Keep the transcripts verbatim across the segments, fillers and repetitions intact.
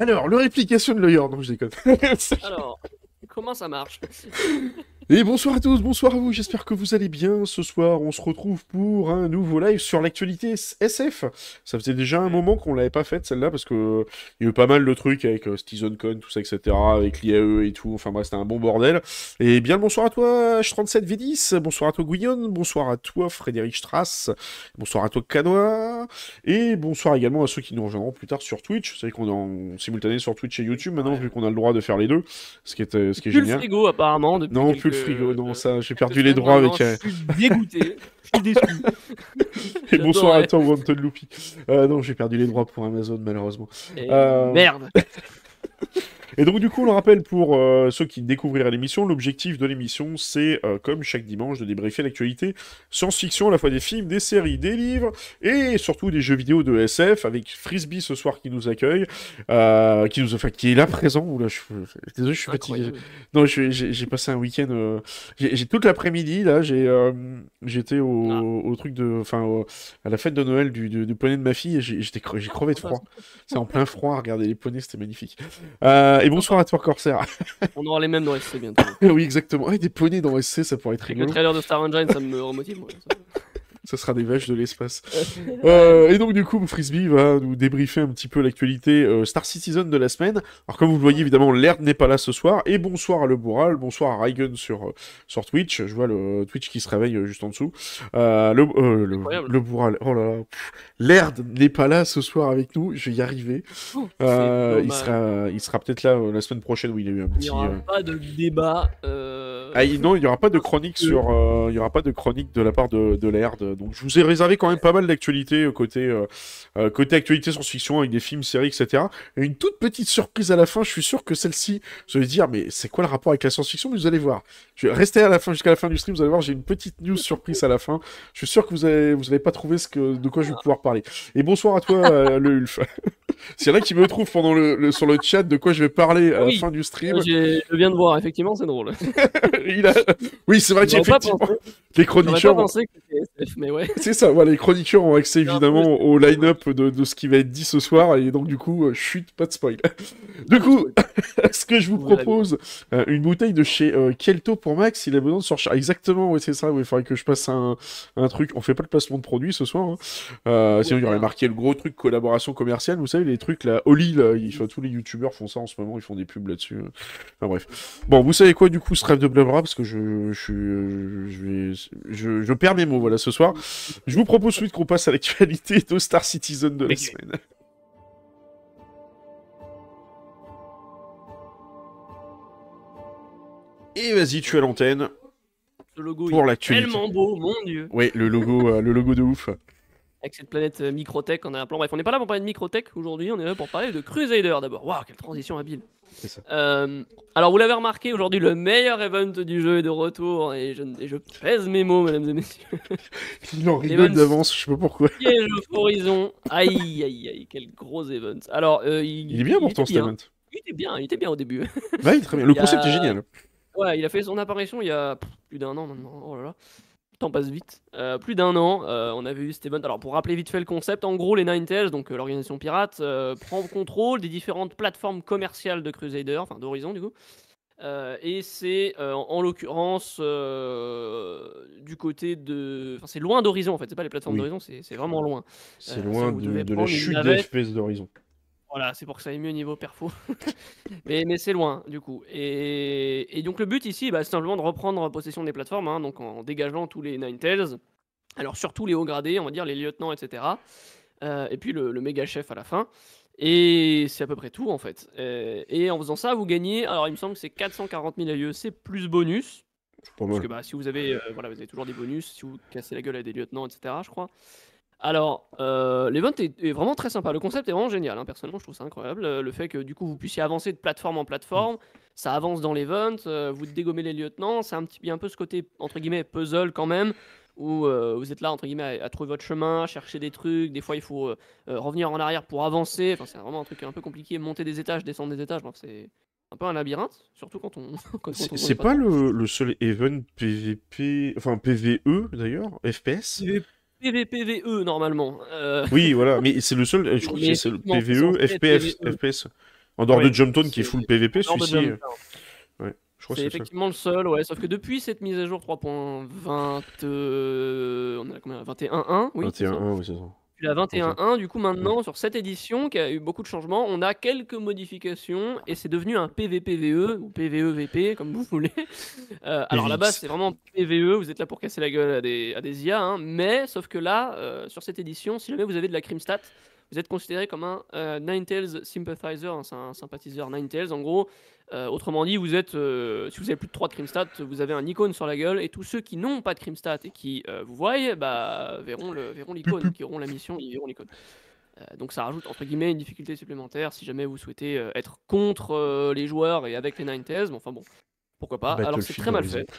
Alors, le réplication de Lawyer, non, je déconne. Alors, comment ça marche? Et bonsoir à tous, bonsoir à vous, j'espère que vous allez bien. Ce soir, on se retrouve pour un nouveau live sur l'actualité S F. Ça faisait déjà un moment qu'on l'avait pas faite, celle-là, parce que euh, il y a eu pas mal de trucs avec euh, StizenCon, tout ça, et cetera, avec l'I A E et tout. Enfin bref, c'était un bon bordel. Et bien le bonsoir à toi, H trente-sept V dix, bonsoir à toi, Guillaume, bonsoir à toi, Frédéric Strass, bonsoir à toi, Canois, et bonsoir également à ceux qui nous rejoindront plus tard sur Twitch. Vous savez qu'on est en simultané sur Twitch et YouTube maintenant, Ouais. vu qu'on a le droit de faire les deux, ce qui est, euh, ce qui est Plus le génial. frigo, apparemment, depuis Non, quelques... plus le frigo, non, euh, ça, j'ai quelques perdu les semaines droits maintenant. avec... euh, Je suis dégoûté. Je suis déçu. Et bonsoir à J'adorais. toi, Wanted Loopy. Euh, non, j'ai perdu les droits pour Amazon, malheureusement. Et Euh, merde. Et donc, du coup, on le rappelle pour euh, ceux qui découvriraient l'émission, l'objectif de l'émission, c'est, euh, comme chaque dimanche, de débriefer l'actualité science-fiction, à la fois des films, des séries, des livres, et surtout des jeux vidéo de S F, avec Frisbee ce soir qui nous accueille, euh, qui nous, enfin, qui est là présent. Oula, je, je- désolé, je suis fatigué. Incroyable. Non, je- j'ai j'ai passé un week-end. euh, J'ai j'ai toute l'après-midi là. J'ai, euh, j'étais au, Ah. au truc de, enfin, au- à la fête de Noël du, du, du poney de ma fille. Et j'ai j'étais cre- j'ai crevé de froid. C'est en plein froid. Regarder les poneys, c'était magnifique. Euh, et bonsoir à toi, Corsair. On aura les mêmes dans S C bientôt. Oui, exactement. Ah, des poneys dans S C, ça pourrait être Avec le rigolo. trailer de Star Engine, ça me remotive. Moi, ça. Ça sera des vaches de l'espace. Ouais. Euh, et donc, du coup, Frisbee va nous débriefer un petit peu l'actualité euh, Star Citizen de la semaine. Alors, comme vous le voyez, évidemment, l'air n'est pas là ce soir. Et bonsoir à Le Bourral, bonsoir à Raigun sur, euh, sur Twitch. Je vois le Twitch qui se réveille euh, juste en dessous. Euh, le, euh, le, Incroyable. le Bourral, oh là là. L'air n'est pas là ce soir avec nous. Je vais y arriver. Ouh, Euh, c'est il dommage. sera, il sera peut-être là euh, la semaine prochaine où il a eu un Il n'y petit. aura euh, pas de débat. euh, Ah, il- non, il n'y aura pas de chronique sur, euh, il y aura pas de chronique de la part de, de l'A R D. Donc, je vous ai réservé quand même pas mal d'actualités euh, côté, euh, euh, côté actualité science-fiction avec des films, séries, et cetera. Et une toute petite surprise à la fin. Je suis sûr que celle-ci, vous allez dire, mais c'est quoi le rapport avec la science-fiction? Mais vous allez voir. Je vais rester à la fin jusqu'à la fin du stream. Vous allez voir, j'ai une petite news surprise à la fin. Je suis sûr que vous allez, vous allez pas trouver ce que, de quoi je vais pouvoir parler. Et bonsoir à toi, euh, le Ulf. S'il y en a qui me trouvent pendant le, le- sur le chat de quoi je vais parler à la Oui. fin du stream, J'ai- Je viens de voir, effectivement, c'est drôle. il a... Oui, c'est vrai J'aurais pas qu'effectivement, pensé. les J'aurais pas chroniqueurs, ont- pensé que c'était S F, mais ouais. c'est ça, voilà, les chroniqueurs ont accès C'est un peu évidemment le- au line-up de, de ce qui va être dit ce soir, et donc du coup, euh, chut, pas de spoil. Du coup, ce que je vous Vous verrez propose, euh, une bouteille de chez euh, Kelto pour Max, il a besoin de surcharger. Exactement, oui, c'est ça, il faudrait que je passe un, un truc. On fait pas le placement de produit ce soir, hein. Euh, sinon il y aurait marqué le gros truc collaboration commerciale, vous savez, les trucs là, Oli, là, ils, enfin, tous les youtubeurs font ça en ce moment, ils font des pubs là-dessus. euh. Enfin bref. Bon, vous savez quoi, du coup, ce rêve de blabla, parce que je, je, suis, euh, je, vais, je, je perds mes mots, voilà, ce soir. Je vous propose ensuite qu'on passe à l'actualité de Star Citizen de la Ok. semaine. Et vas-y, tu as l'antenne. Ce logo Pour il est l'actualité. tellement beau, mon dieu. Ouais, le logo, euh, le logo de ouf. Avec cette planète euh, Microtech en arrière-plan. Bref, on n'est pas là pour parler de Microtech aujourd'hui, on est là pour parler de Crusader d'abord. Waouh, quelle transition habile. C'est ça. Euh, alors, vous l'avez remarqué, aujourd'hui, le meilleur event du jeu est de retour. Et je, et je pèse mes mots, mesdames et messieurs. Il en rigole Evans. d'avance, je sais pas pourquoi. Piège of Horizon. Aïe, aïe, aïe, quel gros event. Alors, euh, il, Il est bien pourtant, était cet bien. event. Il était bien, il était bien au début. Ouais, il est très bien. Le Il y a- concept est génial. Ouais, il a fait son apparition il y a pff, plus d'un an maintenant. Oh là là. Le temps passe vite. Euh, plus d'un an, euh, on avait eu cet event. Alors, pour rappeler vite fait le concept, en gros, les Ninetales, donc euh, l'organisation pirate, euh, prend contrôle des différentes plateformes commerciales de Crusader, enfin d'Horizon du coup. Euh, et c'est euh, en, en l'occurrence euh, du côté de. Enfin, c'est loin d'Horizon en fait, c'est pas les plateformes Oui. d'Horizon, c'est c'est vraiment loin. C'est Euh, loin ça, vous de, devez de la prendre une chute des navette. F P S d'Horizon. Voilà, c'est pour que ça aille mieux niveau perfo. mais mais c'est loin, du coup. Et, et donc, le but ici, bah, c'est simplement de reprendre possession des plateformes, hein, donc en dégageant tous les Ninetales. Alors, surtout les hauts gradés, on va dire les lieutenants, et cetera. Euh, et puis le, le méga chef à la fin. Et c'est à peu près tout, en fait. Euh, et en faisant ça, vous gagnez. Alors, il me semble que c'est quatre cent quarante mille A I E C plus bonus. C'est pas Parce que mal. bah, si vous avez, euh, voilà, vous avez toujours des bonus, si vous cassez la gueule à des lieutenants, et cetera, je crois. Alors, euh, l'event est, est vraiment très sympa. Le concept est vraiment génial, hein. Personnellement, je trouve ça incroyable. Euh, Le fait que du coup vous puissiez avancer de plateforme en plateforme, ça avance dans l'event, euh, vous dégommez les lieutenants. C'est un petit, il y a un peu ce côté entre guillemets puzzle quand même, où euh, vous êtes là entre guillemets à, à trouver votre chemin, à chercher des trucs. Des fois, il faut euh, euh, revenir en arrière pour avancer. Enfin, c'est vraiment un truc un peu compliqué. Monter des étages, descendre des étages. Bref, c'est un peu un labyrinthe, surtout quand on. quand- quand on C'est connaît c'est pas pas trop. le, le seul event P V P, enfin P V E d'ailleurs, F P S? P V P V E normalement. Euh, Oui, voilà, mais c'est le seul, je crois que mais c'est le effectivement, c'est censé P V E, être F P S, P V E. F P S. En dehors de Oui, Jumptown qui est c'est full P V P, en dehors de celui-ci. euh, Jumptown. Ouais, je crois que C'est c'est ça. effectivement le seul, ouais. Sauf que depuis cette mise à jour trois point vingt, euh, on est à combien? vingt et un point un, oui, c'est ça. vingt et un point un, oui, c'est ça. Puis la vingt et un Ok. point un, du coup, Ouais. maintenant, sur cette édition, qui a eu beaucoup de changements, on a quelques modifications et c'est devenu un P V P V E ou P V E V P, comme vous voulez. Euh, alors là-bas, P V X. c'est vraiment P V E, vous êtes là pour casser la gueule à des, à des I A, hein, mais sauf que là, euh, sur cette édition, si jamais vous avez de la Crimstat, vous êtes considéré comme un euh, Ninetales Sympathizer, hein, c'est un sympathiseur Ninetales en gros. Euh, autrement dit, vous êtes, euh, si vous avez plus de trois de Crimstat, vous avez un icône sur la gueule, et tous ceux qui n'ont pas de Crimstat et qui euh, vous voient, bah, verront le- verront Pup, l'icône, pup. qui auront la mission, ils verront l'icône. Euh, donc ça rajoute entre guillemets une difficulté supplémentaire si jamais vous souhaitez euh, être contre euh, les joueurs et avec les Ninetales. Bon, enfin bon, pourquoi pas. Alors c'est Battlefield très mal Horizon. fait.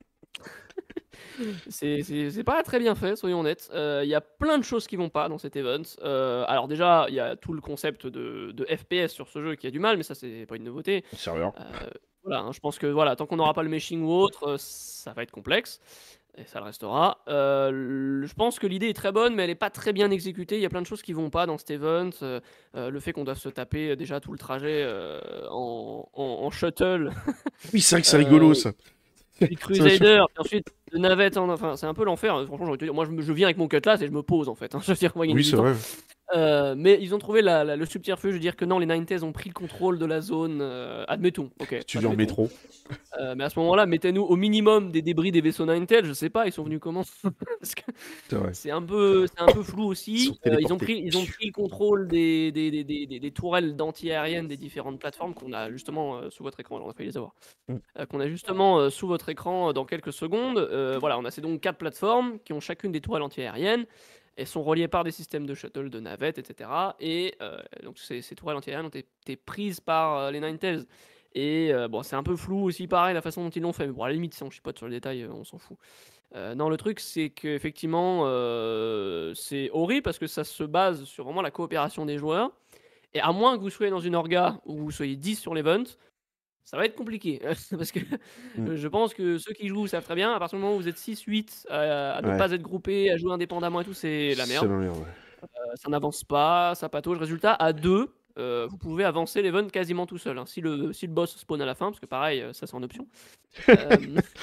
C'est c'est- c'est pas très bien fait, soyons honnêtes. Euh, Il y a plein de choses qui vont pas dans cet event. Euh, alors déjà, il y a tout le concept de, de F P S sur ce jeu qui a du mal, mais ça c'est pas une nouveauté. Serveur. Euh, voilà, hein, je pense que voilà, tant qu'on n'aura pas le meshing ou autre, euh, ça va être complexe. Et ça le restera. Euh, le- je pense que l'idée est très bonne, mais elle n'est pas très bien exécutée. Il y a plein de choses qui vont pas dans cet event. Euh, euh, le fait qu'on doive se taper euh, déjà tout le trajet euh, en, en- en shuttle. Oui, c'est vrai que c'est rigolo, Euh, ça. puis Ça m'a Crusader, puis ensuite de navette. en- Enfin, c'est un peu l'enfer. Franchement, j'ai envie de te dire, moi, je, me- je viens avec mon cutlass et je me pose en fait, hein. Je veux dire, on va gagner Oui, du c'est temps. vrai. Euh, mais ils ont trouvé la- la- le subterfuge de dire que non, les Ninetales ont pris le contrôle de la zone. euh, admettons, ok, Tu viens en admettons. métro. Euh, mais à ce moment-là, mettez-nous au minimum des débris des vaisseaux Ninetales. Je sais pas, ils sont venus comment? Parce que C'est vrai. c'est un peu, c'est un peu flou Ils sont aussi. Euh, ils ont téléportés. pris, ils ont pris le contrôle des, des, des, des, des- des tourelles d'anti-aériennes des différentes plateformes qu'on a justement euh, sous votre écran. Alors, on a failli les avoir. Mm. Euh, qu'on a justement euh, sous votre écran euh, dans quelques secondes. Euh, voilà, on a ces donc quatre plateformes qui ont chacune des tourelles anti-aériennes. Elles sont reliées par des systèmes de shuttle, de navettes, et cetera. Et euh, donc ces, ces tourelles anti-aériennes ont été prises par euh, les Ninetales. Et euh, bon, c'est un peu flou aussi, pareil, la façon dont ils l'ont fait. Mais bon, à la limite, si on chipote sur les détails, euh, on s'en fout. Euh, non, le truc, c'est qu'effectivement, euh, c'est horrible parce que ça se base sur vraiment la coopération des joueurs. Et à moins que vous soyez dans une orga où vous soyez dix sur l'event, ça va être compliqué. Parce que Mm. je pense que ceux qui jouent savent très bien, à partir du moment où vous êtes six huit à, à ne Ouais. pas être groupés, à jouer indépendamment et tout, c'est la C'est merde. la merde, ouais. Euh, ça n'avance pas, ça patauge. Résultat, à deux, euh, vous pouvez avancer l'event quasiment tout seul, hein. Si le, si le boss spawn à la fin, parce que pareil, euh, ça c'est en option. Euh,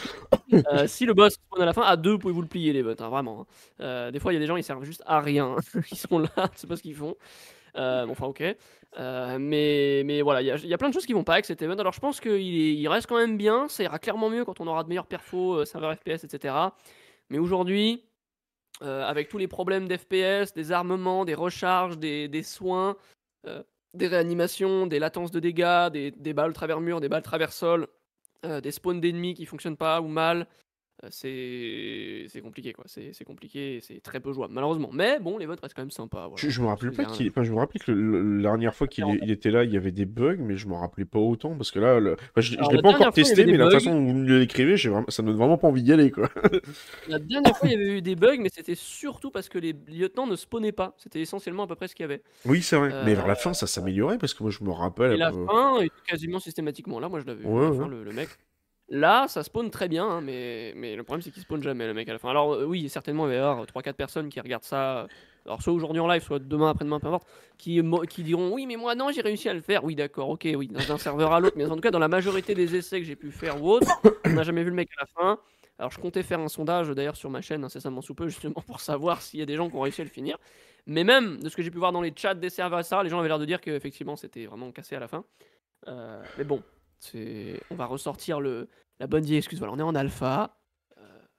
euh, si le boss spawn à la fin, à deux, pouvez-vous le plier l'event, hein, vraiment, hein. Euh, des fois, il y a des gens, ils servent juste à rien. Ils sont là, je sais pas ce qu'ils font. Euh, bon, enfin, ok. Euh, mais, mais voilà, il y, a- il y a plein de choses qui vont pas avec cet event. Alors, je pense qu'il est- il reste quand même bien. Ça ira clairement mieux quand on aura de meilleurs perfos, euh, serveurs F P S, et cetera. Mais aujourd'hui, euh, avec tous les problèmes d'F P S, des armements, des recharges, des, des soins, euh, des réanimations, des latences de dégâts, des, des balles travers mur, des balles travers sol, euh, des spawns d'ennemis qui fonctionnent pas ou mal, euh, c'est c'est compliqué quoi. C'est c'est compliqué et c'est très peu jouable malheureusement. Mais bon, les votes restent quand même sympas. Je, Voilà. je me rappelle C'est pas rien- qu'il. Enfin, je me rappelle que le- le- la dernière fois qu'il est- il était là, il y avait des bugs, mais je me rappelais pas autant. Parce que là, le- enfin, je, je Alors, l'ai la pas encore dernière fois, il y testé, avait mais des la bugs. façon dont vous me l'écrivez, j'ai vraiment... ça me donne vraiment pas envie d'y aller, quoi. La dernière fois, il y avait eu des bugs, mais c'était surtout parce que les lieutenants ne spawnaient pas. C'était essentiellement à peu près ce qu'il y avait. Oui, c'est vrai. Mais vers Euh, la fin, ça s'améliorait, parce que moi, je me rappelle et un la peu. fin était quasiment systématiquement là. Moi, je l'avais vu à Ouais, la ouais. fin, le, le mec. Là, ça spawn très bien, hein, mais, mais le problème, c'est qu'il spawn jamais, le mec, à la fin. Alors, euh, oui, certainement, il va y avoir trois quatre personnes qui regardent ça. Alors, soit aujourd'hui en live, soit demain, après-demain, peu importe, qui, mo- qui diront oui, mais moi, non, j'ai réussi à le faire. Oui, d'accord, ok, oui, dans un serveur à l'autre. Mais en tout cas, dans la majorité des essais que j'ai pu faire ou autres, on n'a jamais vu le mec à la fin. Alors, je comptais faire un sondage d'ailleurs sur ma chaîne incessamment sous peu, justement pour savoir s'il y a des gens qui ont réussi à le finir. Mais même de ce que j'ai pu voir dans les chats des serveurs, et cetera, les gens avaient l'air de dire qu'effectivement, c'était vraiment cassé à la fin. Euh, mais bon, c'est... on va ressortir le... la bonne vieille excuse. Voilà, on est en alpha. euh,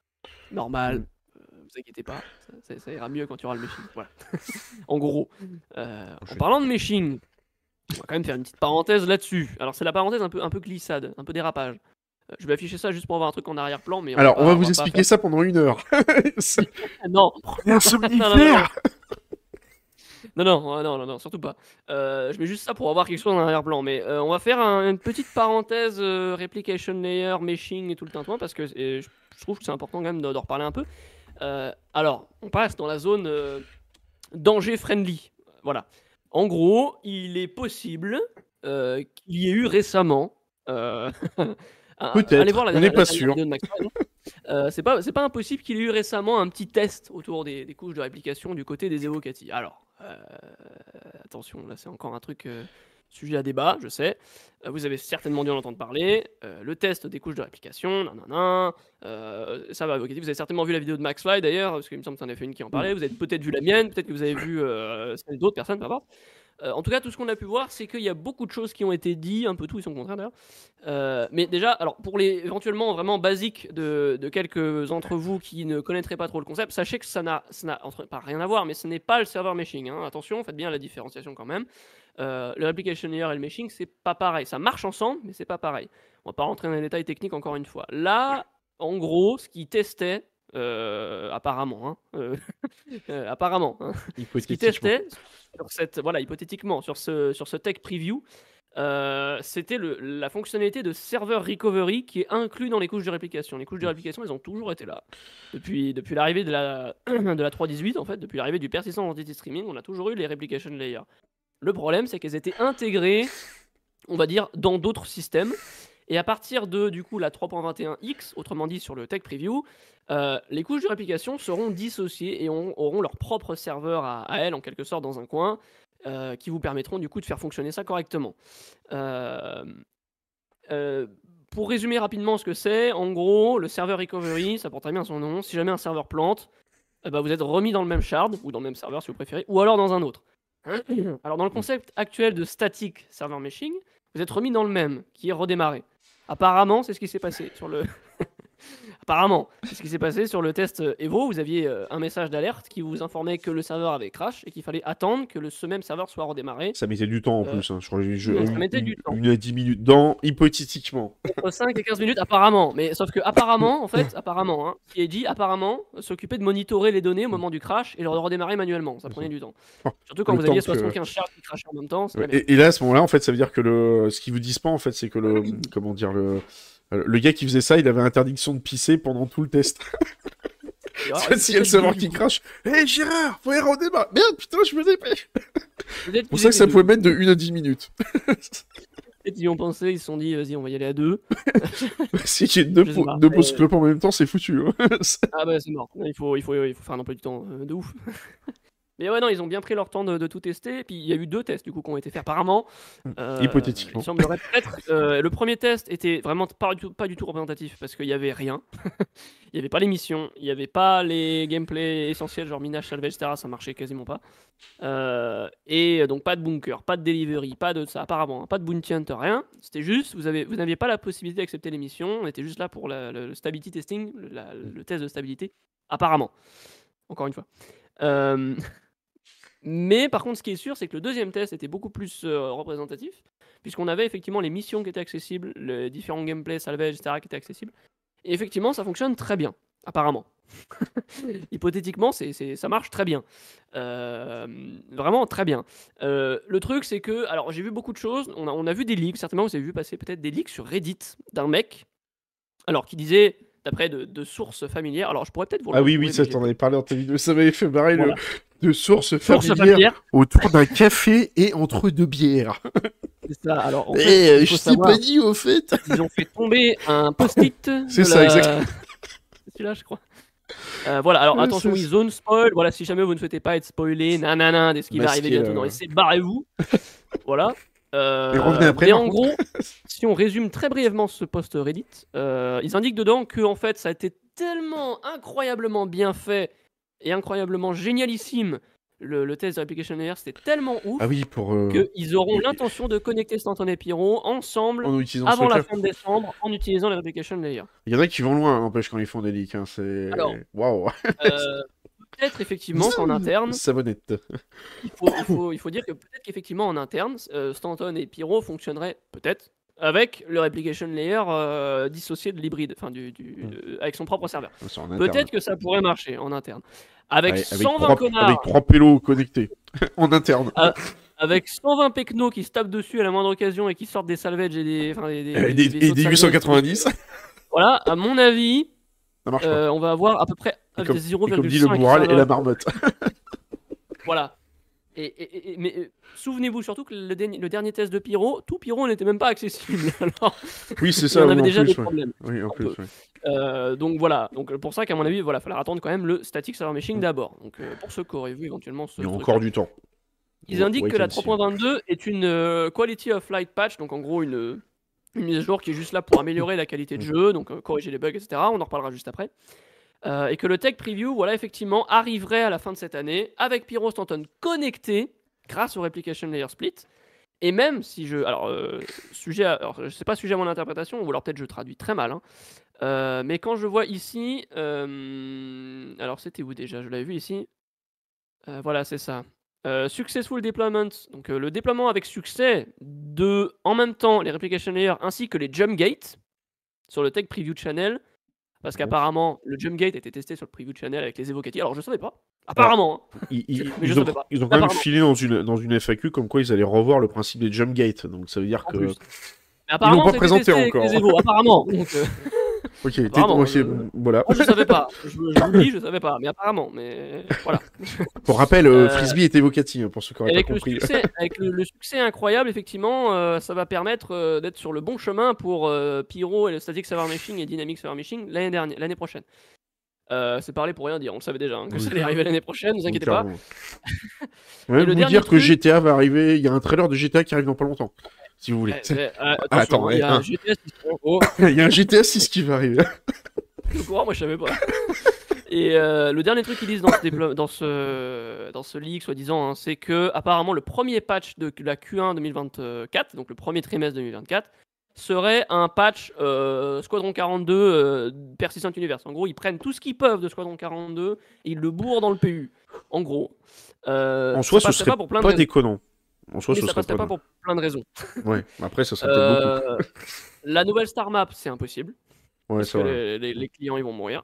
normal. Mm. euh, vous inquiétez pas. Ça, ça- ça ira mieux quand il y aura le meshing. Voilà. En gros. Euh, Je en vais- parlant de meshing, on va quand même faire une petite parenthèse là-dessus. Alors, c'est la parenthèse un peu, un peu glissade, un peu dérapage. Euh, je vais afficher ça juste pour avoir un truc en arrière-plan. Mais on Alors, va on pas- va vous pas expliquer faire- ça pendant une heure. C'est Non, un non, non, somnifère. non, non, non, non, non, surtout pas. Euh, je mets juste ça pour avoir quelque chose en arrière-plan. Mais euh, on va faire un- une petite parenthèse euh, replication layer, meshing et tout le tintouin parce que et je, je trouve que c'est important quand même d'en d'en reparler un peu. Euh, alors, on passe dans la zone euh, danger friendly. Voilà. En gros, il est possible euh, qu'il y ait eu récemment. euh, un- Peut-être, allez voir la on dernière- n'est pas la dernière sûr. vidéo de Max Ryan. Euh, c'est pas, c'est pas impossible qu'il y ait eu récemment un petit test autour des, des couches de réplication du côté des évocati. Alors, euh, attention, là c'est encore un truc euh, sujet à débat, je sais. Euh, vous avez certainement dû en entendre parler. Euh, le test des couches de réplication, nanana. Euh, ça va, ok. Vous avez certainement vu la vidéo de MaxFly d'ailleurs, parce qu'il me semble que tu en as fait une qui en parlait. Vous avez peut-être vu la mienne, peut-être que vous avez vu euh, celle d'autres personnes, peu importe. Euh, en tout cas, tout ce qu'on a pu voir, c'est qu'il y a beaucoup de choses qui ont été dites, un peu tout, ils sont contraires d'ailleurs. Euh, mais déjà, alors pour les éventuellement vraiment basiques de, de quelques d'entre vous qui ne connaîtraient pas trop le concept, sachez que ça n'a ça n'a entre- pas rien à voir, mais ce n'est pas le server meshing, hein. Attention, faites bien la différenciation quand même. Euh, le replication layer et le meshing, c'est pas pareil. Ça marche ensemble, mais c'est pas pareil. On va pas rentrer dans les détails techniques encore une fois. Là, en gros, ce qu'ils testaient, euh, apparemment, hein, euh, euh, apparemment, hein, ce qu'ils Hypothétiquement. testaient sur cette, voilà, hypothétiquement, sur ce, sur ce tech preview, euh, c'était le- la fonctionnalité de server recovery qui est inclus dans les couches de réplication. Les couches de réplication, elles ont toujours été là. Depuis, depuis l'arrivée de la, de la trois point dix-huit, en fait, depuis l'arrivée du persistent entity streaming, on a toujours eu les replication layers. Le problème, c'est qu'elles étaient intégrées, on va dire, dans d'autres systèmes. Et à partir de du coup la trois point vingt et un X, autrement dit sur le tech preview, euh, les couches de réplication seront dissociées et on- auront leur propre serveur à, à elles en quelque sorte dans un coin, euh, qui vous permettront du coup de faire fonctionner ça correctement. Euh, euh, pour résumer rapidement ce que c'est, en gros, le serveur recovery, ça porte très bien son nom. Si jamais un serveur plante, eh ben, vous êtes remis dans le même shard, ou dans le même serveur si vous préférez, ou alors dans un autre. Alors dans le concept actuel de static server meshing, vous êtes remis dans le même, qui est redémarré. Apparemment, c'est ce qui s'est passé sur le. Apparemment, c'est ce qui s'est passé sur le test euh, Evo. Vous aviez euh, un message d'alerte qui vous informait que le serveur avait crash et qu'il fallait attendre que le, ce même serveur soit redémarré. Ça mettait du temps en Euh, plus, hein, sur les jeux. ça Une, mettait du une- temps. une à dix minutes dans, hypothétiquement. Entre cinq et quinze minutes, apparemment. Mais sauf que, apparemment, en fait, apparemment, hein, qui est dit, apparemment, euh, s'occuper de monitorer les données au moment du crash et le redémarrer manuellement. Ça prenait du temps. Oh, Surtout quand le vous aviez temps que- soixante-quinze shards qui crashaient en même temps. c'est Ouais, très bien. Et, et là, à ce moment-là, en fait, ça veut dire que le, ce qu'ils vous disent pas, en fait, c'est que le, comment dire, le, le gars qui faisait ça, il avait interdiction de pisser pendant tout le test. Et alors, Ça, s'il y a le peut-être serveur du qui coup, crache, hé Gérard, faut y redémarrer. Merde, putain, je me dépêche. peut-être Pour qu'ils ça que ça étaient pouvait deux. mettre de une à dix minutes. Peut-être qu'ils y ont pensé, ils se sont dit, vas-y, on va y aller à deux. Si j'ai deux, Je sais po- pas, deux mais- pauses clopes en même temps, c'est foutu. hein. Ah bah c'est mort. Il faut, il faut, il faut faire un emploi du temps euh, de ouf. Mais ouais, non, ils ont bien pris leur temps de, de tout tester. Et puis il y a eu deux tests du coup qui ont été faits apparemment. Euh, Hypothétiquement. Il semblerait peut-être. euh, le premier test était vraiment pas du tout, pas du tout représentatif parce qu'il y avait rien. Il y avait pas les missions, il y avait pas les gameplays essentiels genre minage, salvage, et cetera. Ça marchait quasiment pas. Euh, et donc pas de bunker, pas de delivery, pas de ça apparemment, hein, pas de bounty hunter, rien. C'était juste, vous avez, vous n'aviez pas la possibilité d'accepter les missions. On était juste là pour la- le, le stability testing, le, la- le test de stabilité. Apparemment. Encore une fois. Euh, Mais par contre, ce qui est sûr, c'est que le deuxième test était beaucoup plus euh, représentatif, puisqu'on avait effectivement les missions qui étaient accessibles, les différents gameplays, salvage, et cetera qui étaient accessibles. Et effectivement, ça fonctionne très bien, apparemment. Hypothétiquement, c'est, c'est- ça marche très bien. Euh, vraiment très bien. Euh, le truc, c'est que, alors j'ai vu beaucoup de choses, on a, on a vu des leaks, certainement vous avez vu passer peut-être des leaks sur Reddit d'un mec, alors qui disait, d'après de, de sources familières, alors je pourrais peut-être vous le Ah oui, retrouver, oui, ça, mais j'ai t'en pas- avais parlé dans ta vidéo. Ça m'avait fait marrer Voilà. le, de sources Sources familières familières, autour d'un café et entre deux bières. c'est ça. Alors, en Eh, fait, euh, il je faut t'ai savoir- pas dit au fait. Ils ont fait tomber un post-it. C'est de ça, la- exactement. C'est celui-là, je crois. Euh, voilà, alors Ouais, attention, c'est- oui, zone spoil. Voilà, si jamais vous ne souhaitez pas être spoilé, nanana, de ce qui va Masqué, arriver bientôt là, dans ouais. les C, barrez-vous. Voilà. Euh, Et revenez après, mais par en contre. gros, si on résume très brièvement ce post Reddit, euh, ils indiquent dedans que en fait, ça a été tellement incroyablement bien fait et incroyablement génialissime. Le, le test de Replication Layer, c'était tellement ouf Ah oui, pour. euh, qu'ils auront l'intention de connecter Stanton et Pyro ensemble En utilisant avant ce la truc-là. fin de décembre en utilisant les Replication Layer. Il y en a qui vont loin, n'empêche, quand ils font des leaks. Hein, c'est. Alors. Waouh. Euh, peut-être effectivement qu'en interne, Savonnette. il faut, il faut, il faut dire que peut-être qu'effectivement en interne, euh, Stanton et Pyro fonctionneraient peut-être avec le replication layer euh, dissocié de l'hybride, enfin du, du, Mm. euh, avec son propre serveur. C'est en interne. Peut-être que ça pourrait marcher en interne. Avec Avec, avec cent vingt trois, connards, avec trois pélos connectés. en interne. avec cent vingt pecnos qui se tapent dessus à la moindre occasion et qui sortent des salvages et des, enfin, des, des, Et des des, vaisseaux et de des salvage. huit cent quatre-vingt-dix. Voilà, à mon avis, Ça marche pas. euh, on va avoir à peu près Et comme, zéro et comme virgule dit le cinq Bourral et serveurs. la marmotte. Voilà. Et, et- et- mais euh, souvenez-vous surtout que le, dernier- le dernier test de Pyro, tout Pyro n'était même pas accessible. Alors, Oui, c'est il y ça. en oui, avait en déjà plus, des ouais. problèmes. Oui, en Un plus. peu. ouais. Euh, donc voilà. Donc pour ça qu'à mon avis, voilà, falloir attendre quand même le static server meshing Mm. d'abord. Donc euh, pour ceux qui auraient vu éventuellement ce Il y a truc. encore du temps. Ils indiquent Wait que la and see. trois point vingt-deux est une euh, quality of life patch, donc en gros une, une mise à jour qui est juste là pour améliorer la qualité de jeu, donc euh, corriger les bugs, et cetera. On en reparlera juste après. Euh, et que le tech preview, voilà, effectivement, arriverait à la fin de cette année avec Pyro Stanton connecté grâce au Replication Layer Split. Et même si je. Alors, euh, sujet à- alors je sais pas sujet à mon interprétation, ou alors peut-être je traduis très mal, hein. Euh, mais quand je vois ici. euh, alors, c'était où déjà? Je l'avais vu ici. Euh, voilà, c'est ça. Euh, successful deployment, donc euh, le déploiement avec succès de, en même temps, les replication layers ainsi que les jump gates sur le tech preview channel, parce Bon. qu'apparemment le jump gate était testé sur le preview channel avec les évocatives. Alors je savais pas, Alors, apparemment, hein. ils, ils- mais je ils ont, savais pas. ils ont quand même Apparemment, filé dans une, dans une F A Q comme quoi ils allaient revoir le principe des jump gates. Donc ça veut dire en que. plus. Mais Ils l'ont apparemment, pas c'était présenté testé avec encore. les évos, apparemment. Donc, euh, Ok, t'es- apparemment, ok, je- bon, voilà. moi je savais pas. Je, je vous le dis, je savais pas, mais apparemment, mais voilà. Pour rappel, euh, Euh, Frisbee est évocatif, hein, pour ceux qui n'auraient pas Avec le compris. succès, avec le, le succès incroyable, effectivement, euh, ça va permettre euh, d'être sur le bon chemin pour euh, Pyro et le Static Server Meshing et Dynamic Server Meshing l'année dernière, l'année prochaine. Euh, c'est parlé pour rien dire, on le savait déjà hein, que Oui. ça allait arriver l'année prochaine, ne vous Donc, inquiétez pas. carrément. Je vais même le vous dernier dire que truc- G T A va arriver. Il y a un trailer de G T A qui arrive dans pas longtemps, si vous voulez. Eh, eh, euh, Ah, attention, attends, il y eh, a un hein. G T S qui se prend- oh, Il y a un G T A six qui va arriver. au courant, moi je savais pas. Et euh, le dernier truc qu'ils disent dans ce, déplo- dans ce, dans ce leak, soi-disant, hein, c'est que apparemment le premier patch de la Q un deux mille vingt-quatre, donc le premier trimestre deux mille vingt-quatre, serait un patch euh, Squadron quarante-deux euh, Persistent Universe. En gros, ils prennent tout ce qu'ils peuvent de Squadron quarante-deux et ils le bourrent dans le P U. En gros. Euh, En soi, ça ce passerait serait pas pour plein de pas raisons. déconnant. En soi, Mais ce ça serait passerait pas. pas pour plein de raisons. Ouais, après, ça serait peut-être beaucoup. Euh, la nouvelle Star Map, c'est impossible. Ouais, parce ça que va. les, les- les clients, ils vont mourir.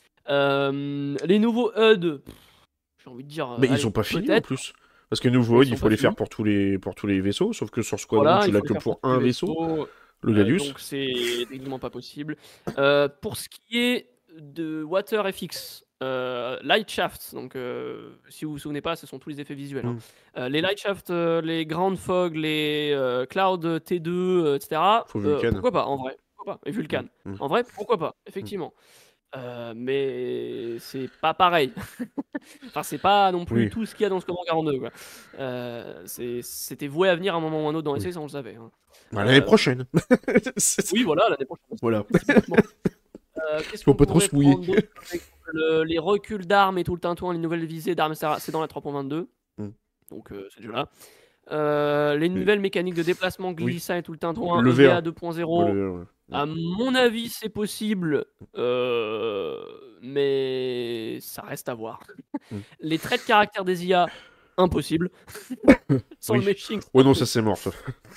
Euh, les nouveaux H U D, pff, j'ai envie de dire. Mais allez, ils ont pas fini en peut-être. plus. Parce que nouveau Ils H U D, il sont faut pas les faire finis. pour tous les, pour tous les vaisseaux, sauf que sur Squadron, Voilà, tu il l'as faut que les faire pour tous un les vaisseau, vaisseaux, le euh, Gladius. donc c'est techniquement pas possible. Euh, pour ce qui est de WaterFX, euh, Light Shafts, donc euh, si vous vous souvenez pas, ce sont tous les effets visuels, hein. Mm. Euh, les Light Shafts, euh, les Ground Fog, les euh, Cloud T deux, euh, et cetera. Faut euh, Vulcan. pourquoi pas, en vrai. Pourquoi pas. Et Vulcan. Mm, mm. En vrai, pourquoi pas, effectivement. Euh, mais c'est pas pareil. Enfin, c'est pas non plus Oui. tout ce qu'il y a dans Squadron quarante-deux, quoi. Euh, c'est- C'était voué à venir à un moment ou à un autre dans Oui. S S, on le savait, hein. Bah, l'année Euh, prochaine. C'est- Oui, voilà, l'année prochaine. Voilà. Typiquement. Euh, Qu'est-ce Faut qu'on pas trop pourrait se mouiller. prendre d'autre avec le- les reculs d'armes et tout le tintouin, les nouvelles visées d'armes, et cetera. C'est dans la trois point vingt-deux. Mm. Donc, euh, c'est déjà là. Euh, les nouvelles mécaniques de déplacement, glissade et tout le tintouin, Le E V A V A. deux point zéro. Ouais, le- ouais. À mon avis, c'est possible, euh, mais ça reste à voir. Mm. Les traits de caractère des I A, impossible. Sans Oui. le meshing. c'est Ouais, non, impossible. ça c'est mort. Ça.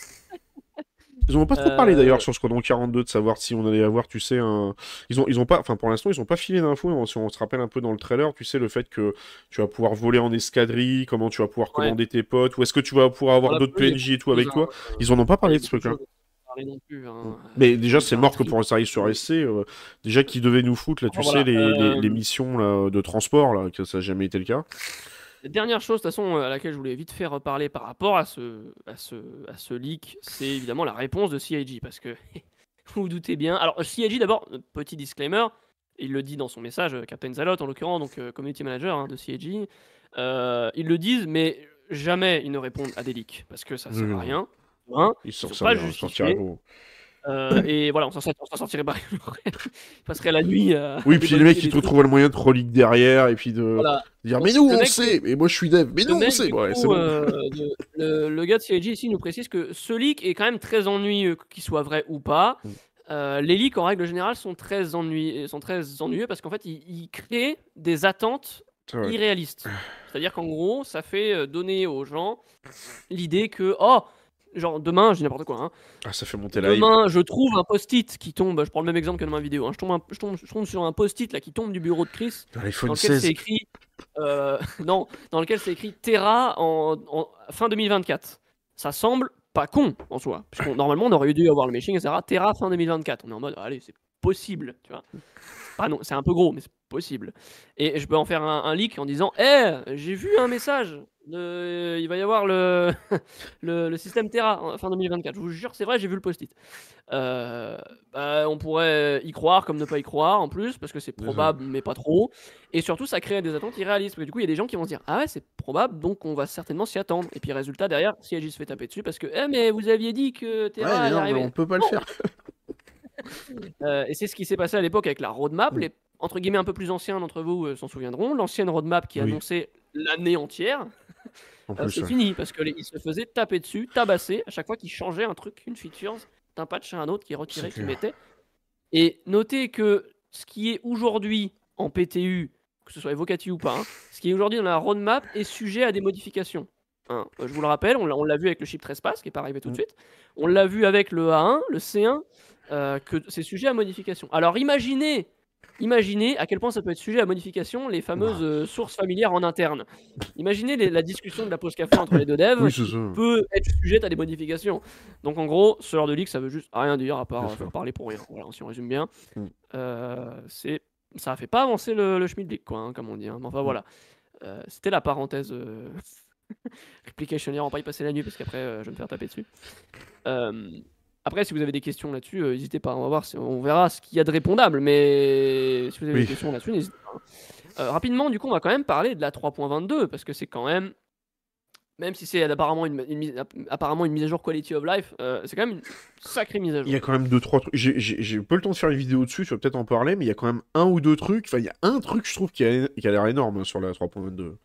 Ils en ont pas trop parlé Euh, d'ailleurs sur Squadron quarante-deux de savoir si on allait avoir, tu sais, un. Ils ont, ils ont pas, enfin pour l'instant, ils ont pas filé d'infos. hein, Si on se rappelle un peu dans le trailer, tu sais, le fait que tu vas pouvoir voler en escadrille, comment tu vas pouvoir Ouais. commander tes potes, ou est-ce que tu vas pouvoir avoir Voilà, d'autres oui, P N J et tout avec Ils toi. ont- Ils en ont pas parlé de ce il y a beaucoup truc-là. choses à parler non plus, hein. Mais déjà, Euh, c'est un mort que tri- pour ça arrive sur S C. euh, déjà, qu'ils devaient nous foutre, là, tu Enfin, sais, voilà, les, euh, les, les missions là, de transport, là, que ça n'a jamais été le cas. La dernière chose, de toute façon, à laquelle je voulais vite faire reparler par rapport à ce, à ce, à ce leak, c'est évidemment la réponse de C I G. Parce que vous vous doutez bien. Alors, C I G, d'abord, petit disclaimer, il le dit dans son message, euh, Captain Zalot en l'occurrence, donc euh, community manager hein, de C I G. Euh, ils le disent, mais jamais ils ne répondent à des leaks. Parce que ça ne sert Oui, à oui. rien. Hein, Ils faut s'en pas sortiraient- justifier. sortiraient gros. Euh, et voilà, on s'en sort- on s'en sortirait pas. Il passerait la nuit à. Oui, puis les mecs, ils te retrouvent le moyen de relique derrière, et puis de Voilà. dire, Donc, mais nous, le on mec- sait, mais moi je suis dev, mais Le nous, on mec, sait. du Ouais, coup, c'est bon. euh, de- le, le gars de C I G ici nous précise que ce leak est quand même très ennuyeux, qu'il soit vrai ou pas. Mm. Euh, les leaks en règle générale sont très ennuyeux, sont très ennuyeux parce qu'en fait ils, ils créent des attentes C'est vrai. irréalistes. C'est-à-dire qu'en gros, ça fait euh, donner aux gens l'idée que oh, genre demain, je dis n'importe quoi, hein, Ah, ça fait monter la hype. demain je trouve un post-it qui tombe, je prends le même exemple que dans ma vidéo, hein, je, tombe un- je, tombe, je tombe sur un post-it là qui tombe du bureau de Chris. Dans Dans l'iPhone lequel c'est seize. écrit euh, non, dans lequel c'est écrit Terra en, en fin deux mille vingt-quatre. Ça semble pas con en soi, puisque normalement on aurait dû avoir le meshing, et cetera. Terra fin deux mille vingt-quatre. On est en mode allez, c'est possible, tu vois. pas non, c'est un peu gros, mais c'est possible. Et je peux en faire un, un leak en disant, Eh, j'ai vu un message. de- il va y avoir le, le, le système Terra en fin deux mille vingt-quatre. Je vous jure, c'est vrai, j'ai vu le post-it. Euh, bah, on pourrait y croire comme ne pas y croire en plus, parce que c'est C'est ça. probable, mais pas trop. Et surtout, ça crée des attentes irréalistes. Parce que du coup, il y a des gens qui vont se dire, ah ouais, c'est probable, donc on va certainement s'y attendre. Et puis, résultat, derrière, C I G se fait taper dessus parce que, eh, mais vous aviez dit que Ouais, Terra mais allait non, mais on arriver. peut pas le Non. faire. Euh, et c'est ce qui s'est passé à l'époque avec la roadmap. Mm. Les entre guillemets un peu plus anciens d'entre vous euh, s'en souviendront. L'ancienne roadmap qui Oui, annonçait l'année entière, en euh, plus, c'est ouais. fini parce que les- ils se faisaient taper dessus, tabasser à chaque fois qu'ils changeaient un truc, une feature d'un patch à un autre, qu'ils C'est retiraient, qu'ils clair. mettaient. Et notez que ce qui est aujourd'hui en P T U, que ce soit Evocati ou pas, hein, ce qui est aujourd'hui dans la roadmap est sujet à des modifications. Hein, euh, je vous le rappelle, on l'a on l'a vu avec le chip trespass qui est pas arrivé tout de Mm. suite. On l'a vu avec le A un, le C un, euh, que c'est sujet à modification. Alors imaginez, imaginez à quel point ça peut être sujet à modification les fameuses Bah, euh, sources familières en interne. Imaginez les- la discussion de la pause café entre les deux devs oui, c'est qui ça. peut être sujette à des modifications. Donc en gros, ce genre de leak, ça veut juste rien dire à part Bien euh, faire sûr. parler pour rien. Voilà, si on résume bien. Mm. Euh, c'est ça fait pas avancer le, le Schmidt League, quoi, hein, comme on dit. Hein. Mais enfin Mm. voilà. Euh, c'était la parenthèse euh, Replication hier, on va pas y passer la nuit parce qu'après euh, je vais me faire taper dessus. Euh, après, si vous avez des questions là-dessus, euh, n'hésitez pas. On va voir, si- on verra ce qu'il y a de répondable. Mais si vous avez des Oui. questions là-dessus, n'hésitez pas. Euh, rapidement, du coup, on va quand même parler de la trois point vingt-deux parce que c'est quand même, même si c'est apparemment une, une mise- apparemment une mise à jour quality of life, euh, c'est quand même une sacrée mise à Il y jour. a quand même deux, trois trucs. J'ai j'ai- j'ai pas le temps de faire une vidéo dessus, tu vas peut-être en parler, mais il y a quand même un ou deux trucs. Enfin, il y a un truc, je trouve, qui a, qui a l'air énorme hein, sur la trois point vingt-deux.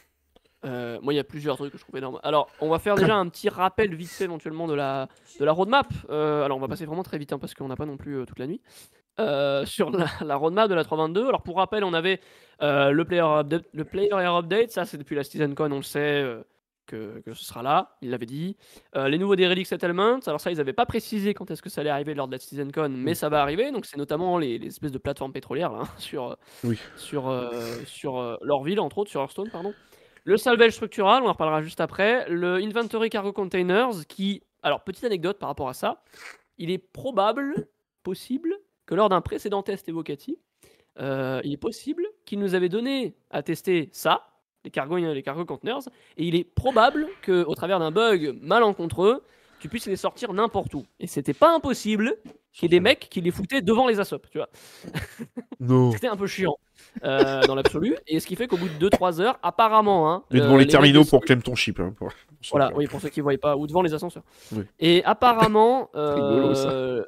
Euh, moi, il y a plusieurs trucs que je trouve énormes. Alors, on va faire déjà un petit rappel vite fait éventuellement de la, de la roadmap. Euh, alors, on va passer vraiment très vite hein, parce qu'on n'a pas non plus euh, toute la nuit. Euh, sur la, la roadmap de la trois point vingt-deux. Alors, pour rappel, on avait euh, le, player update, le Player Air Update. Ça, c'est depuis la SeasonCon, on le sait euh, que, que ce sera là. Il l'avait dit. Euh, les nouveaux Derelict Settlements. Alors, ça, ils n'avaient pas précisé quand est-ce que ça allait arriver lors de la SeasonCon, mais ça va arriver. Donc, c'est notamment les, les espèces de plateformes pétrolières là, hein, sur, Oui. sur, euh, sur euh, leur ville, entre autres, sur Hearthstone, pardon. Le salvage structural, on en reparlera juste après. Le inventory cargo containers, qui, alors petite anecdote par rapport à ça, il est probable, possible, que lors d'un précédent test Evocati, euh, il est possible qu'il nous avait donné à tester ça, les cargo, les cargo containers, et il est probable qu'au travers d'un bug malencontreux, tu puisses les sortir n'importe où. Et c'était pas impossible qu'il y ait des mecs qui les foutaient devant les assops, tu vois. Non. C'était un peu chiant euh, dans l'absolu. Et ce qui fait qu'au bout de deux trois heures, apparemment, hein, Mais devant le- les les mecs terminaux de pour claim ton chip. Hein, pour... voilà, oui, pour ceux qui ne voient pas, ou devant les ascenseurs. Oui. Et apparemment, Rigolo, ça. euh,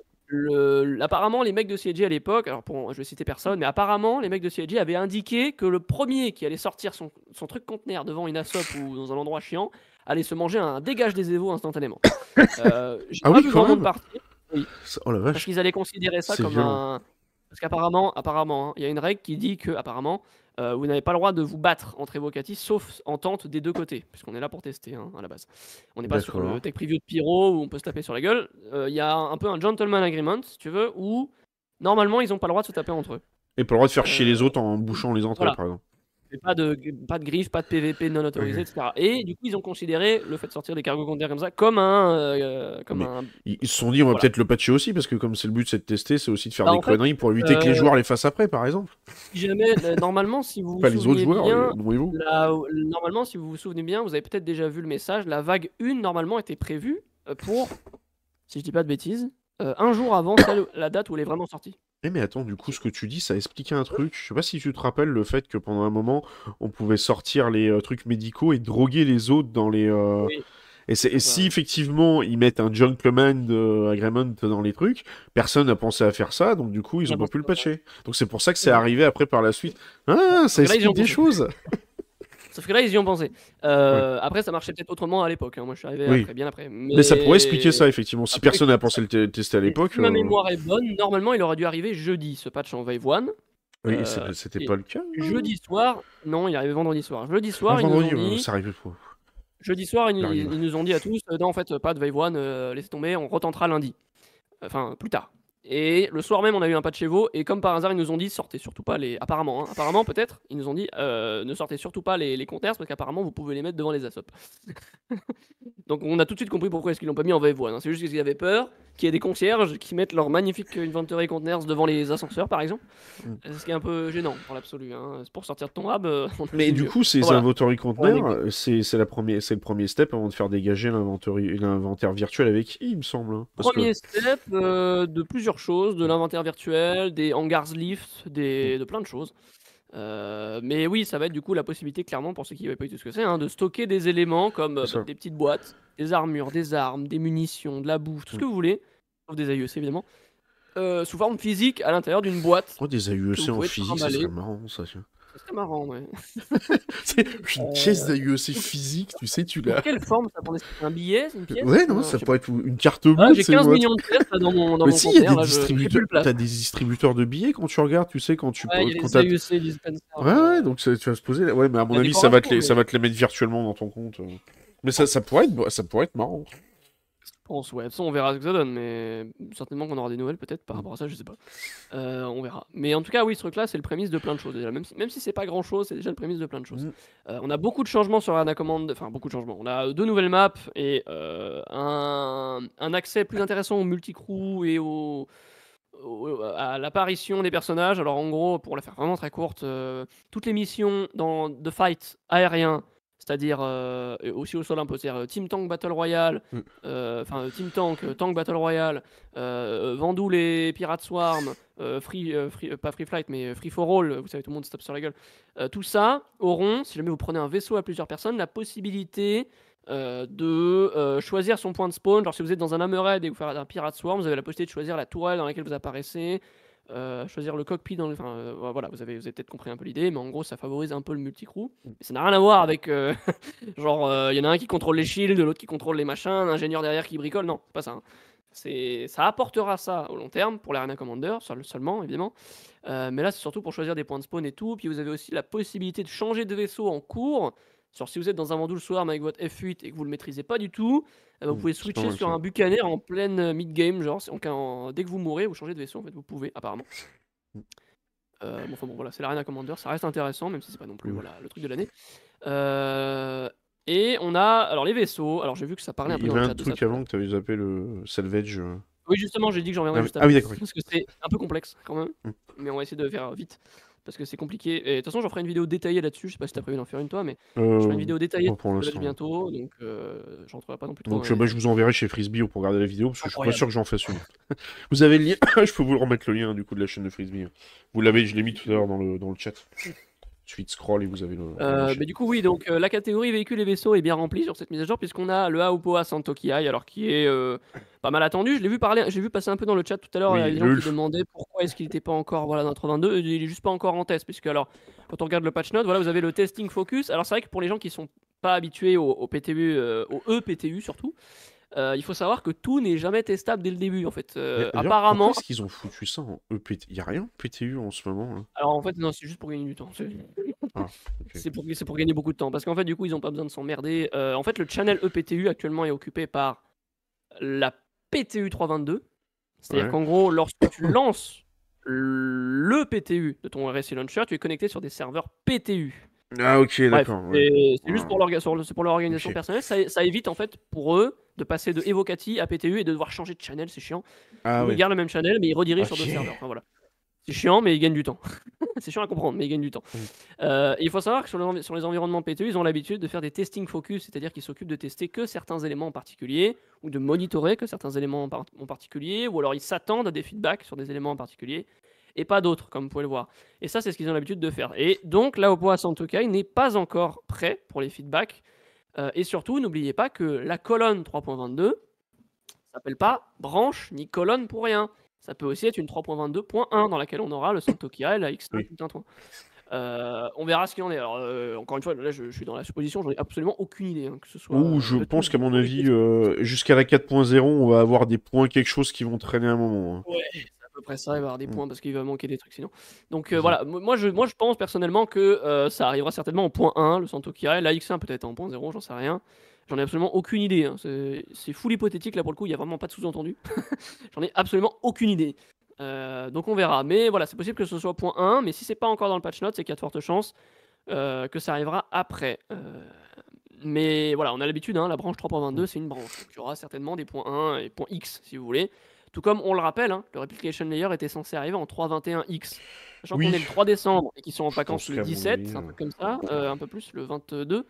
le, apparemment, les mecs de C I G à l'époque, alors pour, je vais citer personne, mais apparemment, les mecs de C I G avaient indiqué que le premier qui allait sortir son, son truc conteneur devant une assop ou dans un endroit chiant allait se manger un dégage des évos instantanément. Euh, J'ai Ah pas oui, vu quand grand monde même. partir. Oui, Ça- Oh la parce vache. qu'ils allaient considérer ça C'est comme violent. un. Parce qu'apparemment, apparemment, hein, il y a une règle qui dit que apparemment, euh, vous n'avez pas le droit de vous battre entre Evocati, sauf en tente des deux côtés, puisqu'on est là pour tester hein, à la base. On n'est pas sur le D'accord. tech preview de Pyro où on peut se taper sur la gueule. Euh, Il y a un peu un gentleman agreement, si tu veux, où normalement ils n'ont pas le droit de se taper entre eux. Et pas le droit de faire chier Euh, les autres en bouchant les entrées, voilà. par exemple. Et pas de, pas de griffe, pas de P V P non autorisé, Ok. et cetera. Et du coup, ils ont considéré le fait de sortir des cargo containers comme ça comme un. euh, comme Mais un... Ils ils se sont dit, on va Voilà. peut-être le patcher aussi, parce que comme c'est le but, c'est de tester, c'est aussi de faire Bah, des en fait, conneries pour éviter que les euh, joueurs les fassent après, par exemple. Si jamais, euh, normalement, si vous vous Pas les autres souvenez joueurs, bien, euh, non et vous. la- normalement, si vous vous souvenez bien, vous avez peut-être déjà vu le message. La vague un, normalement, était prévue euh, pour, si je dis pas de bêtises, euh, un jour avant celle- la date où elle est vraiment sortie. Eh mais attends, du coup, ce que tu dis, ça explique un truc. Je sais pas si tu te rappelles le fait que pendant un moment, on pouvait sortir les euh, trucs médicaux et droguer les autres dans les... euh, Oui, Et, c'est- et ça, si effectivement ils mettent un gentleman euh, agreement dans les trucs, personne n'a pensé à faire ça, donc du coup ils ont pas pu le patcher. Donc c'est pour ça que c'est Ouais. arrivé après par la suite. Ah, ça que là, ils y ont explique des pensé. choses. Sauf que là, ils y ont pensé. Euh, Après, ça marchait peut-être autrement à l'époque. hein. Moi, je suis arrivé Oui. après, bien après. Mais, Mais ça pourrait expliquer ça, effectivement. Si Après, personne n'a pensé le te- tester à Et l'époque. si ma euh, mémoire est bonne, normalement, il aurait dû arriver jeudi, ce patch en Wave un. Oui, Euh, c'est- c'était et pas le cas. non Jeudi soir, non, il est arrivé vendredi soir. Jeudi Ah, soir, ils vendredi, nous ont euh, dit. ça arrivait pas. Jeudi soir, ils, Il ils- arrive. ils nous ont dit à tous, euh, non, en fait, pas de Wave un, euh, laissez tomber, on retentera lundi. Enfin, plus tard. Et le soir même, on a eu un patch Evo, et comme par hasard, ils nous ont dit, sortez surtout pas les... Apparemment, hein, apparemment peut-être, ils nous ont dit, euh, ne sortez surtout pas les, les containers, parce qu'apparemment, vous pouvez les mettre devant les assops. Donc on a tout de suite compris pourquoi est-ce qu'ils l'ont pas mis en Wave un. hein. C'est juste qu'ils avaient peur qu'il y ait des concierges qui mettent leur magnifique inventory containers devant les ascenseurs, par exemple. Mm. Ce qui est un peu gênant pour l'absolu. Hein. C'est pour sortir de ton hub. euh, on a Mais fait du mieux. coup, ces Voilà. inventory Pour un containers, exemple. c'est c'est la première, c'est le premier step avant de faire dégager l'inventory, l'inventaire virtuel avec I, il me semble. hein, parce que- Premier step euh, de plusieurs choses, de l'inventaire virtuel, des hangars lift, des... de plein de choses. Euh, mais oui, ça va être du coup la possibilité, clairement, pour ceux qui n'avaient pas eu tout ce que c'est, hein, de stocker des éléments comme euh, C'est bah, ça. des petites boîtes, des armures, des armes, des munitions, de la bouffe, tout ce Mm. que vous voulez, sauf des A I E C évidemment, euh, sous forme physique à l'intérieur d'une boîte Oh, des que vous A U E C en pouvez physique, ça trimballer. serait marrant, ça. tiens. Ça serait marrant, ouais. C'est une caisse Euh, d'A U E C donc, physique, tu sais, tu Sous l'as. quelle forme ça pourrait être un billet, c'est une pièce? Ouais, non, Non, ça je sais pourrait pas. être une carte Ah, bleue, j'ai tu sais, quinze moi. millions de pièces là, dans mon, dans Mais mon si, il y a conteneur, des là, je j'ai plus distributeurs, de place. t'as des distributeurs de billets quand tu regardes, tu sais, quand tu Ouais, il y a quand les t'as- A I E C dispensers. Ouais, ouais, euh, donc ça- tu vas se poser. là. Ouais, mais à mon la avis, ça va te décoration, les, ça mais va te les mettre virtuellement dans ton compte. euh. Mais ça, ça pourrait être, ça pourrait être marrant. je pense, ouais. De toute façon, on verra ce que ça donne, mais certainement qu'on aura des nouvelles peut-être par Mm. rapport à ça, je sais pas. Euh, on verra. Mais en tout cas, oui, ce truc-là, c'est le prémisse de plein de choses déjà. Même si, même si c'est pas grand-chose, c'est déjà le prémisse de plein de choses. Mm. Euh, on a beaucoup de changements sur Arena Command, enfin beaucoup de changements. On a deux nouvelles maps et euh, un, un accès plus intéressant au multicrew et au, au- à l'apparition des personnages. Alors en gros, pour la faire vraiment très courte, euh, toutes les missions dans The Fight aérien, c'est-à-dire euh, et aussi au sol un peu, c'est-à-dire euh, Team Tank Battle Royale, Mm. euh, enfin euh, Team Tank, euh, Tank Battle Royale, euh, Vendoul et Pirate Swarm, euh, free, euh, free- euh, pas Free Flight mais Free for All, vous savez tout le monde se tape sur la gueule. Euh, tout ça auront, si jamais vous prenez un vaisseau à plusieurs personnes, la possibilité euh, de euh, choisir son point de spawn. Genre si vous êtes dans un Hammerhead et vous faites un Pirate Swarm, vous avez la possibilité de choisir la tourelle dans laquelle vous apparaissez, euh, choisir le cockpit dans le... Enfin euh, voilà, vous avez, vous avez peut-être compris un peu l'idée, mais en gros ça favorise un peu le multicrew. Mais ça n'a rien à voir avec... euh, genre il y en a un qui contrôle les shields, l'autre qui contrôle les machins, un ingénieur derrière qui bricole, non, c'est pas ça. hein. C'est, ça apportera ça au long terme pour l'Arena Commander seul- seulement évidemment. Euh, mais là c'est surtout pour choisir des points de spawn et tout. Puis vous avez aussi la possibilité de changer de vaisseau en cours. Genre si vous êtes dans un Vendoul Swarm avec votre F huit et que vous le maîtrisez pas du tout, eh ben, vous Mm. pouvez C'est pas switcher mal, sur ça. un Buccaneer en pleine euh, mid-game, genre c'est- en- en- dès que vous mourrez, vous changez de vaisseau en fait, vous pouvez apparemment. Mm. Euh, bon, enfin bon voilà, c'est l'Arena Commander, ça reste intéressant même si c'est pas non plus Mm. voilà, le truc de l'année. Euh, et on a alors les vaisseaux, alors j'ai vu que ça parlait un Il peu y dans le avait chat un de ça truc tout à l'heure. avant que tu avais zappé le salvage. euh. Oui, justement, j'ai dit que j'en Ah reviendrai oui, juste ah après. oui, d'accord. oui. Parce que c'est un peu complexe quand même. Mm. Mais on va essayer de faire vite. Parce que c'est compliqué. Et de toute façon, j'en ferai une vidéo détaillée là-dessus. Je sais pas si t'as prévu d'en faire une toi, mais je ferai Euh, une vidéo détaillée pas pour sur le l'instant. bientôt. Donc, euh, j'entrerai pas non plus trop Donc dans euh, les bah, je détails. vous enverrai chez Frisbee pour regarder la vidéo parce que je suis pas Incroyable. sûr que j'en fasse une. Vous avez le lien, je peux vous le remettre le lien du coup de la chaîne de Frisbee. Vous l'avez, je l'ai mis tout à l'heure dans le, dans le chat. Suite scroll et vous avez le. la Euh, chaîne. mais du coup, oui, donc euh, la catégorie véhicules et vaisseaux est bien remplie sur cette mise à jour, puisqu'on a le Aopoa Santokiai, alors qui est euh, pas mal attendu. Je l'ai vu parler, j'ai vu passer un peu dans le chat tout à l'heure, il y a Oui, des le gens qui Ulf. demandaient pourquoi est-ce qu'il n'était pas encore voilà, dans quatre-vingt-deux. Il est juste pas encore en test, puisque alors, quand on regarde le patch note, voilà, vous avez le testing focus. Alors c'est vrai que pour les gens qui sont pas habitués au, au P T U, euh, au E P T U surtout, euh, il faut savoir que tout n'est jamais testable dès le début, en fait. Euh, Mais d'ailleurs, apparemment, pourquoi est-ce qu'ils ont foutu ça en E P T U? Il y a rien en P T U en ce moment. Là. alors en fait, non, c'est juste pour gagner du temps. C'est- Ah, ok. C'est pour, c'est pour gagner beaucoup de temps. Parce qu'en fait, du coup, ils n'ont pas besoin de s'emmerder. Euh, en fait, le channel E P T U actuellement est occupé par la P T U trois cent vingt-deux. C'est-à-dire Ouais. qu'en gros, lorsque tu lances le P T U de ton R S I Launcher, tu es connecté sur des serveurs P T U. Ah ok, Bref, d'accord. Ouais. c'est c'est juste Ah, pour l'orga- sur le- c'est pour leur organisation ok. personnelle. Ça, ça évite en fait pour eux de passer de Evocati à P T U et de devoir changer de channel, c'est chiant. Ah Ils ouais. gardent le même channel, mais ils redirigent sur Ok. d'autres serveurs. Enfin, voilà. C'est chiant, mais ils gagnent du temps. C'est chiant à comprendre, mais ils gagnent du temps. Mm. Euh, et il faut savoir que sur, les envi- sur les environnements P T U, ils ont l'habitude de faire des testing focus, c'est-à-dire qu'ils s'occupent de tester que certains éléments en particulier, ou de monitorer que certains éléments en, par- en particulier, ou alors ils s'attendent à des feedbacks sur des éléments en particulier, et pas d'autres, comme vous pouvez le voir. Et ça, c'est ce qu'ils ont l'habitude de faire. Et donc, l'Aopoa Santokai n'est pas encore prêt pour les feedbacks. Euh, et surtout, n'oubliez pas que la colonne trois point vingt-deux s'appelle pas branche ni colonne pour rien. Ça peut aussi être une trois point vingt-deux point un dans laquelle on aura le Santokai, la X cinq, Oui. tout un toit. Euh, on verra ce qu'il en est. Alors, euh, encore une fois, là, je, je suis dans la supposition, j'en ai absolument aucune idée. hein, que ce soit. Ouh, je euh, le pense tout- qu'à mon avis, euh, jusqu'à la quatre point zéro, on va avoir des points quelque chose qui vont traîner un moment. hein. Ouais, c'est à peu près ça, il va y avoir des Mm. points parce qu'il va manquer des trucs sinon. Donc euh, Mhm. voilà, mo- moi je, moi je pense personnellement que euh, ça arrivera certainement en point un, le Santokai, la X un peut-être en point zéro, j'en sais rien. J'en ai absolument aucune idée. hein. C'est c'est full hypothétique là pour le coup, il n'y a vraiment pas de sous-entendu. J'en ai absolument aucune idée. Euh, donc on verra. Mais voilà, c'est possible que ce soit point un, mais si c'est pas encore dans le patch note, c'est qu'il y a de fortes chances euh, que ça arrivera après. Euh, mais voilà, on a l'habitude, hein, la branche trois point vingt-deux, c'est une branche. Donc il y aura certainement des points un et points X, si vous voulez. Tout comme, on le rappelle, hein, le Replication Layer était censé arriver en trois point vingt et un X. Sachant qu'on Oui. est le trois décembre et qu'ils sont en Je vacances pense le qu'à mon dix-sept, avis, un euh, truc comme ça, euh, un peu plus, le vingt-deux,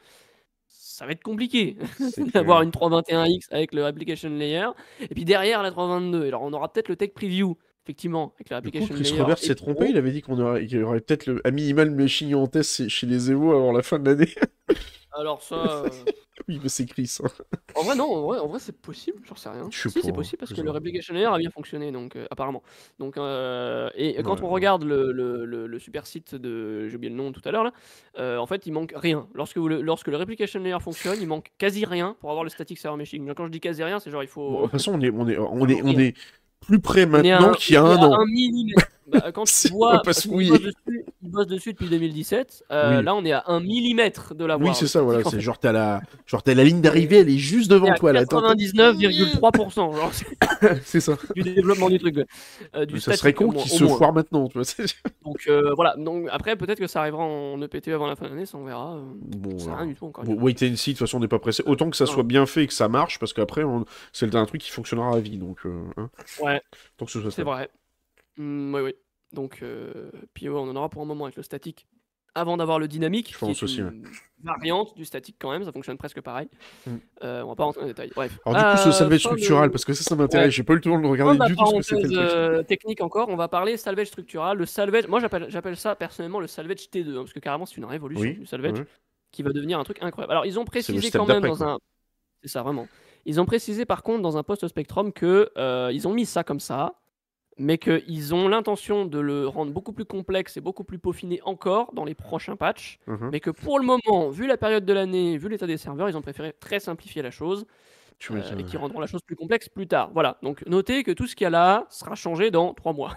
ça va être compliqué c'est d'avoir clair. une trois point vingt et un X avec le Replication Layer. Et puis derrière la trois point vingt-deux, alors on aura peut-être le Tech Preview, effectivement, avec le Du coup, Replication Chris Layer Roberts et s'est trompé, Pro. il avait dit qu'on aurait, qu'il y aurait peut-être le, à minima le machine en test chez les Evo avant la fin de l'année. Alors ça... euh, Oui, mais c'est Chris. Hein. En vrai, non, en vrai, en vrai c'est possible, j'en sais rien. Je sais Si, pas, c'est possible parce je que sais le pas. Replication Layer a bien fonctionné, donc euh, apparemment. Donc, euh, et quand Ouais, on ouais. regarde le, le, le, le super site de, j'ai oublié le nom tout à l'heure là, euh, en fait, il manque rien. Lorsque, vous le, lorsque le Replication Layer fonctionne, il manque quasi rien pour avoir le static server meshing. Mais quand je dis quasi rien, c'est genre il Bon, de faut toute façon, on est, on est, on est, vraiment on rien. est plus près On est à maintenant un, qu'il y a on est un à an. un millimètre. Bah, quand tu Si, on va vois, pas parce se qu'il bosse mouiller. dessus, il bosse dessus depuis deux mille dix-sept, euh, Oui. là on est à un millimètre de Oui, l'avoir, c'est le ça, voilà. static en C'est fait. genre, t'as la, genre, t'as la ligne On est, d'arrivée, elle est juste on est devant à toi, là. T'es en train de... quatre-vingt-dix-neuf virgule trois pour cent, genre. C'est ça. Du développement du truc, ouais. Euh, du Mais ça serait statique au con moins, qu'il au se moins. foire maintenant, tu vois. c'est- Donc euh, voilà, donc après peut-être que ça arrivera en E P T E avant la fin de l'année, ça on verra. euh, Bon, C'est voilà. rien du tout encore une Bon, fois. wait and see, de toute façon, on n'est pas pressé. Autant que ça soit Non. bien fait et que ça marche, parce qu'après, on... c'est un truc qui fonctionnera à vie, donc... euh, hein. Ouais, Tant que ce soit c'est stable. vrai. Mm, oui, oui. Donc, euh, puis ouais, on en aura pour un moment avec le statique. Avant d'avoir le dynamique, Je qui pense est aussi, ouais. une variante du statique quand même, ça fonctionne presque pareil. Mm. Euh, on va pas rentrer dans les détails. Bref. Alors du coup, ce Euh, salvage fin structural, de... parce que ça, ça Ouais. m'intéresse. J'ai pas eu le temps de Fin regarder de la du tout ce que c'était parenthèse le truc. euh, technique encore, on va parler salvage structural. Le salvage, moi j'appelle j'appelle ça personnellement le salvage T deux, hein, parce que carrément c'est une révolution Oui, du salvage ouais. qui va devenir un truc incroyable. Alors ils ont C'est le précisé step quand même d'après, dans quoi. un... C'est ça, vraiment. Ils ont précisé par contre dans un post Spectrum que euh, ils ont mis ça comme ça, mais qu'ils ont l'intention de le rendre beaucoup plus complexe et beaucoup plus peaufiné encore dans les prochains patchs, Mhm. mais que pour le moment, vu la période de l'année, vu l'état des serveurs, ils ont préféré très simplifier la chose Tu euh, m'étonnes, et ouais. qui rendront la chose plus complexe plus tard. Voilà, donc notez que tout ce qu'il y a là sera changé dans trois mois,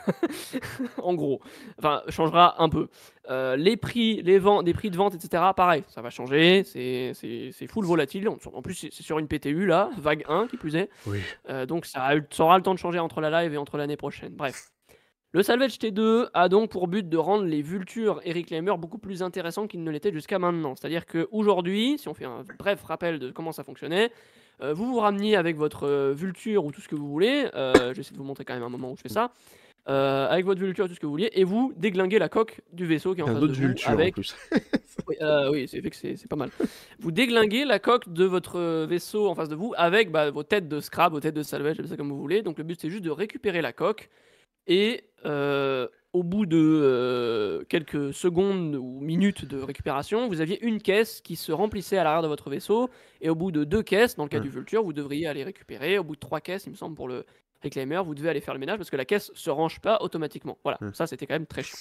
en gros. Enfin, changera un peu. Euh, les prix, les ventes, des prix de vente, et cetera, pareil, ça va changer, c'est c'est- c'est full volatile. En en plus, c'est c'est sur une P T U là, vague un qui plus est. Oui. Euh, donc ça, a eu- ça aura le temps de changer entre la live et entre l'année prochaine. Bref. Le Salvage T deux a donc pour but de rendre les Vultures et Reclaimer beaucoup plus intéressants qu'ils ne l'étaient jusqu'à maintenant. C'est-à-dire qu'aujourd'hui, si on fait un bref rappel de comment ça fonctionnait, euh, vous vous rameniez avec votre euh, Vulture ou tout ce que vous voulez, euh, j'essaie de vous montrer quand même un moment où je fais ça, euh, avec votre Vulture et tout ce que vous vouliez, et vous déglinguez la coque du vaisseau qui est en Un face de autre vous vulture, en avec... plus. Oui, euh, oui, c'est fait que c'est c'est pas mal. Vous déglinguez la coque de votre euh, vaisseau en face de vous avec bah, vos têtes de scrap, vos têtes de salvage, appelez ça comme vous voulez. Donc le but c'est juste de récupérer la coque et euh, au bout de euh, quelques secondes ou minutes de récupération, vous aviez une caisse qui se remplissait à l'arrière de votre vaisseau et au bout de deux caisses, dans le cas Ouais. du Vulture, vous devriez aller récupérer. Au bout de trois caisses, il me semble pour le Reclaimer, vous devez aller faire le ménage parce que la caisse se range pas automatiquement. Voilà, Ouais. ça c'était quand même très chiant.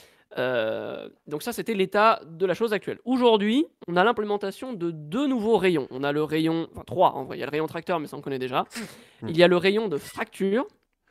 Euh, donc ça, c'était l'état de la chose actuelle. Aujourd'hui, on a l'implémentation de deux nouveaux rayons. On a le rayon, enfin trois en vrai, il y a le rayon tracteur, mais ça on connaît déjà. Mm. Il y a le rayon de fracture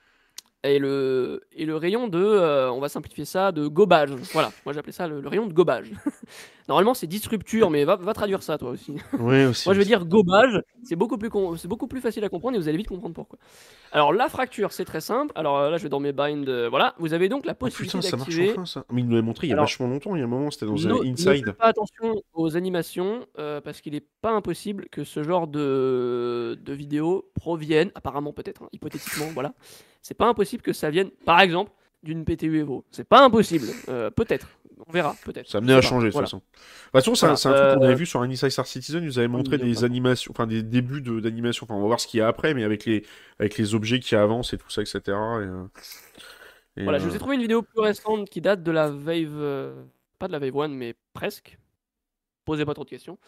et le, et le rayon de, euh, on va simplifier ça, de gobage. Voilà, moi j'appelais ça le, le rayon de gobage. Normalement c'est disrupture, mais va, va traduire ça toi aussi. Ouais, aussi. Moi je vais aussi. dire gobage, c'est beaucoup, plus com- c'est beaucoup plus facile à comprendre et vous allez vite comprendre pourquoi. Alors la fracture c'est très simple, alors euh, là je vais dans mes binds, euh, voilà, vous avez donc la Oh possibilité putain, ça marche d'activer... enfin, ça. Mais il nous l'a montré il y a Alors, vachement longtemps, il y a un moment, c'était dans No- un ne Inside. faites pas attention aux animations euh, parce qu'il n'est pas impossible que ce genre de, de vidéos proviennent, apparemment peut-être, hein, hypothétiquement, voilà. C'est pas impossible que ça vienne, par exemple, d'une P T U Evo. C'est pas impossible, euh, peut-être. On verra, peut-être. Ça a je amené sais à pas, changer, de toute voilà. façon. De toute façon, c'est un, Voilà, c'est un truc qu'on euh, avait vu sur un Inside Star Citizen, ils nous avaient une montré vidéo des comme ça. animations, enfin des débuts de- d'animation. Enfin, on va voir ce qu'il y a après, mais avec les, avec les objets qui avancent et tout ça, et cetera. Et, euh, et, Voilà, je vous euh, ai trouvé une vidéo plus récente qui date de la Wave... euh, pas de la Wave un, mais presque. Posez pas trop de questions.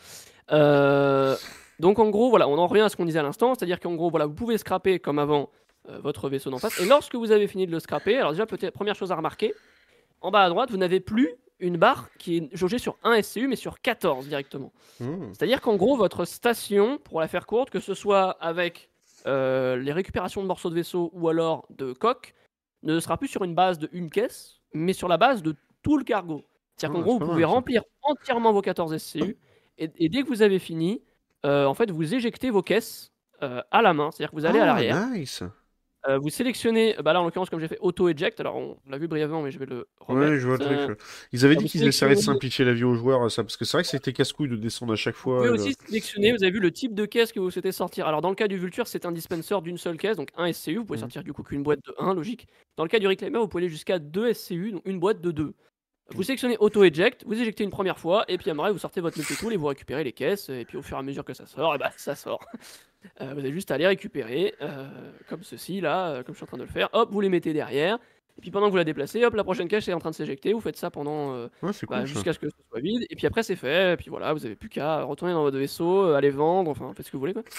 Euh, donc en gros, voilà, on en revient à ce qu'on disait à l'instant, c'est-à-dire qu'en gros, voilà, vous pouvez scraper comme avant euh, votre vaisseau d'en face. Et lorsque vous avez fini de le scraper, alors déjà, peut-être première chose à remarquer, en bas à droite, vous n'avez plus une barre qui est jaugée sur un S C U, mais sur quatorze directement. hmm. C'est-à-dire qu'en gros, votre station, pour la faire courte, que ce soit avec euh, les récupérations de morceaux de vaisseau ou alors de coque, ne sera plus sur une base de une caisse, mais sur la base de tout le cargo. C'est-à-dire Ah, qu'en gros, c'est vous pas pouvez mal, ça. remplir entièrement vos quatorze S C U, et, et dès que vous avez fini, euh, en fait, vous éjectez vos caisses euh, à la main. C'est-à-dire que vous allez à Ah, l'arrière, nice. Heu, vous sélectionnez, bah, là, en l'occurrence, comme j'ai fait auto eject, alors on l'a vu brièvement, mais je vais le Ouais, remettre. je vois le truc. Heu, ouais. Ils avaient alors dit vous qu'ils essaieraient de sélectionnez simplifier la vie aux joueurs, ça, parce que c'est vrai que c'était casse-couille de descendre à chaque vous pouvez fois. Et le... aussi sélectionner, vous avez vu le type de caisse que vous souhaitez sortir. Alors dans le cas du Vulture, c'est un dispenser d'une seule caisse, donc un S C U, vous pouvez Mm. sortir du coup qu'une boîte de un, logique. Dans le cas du Reclaimer, vous pouvez aller jusqu'à deux S C U, donc une boîte de deux. Vous sélectionnez auto eject, vous éjectez une première fois, et puis après vous sortez votre multitool et vous récupérez les caisses, et puis au fur et à mesure que ça sort, et bah ça sort. Heu, vous avez juste à les récupérer, heu, comme ceci là, heu, comme je suis en train de le faire. Hop, vous les mettez derrière, et puis pendant que vous la déplacez, hop, la prochaine caisse est en train de s'éjecter. Vous faites ça pendant, heu, Ouais, c'est bah, cool ça. jusqu'à ce que ce soit vide, et puis après c'est fait, et puis voilà, vous avez plus qu'à retourner dans votre vaisseau, heu, aller vendre, enfin faites ce que vous voulez quoi.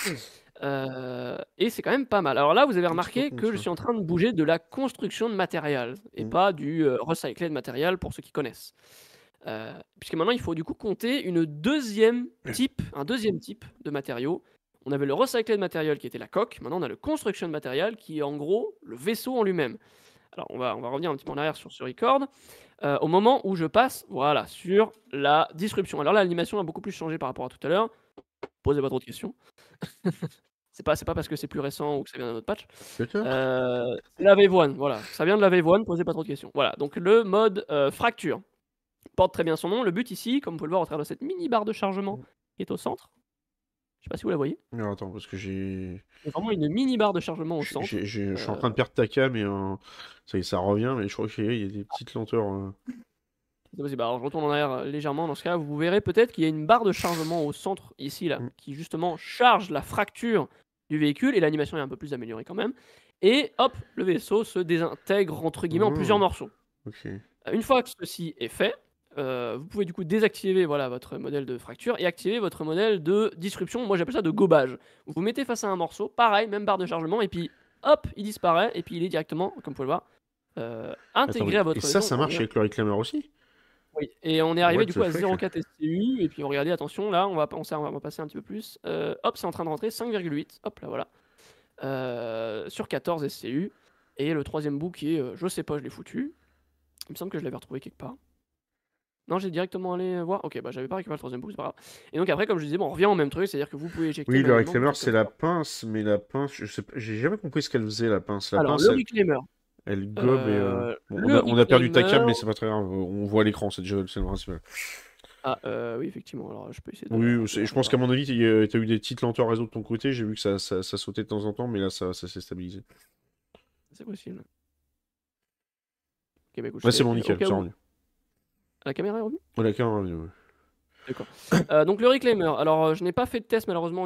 Heu, et c'est quand même pas mal. Alors là, vous avez Ouais, c'est pas remarqué con que je ça. suis en train de bouger de la construction de matériel et Mm. pas du, heu, recycler de matériel pour ceux qui connaissent. Heu, puisque maintenant il faut du coup compter une deuxième type un deuxième type de matériaux. On avait le recyclé de matériel qui était la coque, maintenant on a le construction de matériel qui est en gros le vaisseau en lui-même. Alors on va on va revenir un petit peu en arrière sur ce record, heu, au moment où je passe, voilà, sur la description. Alors là, l'animation a beaucoup plus changé par rapport à tout à l'heure. Posez pas trop de questions. C'est pas c'est pas parce que c'est plus récent ou que ça vient d'un autre patch. D'accord. Heu, c'est la Wave un, voilà, ça vient de la Wave un, posez pas trop de questions. Voilà, donc le mode, heu, fracture porte très bien son nom. Le but ici, comme vous pouvez le voir au travers de cette mini barre de chargement Mm. qui est au centre, je sais pas si vous la voyez? Alors attends, parce que j'ai... Il y a vraiment une mini barre de chargement au j'ai- centre. j'ai- j'ai- Je suis en Heu, train de perdre ta cam et euh, ça y est, ça revient, mais je crois qu'il y a il y a des petites lenteurs. euh. c'est possible. Alors je retourne en arrière, heu, légèrement dans ce cas, vous verrez peut-être qu'il y a une barre de chargement au centre ici là, Mm. qui justement charge la fracture du véhicule, et l'animation est un peu plus améliorée quand même, et hop, le vaisseau se «désintègre» entre guillemets en plusieurs Oh, morceaux. ok. Heu, une fois que ceci est fait, heu, vous pouvez du coup désactiver, voilà, votre modèle de fracture et activer votre modèle de disruption. Moi j'appelle ça de gobage. Vous vous mettez face à un morceau, pareil, même barre de chargement, et puis hop, il disparaît, et puis il est directement, comme vous pouvez le voir, heu, Attends, intégré mais... à Et votre ça, vaisseau. ça On marche revient avec le réclamer aussi? oui, et on est arrivé What du coup the à fuck? zéro virgule quatre S C U, et puis regardez, attention, là, on va on s'est on va passer un petit peu plus, heu, hop, c'est en train de rentrer cinq virgule huit, hop là, voilà, heu, sur quatorze S C U, et le troisième bout qui est, heu, je sais pas, je l'ai foutu. Il me semble que je l'avais retrouvé quelque part. Non, j'ai directement allé voir. OK, bah, j'avais pas récupéré le troisième bout, c'est pas grave. Et donc après, comme je disais, bon, on revient au même truc, c'est-à-dire que vous pouvez éjecter Oui, le manuellement, des réclameur, trucs c'est comme la ça. pince, mais la pince, je sais pas, j'ai jamais compris ce qu'elle faisait, la pince. La Alors pince, le elle, reclaimer, elle gobe et... euh, heu, bon, on le a, on a perdu ta reclaimer cam, mais c'est pas très grave, on voit l'écran, c'est déjà c'est le principal. ah, heu, oui, effectivement, alors je peux essayer de la Oui, de c'est- la je pense qu'à revoir. mon avis, tu as eu des petites lenteurs réseau de ton côté, j'ai vu que ça, ça, ça sautait de temps en temps, mais là, ça, ça s'est stabilisé. C'est possible. OK, bah, écoute, je Ouais, c'est fais bon, euh, au nickel, cas c'est où revenu. la caméra est revenue? Ouais, la cam est revenue, ouais. D'accord. Heu, donc le reclaimer, alors, heu, je n'ai pas fait de test malheureusement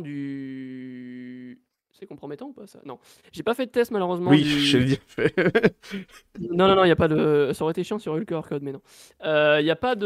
du c'est compromettant ou pas ça? Non. J'ai pas fait de test malheureusement Oui, du j'allais dire. non, non, non, il y a pas de ça aurait été chiant s'il y aurait eu le Q R code, mais non. Heu, il y a pas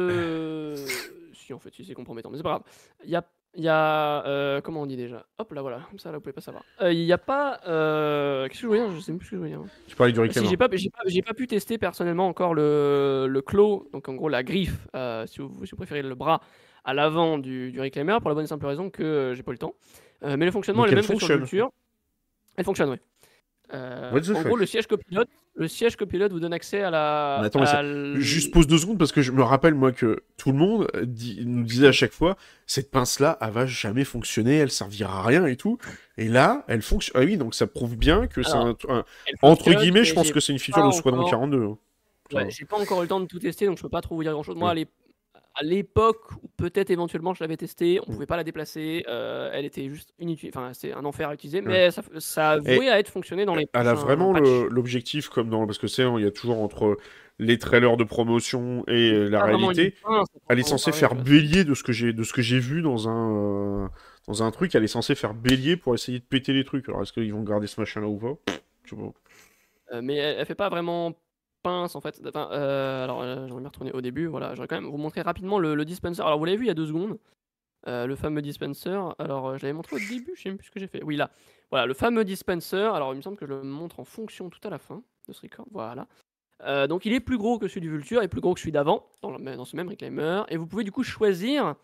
de si, en fait, si, c'est compromettant, mais c'est pas grave. Il y a il y a, heu, comment on dit déjà? Hop là, voilà, comme ça, là, vous pouvez pas savoir. Heu, il y a pas, heu, qu'est-ce que je voulais dire? Je sais même plus ce que je voulais dire. Tu parlais du Si, reclaimer. j'ai pas j'ai pas j'ai pas pu tester personnellement encore le le claw, donc en gros la griffe, heu, si vous si vous préférez le bras à l'avant du du reclaimer, pour la bonne et simple raison que, heu, j'ai pas eu le temps. Heu, mais le fonctionnement est Donc le elle même que sur le fonctionne. Vulture. Elle fonctionne, oui. Heu, What the en gros, le fuck? siège copilote le siège copilote vous donne accès à Mais la attends, mais ça... à juste l pause deux secondes parce que je me rappelle, moi, que tout le monde dit- nous disait à chaque fois cette pince-là, elle va jamais fonctionner, elle servira à rien et tout. Et là, elle fonctionne. Ah oui, donc ça prouve bien que c'est alors, un, un- elle Entre fonctionne, guillemets, je mais pense j'ai que c'est une feature pas de Squadron encore quarante-deux. hein. ouais, Ça- j'ai pas encore eu le temps de tout tester, donc je peux pas trop vous dire grand-chose. Moi, ouais. à l'ép à l'époque où peut-être éventuellement je l'avais testée, on Mm. pouvait pas la déplacer, heu, elle était juste inutile, enfin, c'est un enfer à utiliser, Ouais. mais ça f ça a Et voué à être fonctionné dans les elle a prochains vraiment le- patchs. l'objectif, comme dans... Parce que c'est, il y a toujours entre les trailers de promotion et la Pas vraiment une réalité, pince à elle est proprement censée parler, faire tu vois? C'est bélier de ce que j'ai de ce que j'ai vu dans un euh, dans un truc. Elle est censée faire bélier pour essayer de péter les trucs. Alors est-ce qu'ils vont garder ce machin là ou pas? Je sais pas. heu, mais elle elle fait pas vraiment pince, en fait. Enfin, heu, alors, heu, j'aimerais bien retourner au début, voilà, j'aurais quand même vous montrer rapidement le le dispenser. Alors vous l'avez vu il y a deux secondes, heu, le fameux dispenser. Alors, heu, je l'avais montré au début, je sais même plus ce que j'ai fait. Oui, là. Voilà, le fameux dispenser. Alors il me semble que je le montre en fonction tout à la fin de ce record, voilà. Heu, donc il est plus gros que celui du Vulture et plus gros que celui d'avant, dans le mê dans ce même reclaimer, et vous pouvez du coup choisir,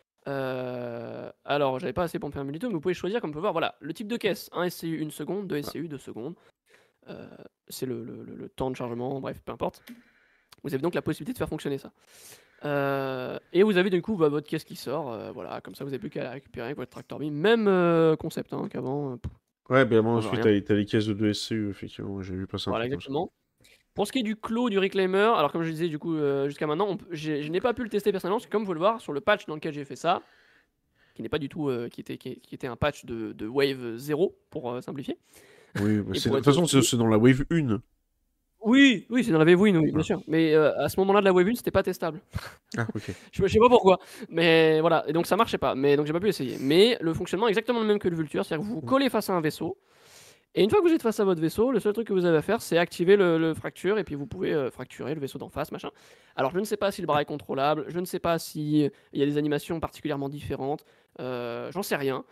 heu, alors j'avais pas assez pour me faire un milito, mais vous pouvez choisir, comme on peut voir, voilà, le type de caisse, un S C U une seconde, deux Ah. S C U deux secondes, heu, c'est le le le le temps de chargement, bref, peu importe. Vous avez donc la possibilité de faire fonctionner ça. Heu et vous avez du coup, bah, votre caisse qui sort, heu, voilà, comme ça vous avez plus qu'à la récupérer avec votre tractor beam. Même, heu, concept, hein, qu'avant, heu Ouais, ben moi Ça change ensuite, rien. t'as t'as les caisses de deux S C E, effectivement, j'ai vu passer un Voilà, truc comme ça. exactement. Pour ce qui est du clos du Reclaimer, alors comme je disais du coup euh, jusqu'à maintenant, on peut- j'ai- je n'ai pas pu le tester personnellement parce que comme vous le voir sur le patch dans lequel j'ai fait ça, qui n'est pas du tout, euh, qui, était, qui, qui était un patch de, de Wave zéro pour euh, simplifier Oui, bah, et c'est- de pour toute être façon, c'est aussi. c'est dans la Wave un. Oui, oui, c'est dans la Wave un, oui, bien Voilà. sûr. Mais euh, à ce moment-là de la Wave un, c'était pas testable. Ah, ok. Je, je sais pas pourquoi, mais voilà. Et donc ça marchait pas. Mais donc j'ai pas pu essayer. Mais le fonctionnement est exactement le même que le Vulture, c'est-à-dire que vous vous collez face à un vaisseau. Et une fois que vous êtes face à votre vaisseau, le seul truc que vous avez à faire, c'est activer le, le fracture et puis vous pouvez euh, fracturer le vaisseau d'en face, machin. Alors je ne sais pas si le bras est contrôlable, je ne sais pas si il y a des animations particulièrement différentes, euh, j'en sais rien.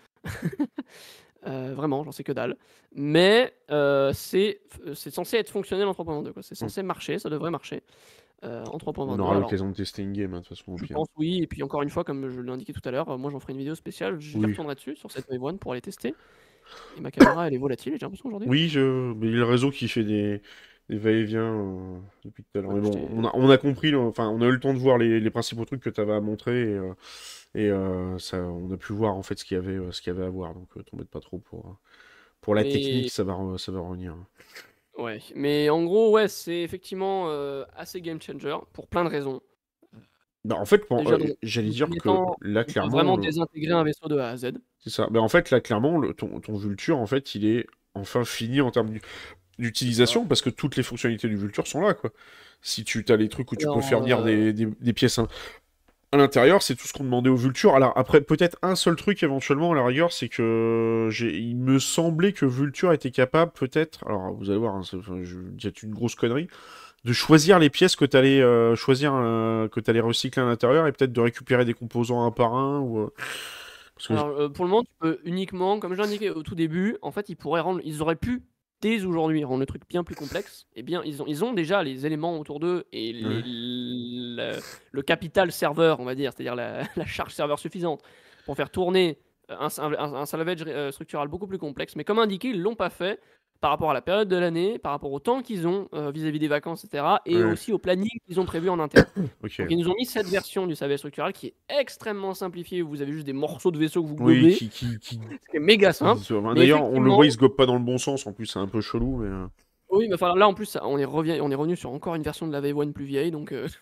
Euh, vraiment, j'en sais que dalle. Mais euh, c'est c'est censé être fonctionnel en trois point vingt-deux, quoi. C'est Hmm. censé marcher, ça devrait marcher euh, en On trois point vingt-deux. aura Alors l'occasion de tester in-game, hein, de toute façon, au je pire. pense oui, et puis encore une fois, comme je l'ai indiqué tout à l'heure, euh, moi j'en ferai une vidéo spéciale, j'y Oui. retournerai dessus sur cette Wave un pour aller tester. Et ma caméra elle est volatile, j'ai l'impression aujourd'hui. Oui, je... mais il y a le réseau qui fait des, des va-et-vient euh, depuis tout à l'heure. Ouais, Mais bon, j'étais- on a, on a compris, là, enfin, on a eu le temps de voir les, les principaux trucs que tu avais à montrer et, euh, et euh, ça, on a pu voir en fait ce qu'il y avait, euh, ce qu'il y avait à voir. Donc, euh, t'embête pas trop pour, euh, pour la technique, Mais ça va, re- ça va revenir. ouais, mais en gros, ouais, c'est effectivement euh, assez game changer pour plein de raisons. Bah, en fait, bon, Déjà, euh, dans j'allais dans un dire premier que temps, là, on peut clairement, vraiment le- désintégrer un vaisseau de A à Z. c'est ça. Mais en fait, là, clairement, le- ton, ton Vulture, en fait, il est enfin fini en termes d'u- C'est ça. d'utilisation parce que toutes les fonctionnalités du Vulture sont là, quoi. Si tu as les trucs où tu peux Alors, faire venir euh, des, des- des pièces à à l'intérieur, c'est tout ce qu'on demandait aux Vulture. Alors après, peut-être un seul truc éventuellement à la rigueur, c'est que j'ai, il me semblait que Vulture était capable, peut-être, alors vous allez voir, hein, c'est- enfin, je dis une grosse connerie, de choisir les pièces que tu allais choisir, euh, que tu allais recycler à l'intérieur et peut-être de récupérer des composants un par un ou euh, parce que alors euh, pour le moment, tu peux uniquement, comme je l'ai indiqué au tout début, en fait, ils pourraient rendre, ils auraient pu dès aujourd'hui rendre le truc bien plus complexe. Et bien, ils ont, ils ont déjà les éléments autour d'eux et les, ouais. le, le capital serveur, on va dire, c'est-à-dire la, la charge serveur suffisante pour faire tourner un, un, un salvage euh, structural beaucoup plus complexe. Mais comme indiqué, ils l'ont pas fait par rapport à la période de l'année, par rapport au temps qu'ils ont euh, vis-à-vis des vacances, et cetera. Et Ouais. aussi au planning qu'ils ont prévu en interne. Donc Ok. ils nous ont mis cette version du salvage structural qui est extrêmement simplifiée. Où vous avez juste des morceaux de vaisseau que vous Oui, gobez, qui, qui, qui... ce qui est méga qui- simple. enfin, Mais d'ailleurs, on le voit, il effectivement, se gobe pas dans le bon sens. En plus, c'est un peu chelou, mais. euh, oui, mais enfin, là en plus, ça- on est, revient, on est revenu sur encore une version de la Wave un plus vieille, donc euh,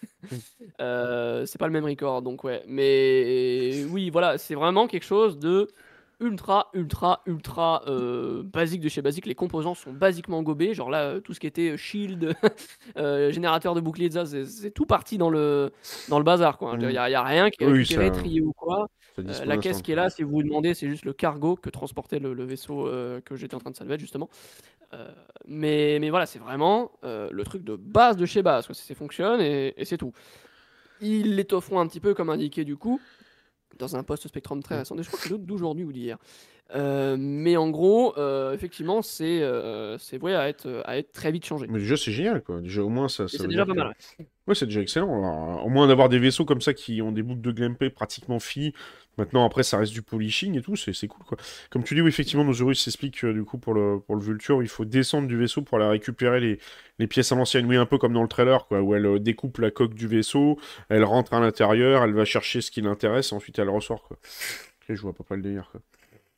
euh, c'est pas le même record. Donc ouais, mais oui, voilà, c'est vraiment quelque chose de ultra, ultra, ultra euh, basique de chez basique. Les composants sont basiquement gobés. Genre là, euh, tout ce qui était shield, euh, générateur de bouclier, de ça, c'est c'est tout parti dans le, dans le bazar, quoi. Il hmm. n'y a, y a rien qui est Oui, récupéré, ça, trié ou quoi. ça Euh, disparaît la caisse instant. qui est là, si vous vous demandez, c'est juste le cargo que transportait le, le vaisseau euh, que j'étais en train de salver, justement. Euh, mais, mais voilà, c'est vraiment euh, le truc de base de chez base, quoi. C'est fonctionne et, et c'est tout. Ils l'étofferont un petit peu comme indiqué du coup, dans un post Spectrum très Hmm. récent, je crois que c'est d'aujourd'hui ou d'hier. Euh, mais en gros, euh, effectivement, c'est euh, c'est voué à être, à être très vite changé. Mais déjà, c'est génial, quoi. Déjà, au moins, ça, Et ça c'est veut déjà dire pas que. mal. Ouais. Ouais, c'est déjà excellent. Alors, au moins d'avoir des vaisseaux comme ça qui ont des boucles de gameplay pratiquement finis. Maintenant, après, ça reste du polishing et tout, c'est c'est cool, quoi. Comme tu dis, oui, effectivement, Nosurus s'explique euh, du coup pour le, pour le Vulture, il faut descendre du vaisseau pour aller récupérer les, les pièces à l'ancienne. Oui, un peu comme dans le trailer, quoi, où elle euh, découpe la coque du vaisseau, elle rentre à l'intérieur, elle va chercher ce qui l'intéresse, et ensuite elle ressort, quoi. Ok, je vois pas pas le délire, quoi.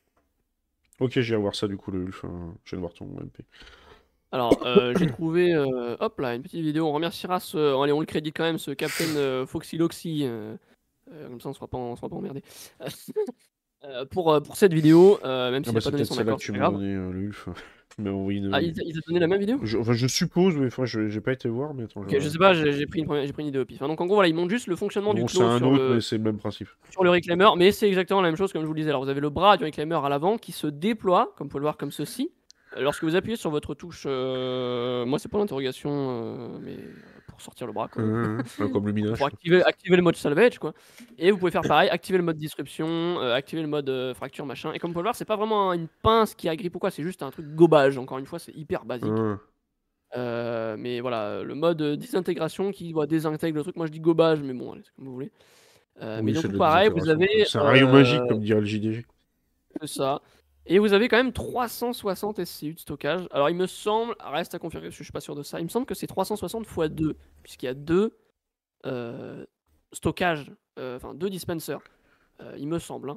Ok, j'irai voir ça, du coup, le Ulf. hein. Je viens de voir ton M P. Alors, euh, j'ai trouvé, euh, hop là, une petite vidéo. On remerciera ce, allez, on le crédite quand même, ce Captain euh, Foxy Loxy. euh, euh, comme ça, on sera pas, on sera pas emmerdé. Euh, pour, euh, pour cette vidéo, euh, même Ah s'il bah n'a pas c'est donné peut-être son celle-là accord, que c'est tu pas m'as grave. donné, euh, le Ulf. Il m'a envoyé Ah, une... il t'a il t'a donné la même vidéo? Je, enfin, je suppose, mais enfin, je j'ai pas été voir, mais attends, je Ok, je sais pas, j'ai j'ai pris, une première- j'ai pris une idée au pif. Hein. Donc en gros, voilà, il montre juste le fonctionnement du bon, c'est clos un sur autre, mais le, c'est le même principe. sur le Reclaimer, mais c'est exactement la même chose comme je vous le disais. Alors vous avez le bras du Reclaimer à l'avant qui se déploie, comme vous pouvez le voir comme ceci. Euh, Lorsque vous appuyez sur votre touche, euh, moi c'est pas l'interrogation, euh, mais euh, pour sortir le bras quoi. Euh, euh, comme le Pour minage. activer, activer le mode salvage quoi. Et vous pouvez faire pareil, activer le mode disruption, euh, activer le mode euh, fracture machin. Et comme vous pouvez le voir, c'est pas vraiment une pince qui agrippe ou quoi, c'est juste un truc gobage. Encore une fois, c'est hyper basique. Euh, Euh, mais voilà, le mode euh, désintégration qui doit désintégrer le truc. Moi je dis gobage, mais bon, allez, c'est comme vous voulez. Euh, mais oui, donc c'est tout de la pareil, vous désintégration, quoi. avez C'est un rayon euh, magique, comme dirait le J D G. c'est ça. Et vous avez quand même trois cent soixante S C U de stockage. Alors il me semble, reste à confirmer parce que je suis pas sûr de ça, il me semble que c'est trois cent soixante fois deux, puisqu'il y a deux euh, stockages, euh, enfin deux dispensers, euh, il me semble. Hein.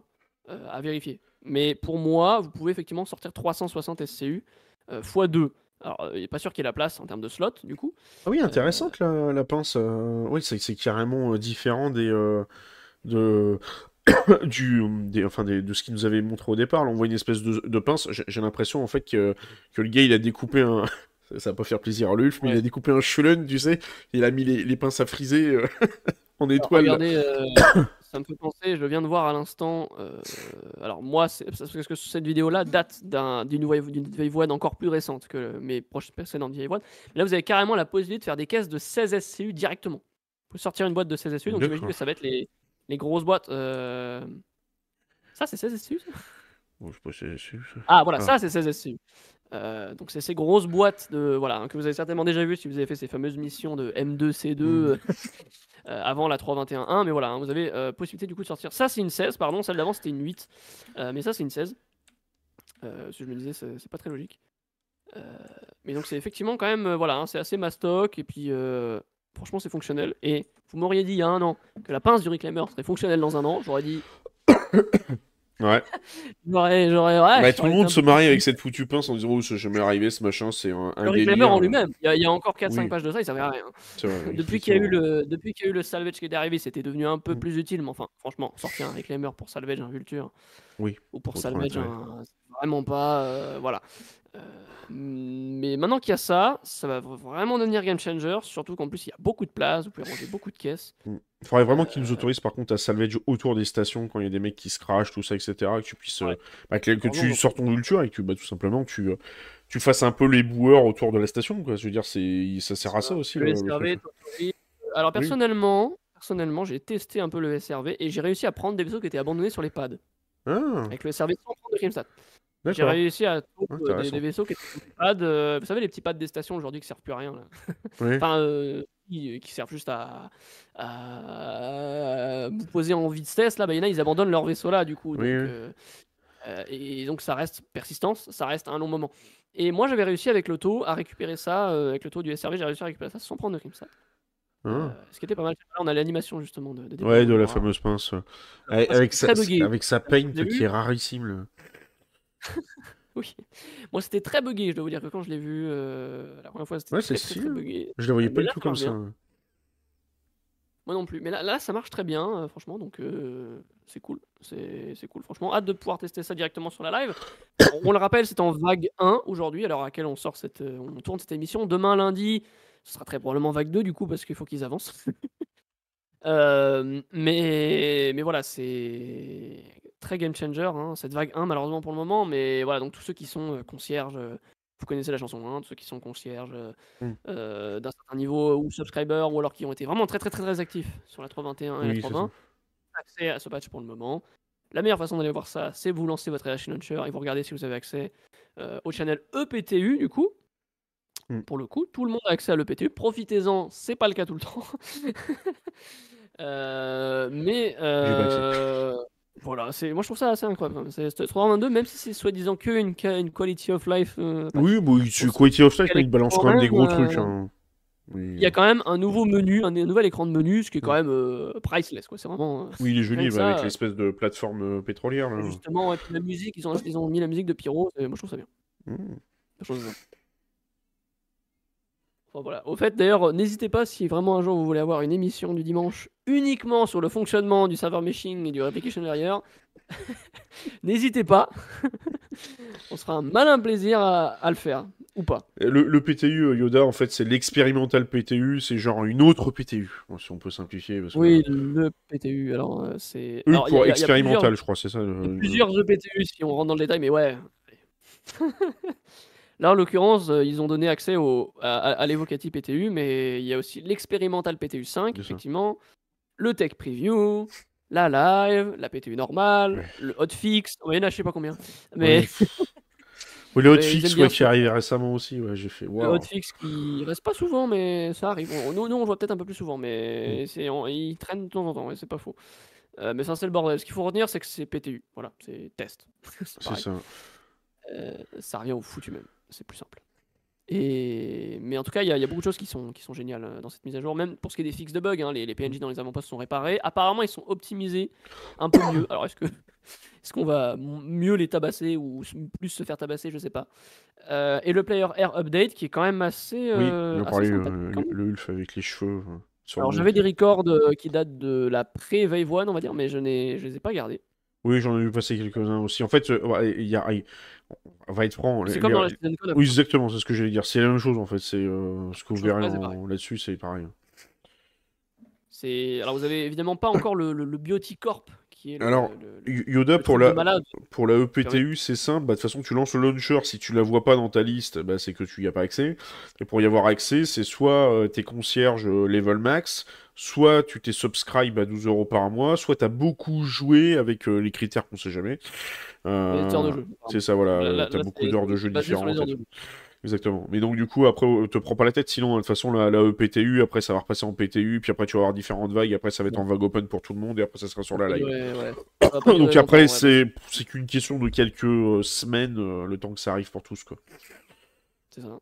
euh, à vérifier. Mais pour moi, vous pouvez effectivement sortir trois cent soixante S C U euh, fois deux. Alors, il n'est pas sûr qu'il y ait la place en termes de slot, du coup. Ah oui, Euh, intéressante la, la pince. euh, Oui, c'est c'est carrément euh, différent des, euh, de, du, des, enfin, des- de ce qu'il nous avait montré au départ. Là, on voit une espèce de, de pince. J'ai j'ai l'impression en fait que, que le gars il a découpé un. Ça ça va pas faire plaisir à l'Ulf, mais il ouais. a découpé un Schulen, tu sais. Il a mis les, les pinces à friser euh, en Alors, étoile. regardez, euh, ça me fait penser, je viens de voir à l'instant. euh, alors, moi, c'est parce que cette vidéo-là date d'un- d'une wave- d'une vieille voix encore plus récente que mes proches précédentes vieilles voix. Là, vous avez carrément la possibilité de faire des caisses de seize S C U directement. Vous pouvez sortir une boîte de seize S C U, donc j'imagine que D'accord. ça va être les, les grosses boîtes. euh, Ça, c'est seize S C U, ça Bon, je sais pas, c'est- c'est- c'est- Ah, voilà, Ah. ça, c'est seize S C U. Euh, donc c'est ces grosses boîtes de voilà hein, que vous avez certainement déjà vu si vous avez fait ces fameuses missions de M deux C deux Hmm. euh, avant la trois vingt et un un, mais voilà, hein, vous avez euh, possibilité du coup de sortir. Ça c'est une seize, pardon, celle d'avant c'était une huit, euh, mais ça c'est une seize. Euh, je me disais c'est c'est pas très logique. Euh, mais donc c'est effectivement quand même euh, voilà, hein, c'est assez mastoc et puis euh, franchement c'est fonctionnel. Et vous m'auriez dit il y a un an que la pince du Reclaimer serait fonctionnelle dans un an, j'aurais dit Ouais. j'aurais j'aurais ouais, Bah, tout le j'aurais été monde un se peu plus marie avec optimiste. cette foutue pince en disant oh, c'est jamais arrivé ce machin, c'est un, un Le Reclaimer délire. en euh. lui-même, il y, a- il y a encore quatre cinq Oui, pages de ça, il servait à rien. c'est vrai, Depuis qu'il y a eu effectivement. le, depuis qu'il y a eu le salvage qui est arrivé, c'était devenu un peu Hmm. plus utile, mais enfin, franchement, sortir un reclaimer pour salvage un vulture Oui, ou pour autre salvage intérêt. un. C'est vraiment pas. euh, voilà. Euh, mais maintenant qu'il y a ça, ça va vraiment devenir game changer, surtout qu'en plus il y a beaucoup de place, vous pouvez ranger beaucoup de caisses. Mm. Il faudrait vraiment qu'ils nous Euh, autorisent par contre à salvage autour des stations quand il y a des mecs qui se crachent, tout ça, et cetera. Que tu puisses. euh, ouais. bah, que, que Alors, nous, tu on sors ton vulture et que bah, tout simplement tu, euh, tu fasses un peu les boueurs autour de la station, quoi. Je veux dire, c'est, ça sert à ça ça, aussi le le, le truc. S R V t'autorise. Alors Oui. personnellement, personnellement, j'ai testé un peu le S R V et j'ai réussi à prendre des vaisseaux qui étaient abandonnés sur les pads. Ah, Avec le S R V sans prendre de Crimsat. J'ai d'accord. réussi à trouver euh, des, des Intéressant. vaisseaux qui étaient des pads, euh, vous savez, les petits pads des stations aujourd'hui qui servent plus à rien, là. Oui, Enfin, euh, qui, qui servent juste à, à vous poser en vitesse, là, bah, il y en a, ils abandonnent leur vaisseau là, du coup. oui, Donc, oui. euh, euh, et donc, ça reste persistance, ça reste un long moment. Et moi, j'avais réussi avec le taux à récupérer ça, euh, avec le taux du S R V, j'ai réussi à récupérer ça sans prendre de Crimsat. Euh, Ah. ce qui était pas mal. Là, on a l'animation justement de, de Ouais, déploiement de de la bras. fameuse pince. euh. Alors, Avec, moi, avec c'était sa, très buggé. avec sa Vous paint l'avez qui vu? est rarissime. là. Oui. Moi, c'était très buggé, je dois vous dire que quand je l'ai vu euh, la première fois, c'était Ouais, c'est très très stylé. très hein. buggé. Je la voyais Euh, pas mais du là, tout ça comme marche ça. bien. Moi non plus. Mais là, là ça marche très bien, euh, franchement. Donc, euh, c'est cool. C'est c'est cool. Franchement, hâte de pouvoir tester ça directement sur la live. On, on le rappelle, c'est en vague un aujourd'hui, à l'heure à laquelle on sort cette, euh, on tourne cette émission. Demain, lundi, ce sera très probablement vague deux, du coup, parce qu'il faut qu'ils avancent. Euh, mais, mais voilà, c'est très game changer, hein, cette vague un, malheureusement pour le moment. Mais voilà, donc tous ceux qui sont euh, concierges, euh, vous connaissez la chanson, hein, tous ceux qui sont concierges euh, Mm. euh, d'un certain niveau ou subscribers, ou alors qui ont été vraiment très très très très actifs sur la trois vingt et un et un et la Oui, c'est ça. trois vingt, accès à ce patch pour le moment. La meilleure façon d'aller voir ça, c'est vous lancer votre Relation Launcher et vous regardez si vous avez accès euh, au channel E P T U, du coup. Mm. Pour le coup, tout le monde a accès à l'E P T U. Profitez-en, c'est pas le cas tout le temps. Euh, mais J'ai pas accès. euh, voilà, c'est moi je trouve ça assez incroyable quand même. C'est c'est trois vingt-deux, même si c'est soi-disant que une, ca- une quality of life euh, patch, Oui, bon, il- on c'est sent Quality of Life, qu'elle mais est il balance quand quand même des même, gros trucs. euh, Hein. il Oui. y a quand même un nouveau menu, un, un nouvel écran de menu, ce qui est quand Mm. même euh, priceless quoi. C'est vraiment euh, Oui, il est rien joli que bah, avec ça. euh, l'espèce de plateforme euh, pétrolière là. Justement, et puis la musique, ils ont, ils ont mis la musique de Pyro. et Moi je trouve ça bien. Mm. Je trouve ça bien. Enfin, voilà. Au fait, d'ailleurs, n'hésitez pas si vraiment un jour vous voulez avoir une émission du dimanche uniquement sur le fonctionnement du server meshing et du replication layer, n'hésitez pas. On se fera un malin plaisir à, à le faire. Ou pas. Le, le P T U euh, Yoda, en fait, c'est l'expérimental P T U, c'est genre une autre P T U, bon, si on peut simplifier. Parce que, Oui, le P T U. Alors, euh, c'est. oui, Alors, il y, a- pour il y a- il y a plusieurs, expérimental, je crois, c'est ça. il y a le- le- plusieurs E P T U si on rentre dans le détail, mais ouais. Là, en l'occurrence, euh, ils ont donné accès au, à, à- à l'évocatif P T U, mais il y a aussi l'expérimental P T U cinq, C'est ça. effectivement, le tech preview, la live, la P T U normale, Ouais. le hotfix. Oh, il y en a, je sais pas combien. Mais Oui. Oui, le mais ils hotfix, aiment ouais, bien qui est faire arrivé récemment aussi, ouais, j'ai fait, le waouh. hotfix qui reste pas souvent, mais ça arrive. Bon, nous, nous, on le voit peut-être un peu plus souvent, Mm. mais c'est, on- il traîne de temps en temps, ouais, c'est pas faux. Euh, mais ça, c'est le bordel. Ce qu'il faut retenir, c'est que c'est P T U. Voilà, c'est test. C'est C'est pareil. ça. Euh, ça revient au foutu même. C'est plus simple. Et... Mais en tout cas, il y, y a beaucoup de choses qui sont, qui sont géniales euh, dans cette mise à jour. Même pour ce qui est des fixes de bugs, hein, les, les P N J dans les avant-postes sont réparés. Apparemment, ils sont optimisés un peu mieux. Alors, est-ce que est-ce qu'on va mieux les tabasser ou plus se faire tabasser, je sais pas. Euh, et le Player Air Update qui est quand même assez, Oui, on euh, a assez parlé sympathique. euh, Quand le, même. le Ulf avec les cheveux euh, sur le Alors, dos. j'avais des records euh, qui datent de la pré-Wave One, on va dire, mais je, n'ai, je les ai pas gardés. Oui, j'en ai vu passer quelques-uns aussi. En fait, euh, ouais, il y a, il- on va être franc. C'est les- comme dans la les- Season Code. Oui, exactement, c'est ce que j'allais dire. C'est la même chose en fait. C'est euh, ce que vous Chose verrez près, c'est pareil. en- là-dessus, c'est pareil. C'est... Alors, vous avez évidemment pas encore le, le, le Bioticorp, qui est Alors, le, le, le- Y- Yoda, le pour truc de la, malade. pour la Qui permet... E P T U, c'est simple. Bah, de toute façon, tu lances le launcher. Si tu la vois pas dans ta liste, bah, c'est que tu y as pas accès. Et pour y avoir accès, c'est soit euh, t'es concierge euh, level max, soit tu t'es subscribe à douze euros par mois, soit t'as beaucoup joué avec euh, les critères qu'on sait jamais. Les heures de Euh, jeu. c'est Pardon. ça, voilà. Là, euh, là, T'as là, beaucoup c'est d'heures de c'est- jeu c'est basé sur les différentes heures et de tout. jeu. Exactement. Mais donc, du coup, après, euh, te prends pas la tête, sinon, de toute façon, la, la E P T U, après, ça va repasser en P T U, puis après, tu vas avoir différentes vagues, après, ça va être Ouais. en vague open pour tout le monde, et après, ça sera sur Ça la peut live. durer, ouais. Ça va pas Donc, durer après, longtemps, ouais. c'est c'est qu'une question de quelques euh, semaines, euh, le temps que ça arrive pour tous, quoi. C'est ça.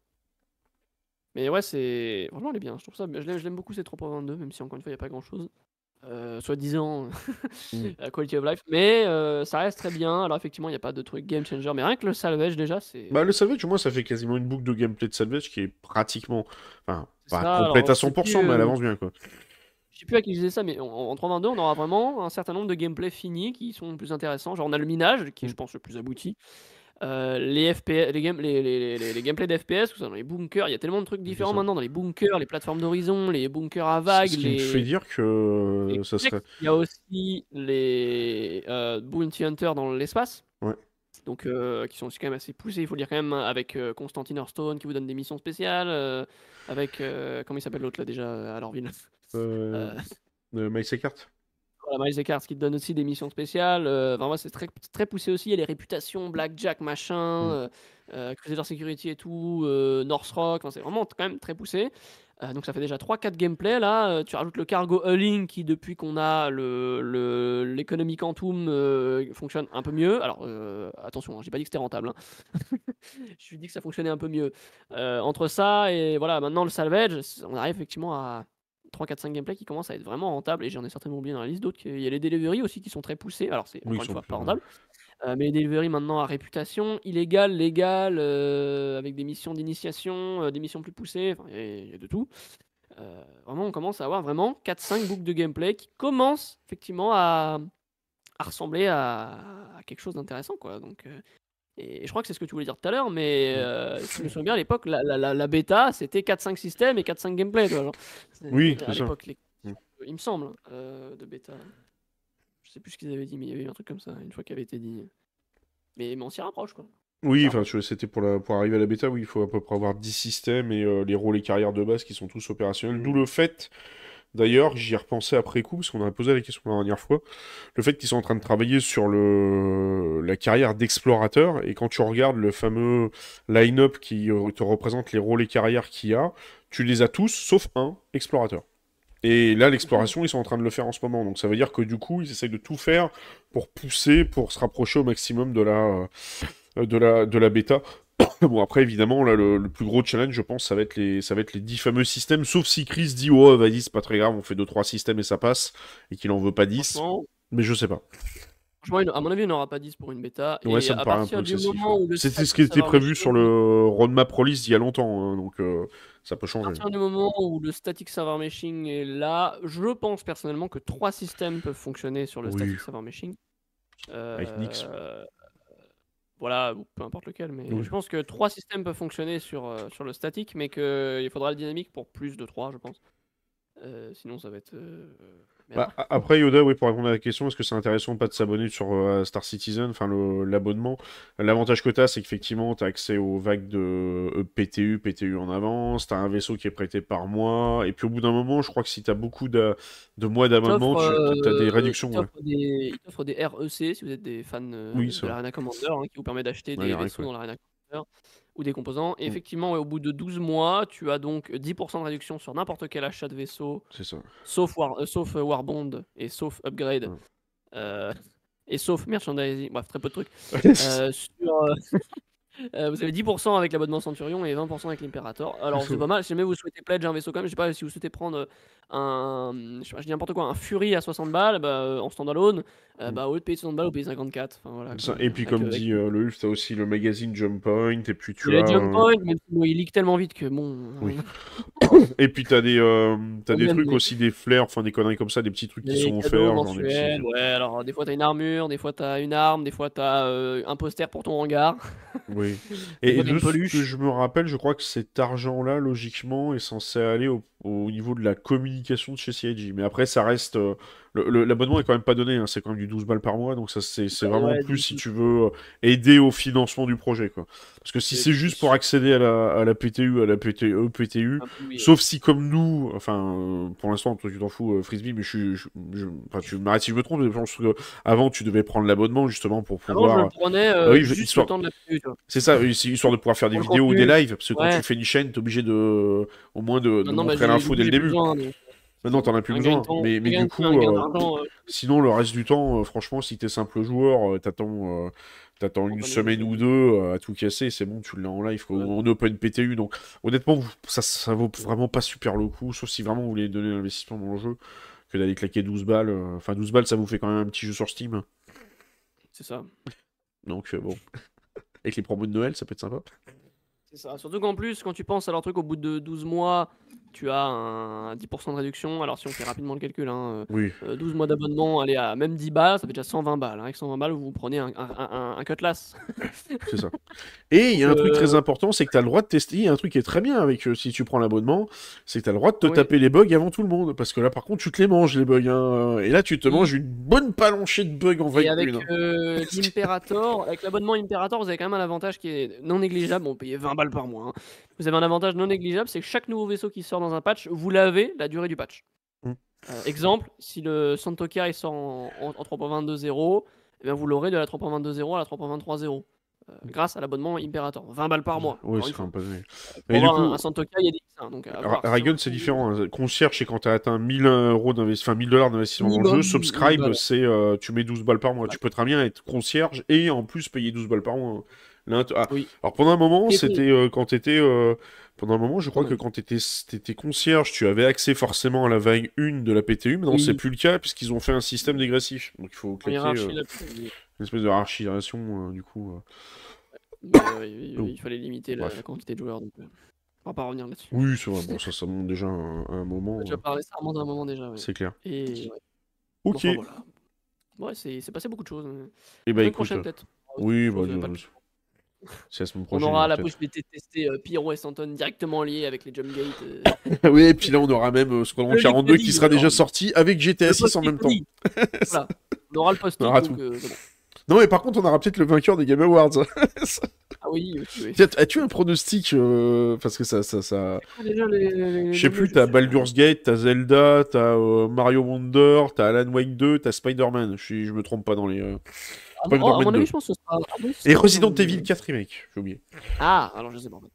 Mais ouais, c'est... Franchement, elle est bien. Je trouve ça... Je l'aime, je l'aime beaucoup, ces trois point vingt-deux, même si, encore une fois, il n'y a pas grand-chose. Euh, soi-disant Mm. euh, quality of life. Mais euh, ça reste très bien. Alors, effectivement, il n'y a pas de truc game changer. Mais rien que le salvage, déjà, c'est... Bah, le Salvage, au moins, ça fait quasiment une boucle de gameplay de Salvage qui est pratiquement, enfin, C'est pas ça. complète Alors, à je sais cent pour cent, plus... mais elle euh, avance bien, quoi. Je sais plus à qui je disais ça, mais en, en trois point vingt-deux, on aura vraiment un certain nombre de gameplays finis qui sont plus intéressants. Genre, on a le minage, qui est, Mm. je pense, le plus abouti. Euh, les F P S, les, game, les, les, les, les gameplays d'F P S, tout ça, dans les bunkers, il y a tellement de trucs C'est différents ça. maintenant, dans les bunkers, les plateformes d'horizon, les bunkers à C- vagues, Ce qui me fait les, dire que les euh, ça complexes. serait... Il y a aussi les euh, Bounty Hunters dans l'espace, Ouais. donc euh, qui sont aussi quand même assez poussés, il faut le dire quand même, avec euh, Constantine Hearthstone qui vous donne des missions spéciales, euh, avec, euh, comment il s'appelle l'autre là déjà, à Lorville Euh... euh, euh, My Secret. Voilà, Miles Eckhart qui te donne aussi des missions spéciales. Euh, enfin, moi, c'est très, très poussé aussi. Il y a les réputations, Blackjack, machin, Mm. euh, euh, Crusader Security et tout, euh, North Rock. Enfin, c'est vraiment quand même très poussé. Euh, donc ça fait déjà trois quatre gameplays là. Euh, tu rajoutes le cargo hulling qui, depuis qu'on a le, le, l'économie Quantum, euh, fonctionne un peu mieux. Alors euh, attention, hein, j'ai pas dit que c'était rentable. Hein. Je lui dis que ça fonctionnait un peu mieux. Euh, entre ça et voilà, maintenant le salvage, on arrive effectivement à trois, quatre, cinq gameplays qui commencent à être vraiment rentables, et j'en ai certainement oublié dans la liste d'autres. Il y a les delivery aussi qui sont très poussés, alors c'est Oui, encore ils une sont fois plus... pas ouais. rentable, euh, mais les delivery maintenant à réputation, illégale, légale, euh, avec des missions d'initiation, euh, des missions plus poussées, enfin il y, a- il y a de tout. Euh, vraiment, on commence à avoir vraiment quatre cinq boucles de gameplay qui commencent effectivement à, à ressembler à, à quelque chose d'intéressant, quoi. Donc, euh, et je crois que c'est ce que tu voulais dire tout à l'heure, mais Mm. euh, si je me souviens bien, à l'époque, la, la, la, la bêta, c'était quatre cinq systèmes et quatre cinq gameplays, tu vois, genre. Oui, C'est- c'est à ça. l'époque, les- Mm. il me semble, euh, de bêta. Je sais plus ce qu'ils avaient dit, mais il y avait eu un truc comme ça, une fois qu'il avait été dit. Mais, mais on s'y rapproche, quoi. On Oui, s'y enfin, rapproche. tu vois, c'était pour, la... pour arriver à la bêta, oui, il faut à peu près avoir dix systèmes et euh, les rôles et carrières de base qui sont tous opérationnels. D'où le fait, d'ailleurs, j'y ai repensé après coup, parce qu'on a posé la question la dernière fois, le fait qu'ils sont en train de travailler sur le... la carrière d'explorateur, et quand tu regardes le fameux line-up qui euh, te représente les rôles et carrières qu'il y a, tu les as tous, sauf un, explorateur. Et là, l'exploration, ils sont en train de le faire en ce moment. Donc ça veut dire que du coup, ils essayent de tout faire pour pousser, pour se rapprocher au maximum de la, euh, de la, de la bêta. Bon, après, évidemment, là, le, le plus gros challenge, je pense, ça va être les, ça va être les dix fameux systèmes, sauf si Chris dit, oh, vas-y, c'est pas très grave, on fait deux trois systèmes et ça passe, et qu'il en veut pas dix. Franchement, Mais je sais pas. franchement, il- à mon avis, il n'aura pas dix pour une bêta. Ouais, Et ça me à paraît un peu partir du excessif. moment où le C'était ce static qui était savoir prévu sur machine, le roadmap release il y a longtemps, hein, donc euh, ça peut à changer. partir du moment où le static savoir meshing est là, je pense personnellement que trois systèmes peuvent fonctionner sur le Oui, static savoir meshing. avec Nix. Euh, Voilà, ou peu importe lequel, mais Oui. je pense que trois systèmes peuvent fonctionner sur, euh, sur le statique, mais qu'il faudra le dynamique pour plus de trois, je pense. Euh, sinon, ça va être. euh, merde. Bah, a- après Yoda, oui, pour répondre à la question, est-ce que c'est intéressant ou pas de s'abonner sur euh, Star Citizen, enfin le- l'abonnement? L'avantage que tu as, c'est qu'effectivement, tu as accès aux vagues de euh, P T U, P T U en avance, tu as un vaisseau qui est prêté par mois, et puis au bout d'un moment, je crois que si tu as beaucoup de, de mois Il d'abonnement, t'offre tu as des euh, il réductions, ouais. t'offre des, il t'offre des R E C si vous êtes des fans Oui, euh, ça. de l'Arena Commander, hein, qui vous permet d'acheter Ouais, y des a rien, vaisseaux ouais. dans l'Arena Commander ou des composants. Et Mm, effectivement, ouais, au bout de douze mois, tu as donc dix pour cent de réduction sur n'importe quel achat de vaisseau, c'est ça. sauf, War, euh, sauf euh, Warbond et sauf Upgrade. Ouais. euh, et sauf Merchandising. Bref, très peu de trucs. Euh, sur, euh, Euh, vous avez dix pour cent avec l'abonnement Centurion et vingt pour cent avec l'Imperator. Alors c'est pas mal, si jamais vous souhaitez pledge un vaisseau quand même, je sais pas si vous souhaitez prendre euh, un, je, sais pas, je dis n'importe quoi, un Fury à soixante balles bah, euh, en standalone, euh, Mm. bah, au lieu de payer soixante balles, vous payez cinquante-quatre. Enfin, voilà, quoi. Ça- Et puis Avec, comme euh, avec dit euh, le Hulk, t'as aussi le magazine Jump Point, et puis et tu les as... jump euh, points, même si bon, il leak tellement vite que bon, Oui. euh, Et puis t'as des, euh, t'as quand des même, trucs mais aussi, des flares, enfin des conneries comme ça, des petits trucs qui les sont cadeaux offerts, genre des petits... mensuels, ouais, alors des fois t'as une armure, des fois t'as une arme, des fois t'as euh, un poster pour ton hangar, Oui. des Et, et fois t'as de une ce que peluche. je me rappelle, je crois que cet argent-là, logiquement, est censé aller au, au niveau de la communication de chez C I G. Mais après, ça reste... euh, le- le- l'abonnement est quand même pas donné, hein, c'est quand même du douze balles par mois, donc ça c'est c'est Ouais, vraiment ouais, plus du si coup, tu veux euh, aider au financement du projet, quoi. Parce que si c'est c'est juste pour c'est accéder à la, à la P T U, à la P T E, P T U, un peu oui. sauf si comme nous, enfin, euh, pour l'instant, toi tu t'en fous, euh, Frisbee, mais je suis... je- je- enfin, tu m'arrêtes si je me trompe, mais je pense que avant tu devais prendre l'abonnement justement pour Avant, je le pouvoir... prenais Bah euh, oui, juste le histoire, temps de la P T U, tu vois. c'est ça, oui, c'est histoire de pouvoir faire des Pour le vidéos ou des contenu, lives, parce que quand tu ouais. fais une chaîne, t'es obligé de, au moins de, de Maintenant, bah, montrer j'ai du l'info coup, dès le j'ai plus début. besoin, donc heu, c'est Maintenant, t'en as plus un gain de besoin. temps Mais, un mais gain du de un coup, gain euh, d'argent, heu, sinon, le reste du temps, euh, franchement, si t'es simple joueur, euh, t'attends, euh, t'attends pour une pas les semaine jeux. ou deux euh, à tout casser, c'est bon, tu l'as en live, quoi, Ouais, ou en open P T U. Donc, honnêtement, vous- ça, ça vaut vraiment pas super le coup, sauf si vraiment vous voulez donner l'investissement dans le jeu, que d'aller claquer douze balles. euh, Enfin, douze balles, ça vous fait quand même un petit jeu sur Steam. c'est ça. Donc, euh, bon, avec les promos de Noël, ça peut être sympa. C'est ça. Surtout qu'en plus, quand tu penses à leur truc, au bout de douze mois, tu as un dix pour cent de réduction. Alors, si on fait rapidement le calcul, hein, Oui. heu heu, douze mois d'abonnement, allez, à même dix balles, ça fait déjà cent vingt balles, hein. Avec cent vingt balles, vous vous prenez un un un un Cutlass. C'est ça. Et il y Donc a un truc très heu, important, c'est que tu as le droit de tester. Il y a un truc qui est très bien avec euh, si tu prends l'abonnement, c'est que tu as le droit de te ah oui, taper les bugs avant tout le monde. Parce que là, par contre, tu te les manges, les bugs, hein. Et là, tu te manges oui. une bonne palanchée de bugs en Et vague avec, une, hein. heu, l'Imperator, avec l'abonnement Imperator, vous avez quand même un avantage qui est non négligeable. Bon, vous payez vingt balles par mois, hein. Vous avez un avantage non négligeable, c'est que chaque nouveau vaisseau qui sort dans un patch, vous l'avez la durée du patch. Mm. Heu, exemple, si le Santoka il sort en en en trois point vingt-deux zéro, eh bien vous l'aurez de la trois point vingt-deux zéro à la trois point vingt-trois zéro, heu, grâce à l'abonnement Imperator. vingt balles par mois, Oui, encore c'est une enfin fois. pas donné. Pour Mais du avoir un un coup, Santoka, il y a des X, hein, donc à Ra- voir si ça vaut Raygun, le c'est coup, différent, hein. Concierge, c'est quand tu as atteint mille euros d'investissement, enfin mille dollars d'investissement dans le jeu. minimum mille Subscribe, balles. c'est euh, tu mets douze balles par mois. Ouais, Tu peux très bien être concierge et en plus payer douze balles par mois, hein. Là, t- ah, oui. alors pendant un moment, Qui était c'était euh, quand t'étais. euh, pendant un moment, je quand crois que même. quand t'étais étais concierge, tu avais accès forcément à la vague un de la P T U, mais non, c'est Oui, plus le cas puisqu'ils ont fait un système dégressif. Donc il faut en claquer euh, hiérarchie là, oui. une espèce de hiérarchisation, euh, du coup. euh. Mais heu, il Oh, il fallait limiter la la bref. quantité de joueurs, donc heu, on va pas revenir là-dessus. Oui, c'est vrai, bon, ça, ça monte déjà à un, à un On a moment, déjà euh, parlé, ça remonte à un moment déjà, ouais. c'est clair. Et ouais, mais Ok. enfin voilà. Ouais, c'est c'est passé beaucoup de choses, heu. Et bah Semaine écoute, prochaine euh, peut-être. On aura aussi oui, d'autres bah, choses, heu, pas euh, de c'est la semaine on prochaine, il y aura aura la peut-être. possibilité de tester, heu, Pyro et Santon directement liés avec les jump gates, heu. Oui, et puis là, on aura même euh, Squadron Le quarante-deux qui Liquidity, sera déjà alors, sorti avec G T A le six en même temps. post-Liquidity, voilà. On aura le On post-it aura donc tout. heu, c'est bon. Non, mais par contre, on aura peut-être le vainqueur des Game Awards. Ah oui, aussi, oui. Tiens, as-tu un pronostic euh, parce que ça, ça, ça... C'est quoi déjà les les Je les sais nommés? plus, Je t'as sais rien. Baldur's Gate, t'as Zelda, t'as euh, Mario Wonder, t'as Alan Wake deux, t'as Spider-Man. Je, suis- je me trompe pas dans les... euh, Ah non, oh, à Spider-Man mon avis, deux. je pense que ce sera ah oui, ce Et sera Resident Spider-Man Evil deux. quatre Remake, j'ai oublié. Ah, alors je sais pas en fait.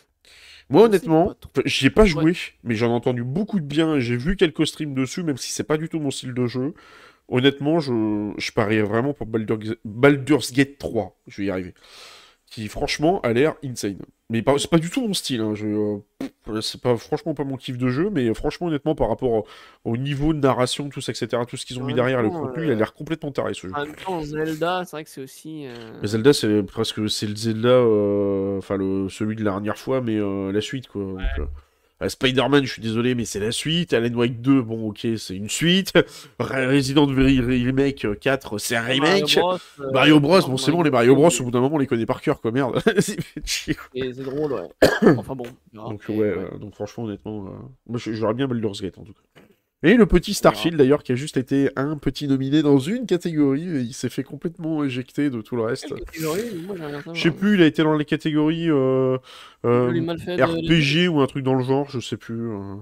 Moi, Je sais pas honnêtement, trop. enfin, j'y ai pas Ouais. joué, mais j'en ai entendu beaucoup de bien. J'ai vu quelques streams dessus, même si c'est pas du tout mon style de jeu. Honnêtement, je, je parie vraiment pour Baldur- Baldur's Gate trois. Je vais y arriver. Qui, franchement, a l'air insane. Mais pas- c'est pas du tout mon style, hein. Je, euh, pff, c'est pas, franchement pas mon kiff de jeu, mais euh, franchement, honnêtement, par rapport au, au niveau de narration, tout ça, et cetera, tout ce qu'ils ont En mis même derrière, le temps, contenu, il a heu, l'air complètement taré, ce jeu. en même temps, Zelda, c'est vrai que c'est aussi, Mais heu Zelda, c'est presque c'est le Zelda, euh, enfin le, celui de la dernière fois, mais euh, la suite, quoi. Donc, euh, euh, Spider-Man, je suis désolé, mais c'est la suite. Alan Wake deux, bon, ok, c'est une suite. Re- Resident Evil Remake euh, quatre, c'est un Mario remake. Bros, Mario heu, Bros, Super bon, c'est Mario bon, les Bros, Mario Bros, au et bout d'un moment, on les connaît par cœur, quoi, merde. C'est fait chier, quoi. et c'est drôle, ouais. Enfin bon, on verra, Donc, ouais, mais ouais, euh, donc franchement, honnêtement, euh, moi, je- j'aurais bien Baldur's Gate, en tout cas. Et le petit on verra. Starfield, d'ailleurs, qui a juste été un petit nominé dans une catégorie, et il s'est fait complètement éjecter de tout le reste. Quelle catégorie? Moi, j'aimerais bien Je sais savoir, moi. plus, il a été dans les catégories euh, Joli euh, mal fait de l'année? R P G ou un truc dans le genre, je sais plus. euh,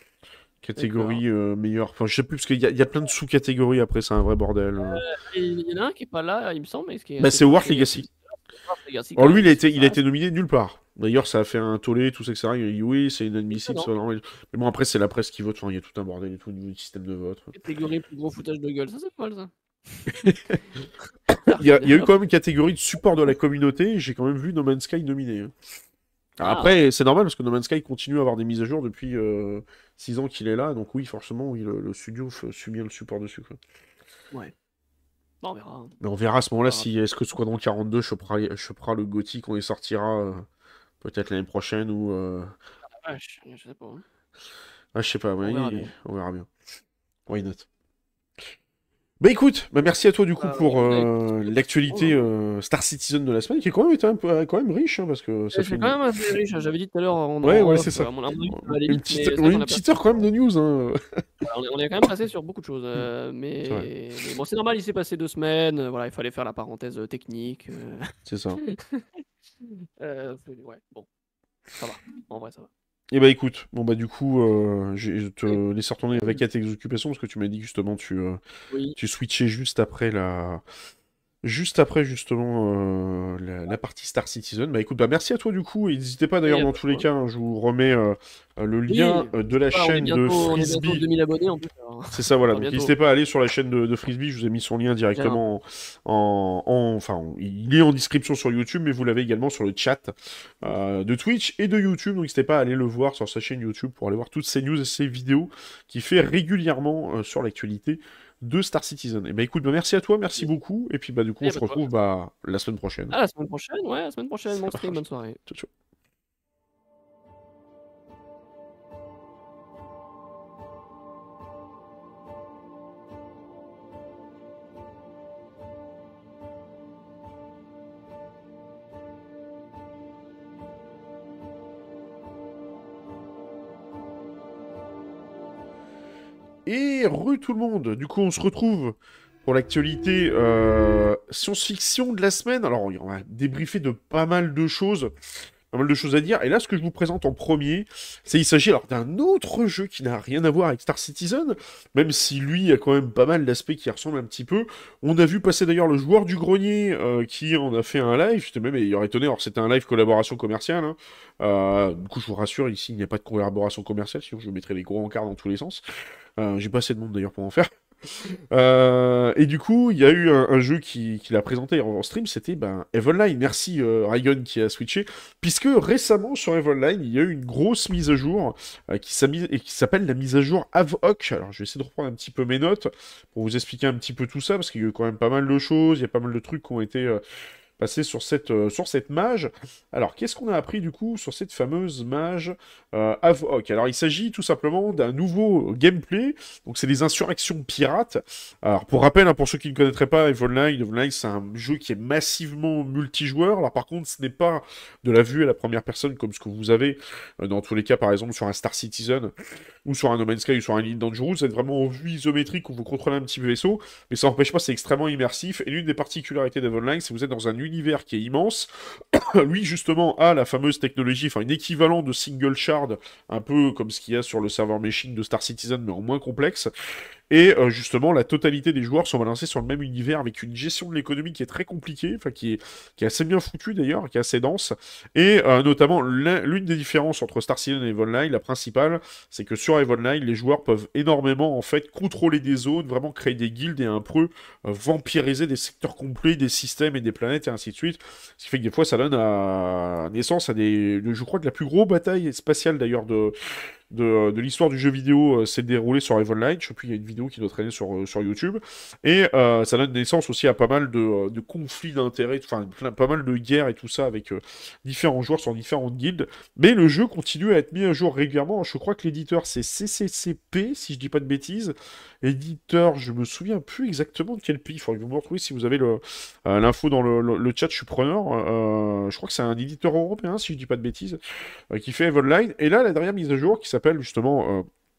D'accord. catégorie euh, meilleure. Enfin, je sais plus, parce qu'il y, a- il y a plein de sous-catégories après, c'est un vrai bordel. euh. Il y en a un qui est pas là, il me semble, mais ce qui est Bah, assez c'est cool, Hogwarts c'est c'est Legacy. Hogwarts Legacy quand Alors lui, même, il a parce été, que il ça a reste été nominé nulle part. D'ailleurs, ça a fait un tollé, tout ça, et cetera. Il a dit oui, c'est inadmissible, étonnant. c'est pas normal. Mais bon, après, c'est la presse qui vote. Enfin, il y a tout un bordel et tout au niveau du système de vote. Catégorie plus gros foutage de gueule, ça c'est pas mal ça. Il y, a, il y a eu quand même une catégorie de support de la communauté, j'ai quand même vu No Man's Sky nominé. Hein. Alors Ah, après, c'est normal parce que No Man's Sky continue à avoir des mises à jour depuis six ans qu'il est là, donc oui, forcément, oui, le, le studio subit le support dessus. Quoi. ouais. Bon, on verra. Hein. Mais on verra à ce moment-là On verra. si est-ce que Squadron quarante-deux chopera, chopera le GOTY quand il sortira, euh, peut-être l'année prochaine ou. Euh... Ah, vache, je sais pas. Hein. Ah, je sais pas, On verra oui, bien. on verra bien. Why not? Bah écoute, bah merci à toi du coup Euh, pour ouais, bah, euh, écoute, l'actualité euh, Star Citizen de la semaine, qui est quand même, été un peu, quand même riche, hein, parce que ça c'est fait c'est une. quand même assez riche. J'avais dit tout à l'heure en, Ouais, en ouais, c'est off, ça. à mon avis, ça va aller Une vite, mais petite, c'est on vrai a qu'on une a petite passé. heure quand même de news. Hein. On est, on est quand même passé sur beaucoup de choses. euh, C'est vrai, mais, mais bon, c'est normal, il s'est passé deux semaines. euh, Voilà, il fallait faire la parenthèse euh, technique. euh, c'est ça. euh, c'est- ouais, bon, ça va. En vrai, ça va. Et bah écoute, bon bah du coup, euh, je vais te Oui. laisser retourner avec à tes occupations, parce que tu m'as dit que justement tu, euh, Oui. tu switchais juste après la, Juste après, justement, euh, la, la partie Star Citizen. Bah écoute, bah merci à toi du coup, et n'hésitez pas Et d'ailleurs y a dans pas de tous les quoi. cas, hein, je vous remets euh, euh, le lien Oui, euh, de la voilà, on est chaîne de bientôt, on est bientôt Frisbee. deux mille abonnés en plus. alors. C'est ça, voilà, Enfin, donc bientôt. n'hésitez pas à aller sur la chaîne de, de Frisbee, je vous ai mis son lien J'ai un- directement en, en- Enfin, il est en description sur YouTube, mais vous l'avez également sur le chat euh, de Twitch et de YouTube, donc n'hésitez pas à aller le voir sur sa chaîne YouTube pour aller voir toutes ces news et ces vidéos qu'il fait régulièrement euh, sur l'actualité de Star Citizen. Et bah écoute, bah, merci à toi, merci beaucoup, et puis bah du coup Y on a se pas de quoi. retrouve bah, la semaine prochaine. À la semaine prochaine, ouais, à la semaine prochaine, Ça bon stream, marche. bonne soirée. Ciao, ciao. Et re tout le monde, du coup on se retrouve pour l'actualité euh, science-fiction de la semaine. Alors on va débriefer de pas mal de choses, pas mal de choses à dire. Et là ce que je vous présente en premier, c'est il s'agit alors d'un autre jeu qui n'a rien à voir avec Star Citizen, même si lui a quand même pas mal d'aspects qui ressemblent un petit peu. On a vu passer d'ailleurs le joueur du grenier euh, qui en a fait un live, j'étais même il aurait étonné, alors c'était un live collaboration commerciale. Hein. Euh, du coup je vous rassure, ici il n'y a pas de collaboration commerciale, sinon je mettrais les gros encarts dans tous les sens. Euh, j'ai pas assez de monde d'ailleurs pour en faire. Euh, et du coup, il y a eu un, un jeu qui, qu'il a présenté en, en stream, c'était ben, Eve Online. Merci euh, Raygon qui a switché, puisque récemment sur Eve Online, il y a eu une grosse mise à jour euh, qui, s'ami- et qui s'appelle la mise à jour Avok. Alors, je vais essayer de reprendre un petit peu mes notes pour vous expliquer un petit peu tout ça, parce qu'il y a eu quand même pas mal de choses, il y a pas mal de trucs qui ont été euh, passés sur cette, euh, sur cette mage. Alors, qu'est-ce qu'on a appris du coup sur cette fameuse mage euh, Avok? Alors, il s'agit tout simplement d'un nouveau gameplay. Donc, c'est des insurrections pirates. Alors, pour rappel, hein, pour ceux qui ne connaîtraient pas Eve Online, Eve Online, c'est un jeu qui est massivement multijoueur. Alors, par contre, ce n'est pas de la vue à la première personne comme ce que vous avez euh, dans tous les cas, par exemple, sur un Star Citizen ou sur un No Man's Sky ou sur un Elite Dangerous. C'est vraiment en vue isométrique où vous contrôlez un petit vaisseau. Mais ça n'empêche pas, c'est extrêmement immersif. Et l'une des particularités d'Eve Online, c'est que vous êtes dans un univers qui est immense. Lui, justement, a la fameuse technologie, enfin, une équivalent de single shard, un peu comme ce qu'il y a sur le serveur meshing de Star Citizen, mais en moins complexe. Et euh, justement, la totalité des joueurs sont balancés sur le même univers avec une gestion de l'économie qui est très compliquée, enfin qui est, qui est assez bien foutue d'ailleurs, qui est assez dense. Et euh, notamment, l'une des différences entre Star Citizen et EVE Online, la principale, c'est que sur EVE Online, les joueurs peuvent énormément en fait contrôler des zones, vraiment créer des guildes et un peu euh, vampiriser des secteurs complets, des systèmes et des planètes et ainsi de suite. Ce qui fait que des fois, ça donne à... naissance à des, je crois que la plus grosse bataille spatiale d'ailleurs de de, de l'histoire du jeu vidéo euh, s'est déroulée sur EVE Online. Je sais plus, il y a une vidéo qui doit traîner sur, euh, sur YouTube. Et euh, ça donne naissance aussi à pas mal de, euh, de conflits d'intérêts, enfin pas mal de guerres et tout ça avec euh, différents joueurs sur différentes guildes. Mais le jeu continue à être mis à jour régulièrement. Je crois que l'éditeur c'est C C C P, si je dis pas de bêtises. Éditeur, je me souviens plus exactement de quel pays. Il faudrait que vous me retrouviez si vous avez le, euh, l'info dans le, le, le chat, je suis preneur. Euh, je crois que c'est un éditeur européen, si je dis pas de bêtises, euh, qui fait EVE Online. Et là, la dernière mise à jour qui s'appelle justement euh,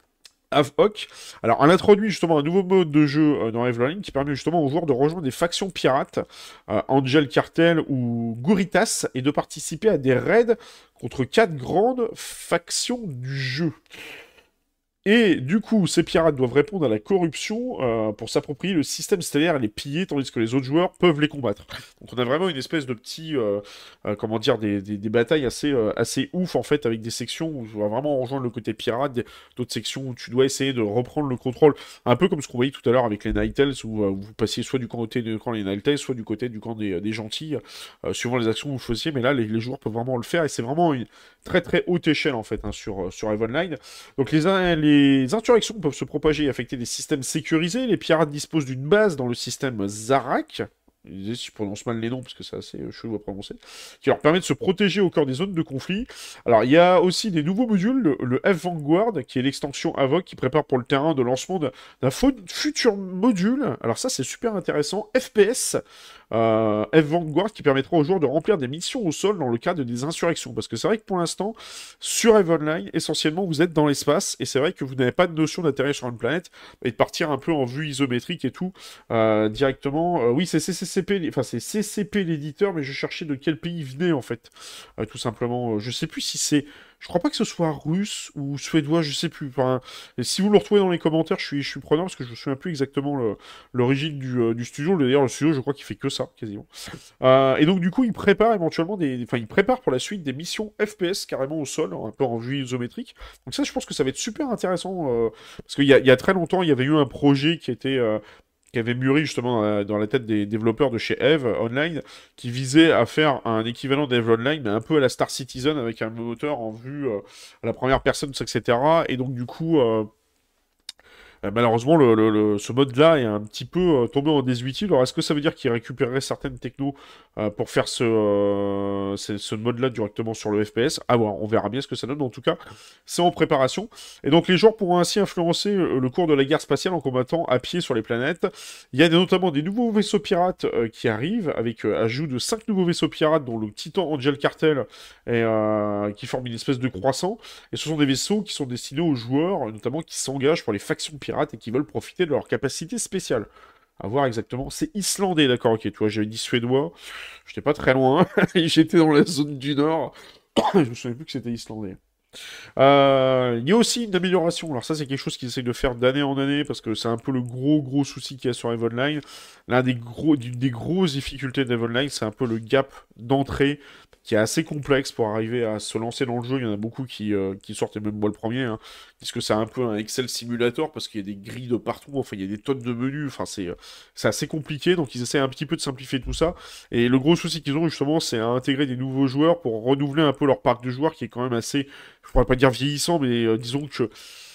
Avok. Alors, elle introduit justement un nouveau mode de jeu euh, dans EVE Online qui permet justement aux joueurs de rejoindre des factions pirates, euh, Angel Cartel ou Guritas, et de participer à des raids contre quatre grandes factions du jeu. Et du coup, ces pirates doivent répondre à la corruption euh, pour s'approprier le système stellaire et les piller, tandis que les autres joueurs peuvent les combattre. Donc on a vraiment une espèce de petit, euh, euh, comment dire, des, des, des batailles assez, euh, assez ouf en fait, avec des sections où tu vas vraiment rejoindre le côté pirate, des- d'autres sections où tu dois essayer de reprendre le contrôle, un peu comme ce qu'on voyait tout à l'heure avec les Night Elves, où euh, vous passiez soit du côté du camp des Night Elves, soit du côté du camp des, des gentils, euh, suivant les actions que vous choisissiez, mais là les, les joueurs peuvent vraiment le faire, et c'est vraiment une très très haute échelle en fait hein, sur, sur EVE Online. Donc les, in- les insurrections peuvent se propager et affecter des systèmes sécurisés. Les pirates disposent d'une base dans le système Zarak. Si je prononce mal les noms parce que c'est assez euh, chelou à prononcer, qui leur permet de se protéger au cœur des zones de conflit. Alors il y a aussi des nouveaux modules, le, le F Vanguard, qui est l'extension Avoc qui prépare pour le terrain de lancement d'un d'un fau- futur module. Alors ça c'est super intéressant, F P S, euh, F Vanguard qui permettra aux joueurs de remplir des missions au sol dans le cadre des insurrections. Parce que c'est vrai que pour l'instant, sur EVE Online, essentiellement vous êtes dans l'espace et c'est vrai que vous n'avez pas de notion d'atterrir sur une planète et de partir un peu en vue isométrique et tout euh, directement. Euh, oui, c'est C C P, enfin c'est C C P l'éditeur, mais je cherchais de quel pays il venait en fait, Euh, tout simplement. Euh, Je sais plus si c'est, je crois pas que ce soit russe ou suédois, je sais plus. Enfin, et si vous le retrouvez dans les commentaires, je suis, je suis preneur parce que je me souviens plus exactement le- l'origine du, euh, du studio. D'ailleurs, le studio, je crois qu'il fait que ça quasiment. Euh, et donc du coup, il prépare éventuellement des, enfin, il prépare pour la suite des missions F P S carrément au sol, un peu en vue isométrique. Donc ça, je pense que ça va être super intéressant euh, parce qu'il y a, il y a très longtemps, il y avait eu un projet qui était euh, qui avait mûri justement euh, dans la tête des développeurs de chez EVE Online, qui visait à faire un équivalent d'EVE Online, mais un peu à la Star Citizen, avec un moteur en vue euh, à la première personne, et cetera. Et donc du coup, euh, euh, malheureusement, le, le- le- ce mode-là est un petit peu euh, tombé en désuétude. Alors, est-ce que ça veut dire qu'il récupérerait certaines technos euh, pour faire ce, euh, ce, ce mode-là directement sur le F P S? À voir, on verra bien ce que ça donne. En tout cas, c'est en préparation. Et donc, les joueurs pourront ainsi influencer euh, le cours de la guerre spatiale en combattant à pied sur les planètes. Il y a des- notamment des nouveaux vaisseaux pirates euh, qui arrivent, avec euh, ajout de cinq nouveaux vaisseaux pirates, dont le Titan Angel Cartel, et, euh, qui forment une espèce de croissant. Et ce sont des vaisseaux qui sont destinés aux joueurs, notamment qui s'engagent pour les factions pirates et qui veulent profiter de leurs capacités spéciales. À voir exactement. C'est islandais, d'accord, ok. Tu vois, j'avais dit suédois. J'étais pas très loin. J'étais dans la zone du Nord. Je me souviens plus que c'était islandais. Euh, il y a aussi une amélioration. Alors ça, c'est quelque chose qu'ils essayent de faire d'année en année parce que c'est un peu le gros gros souci qu'il y a sur EVE Online. L'un des gros, d'une des grosses difficultés d'EVE Online, c'est un peu le gap d'entrée qui est assez complexe pour arriver à se lancer dans le jeu. Il y en a beaucoup qui, euh, qui sortent, et même moi le premier, hein, disent que c'est un peu un Excel simulator parce qu'il y a des grilles de partout. Enfin, il y a des tonnes de menus. Enfin, c'est euh, c'est assez compliqué. Donc ils essaient un petit peu de simplifier tout ça. Et le gros souci qu'ils ont justement, c'est à intégrer des nouveaux joueurs pour renouveler un peu leur parc de joueurs qui est quand même assez, je pourrais pas dire vieillissant, mais euh, disons que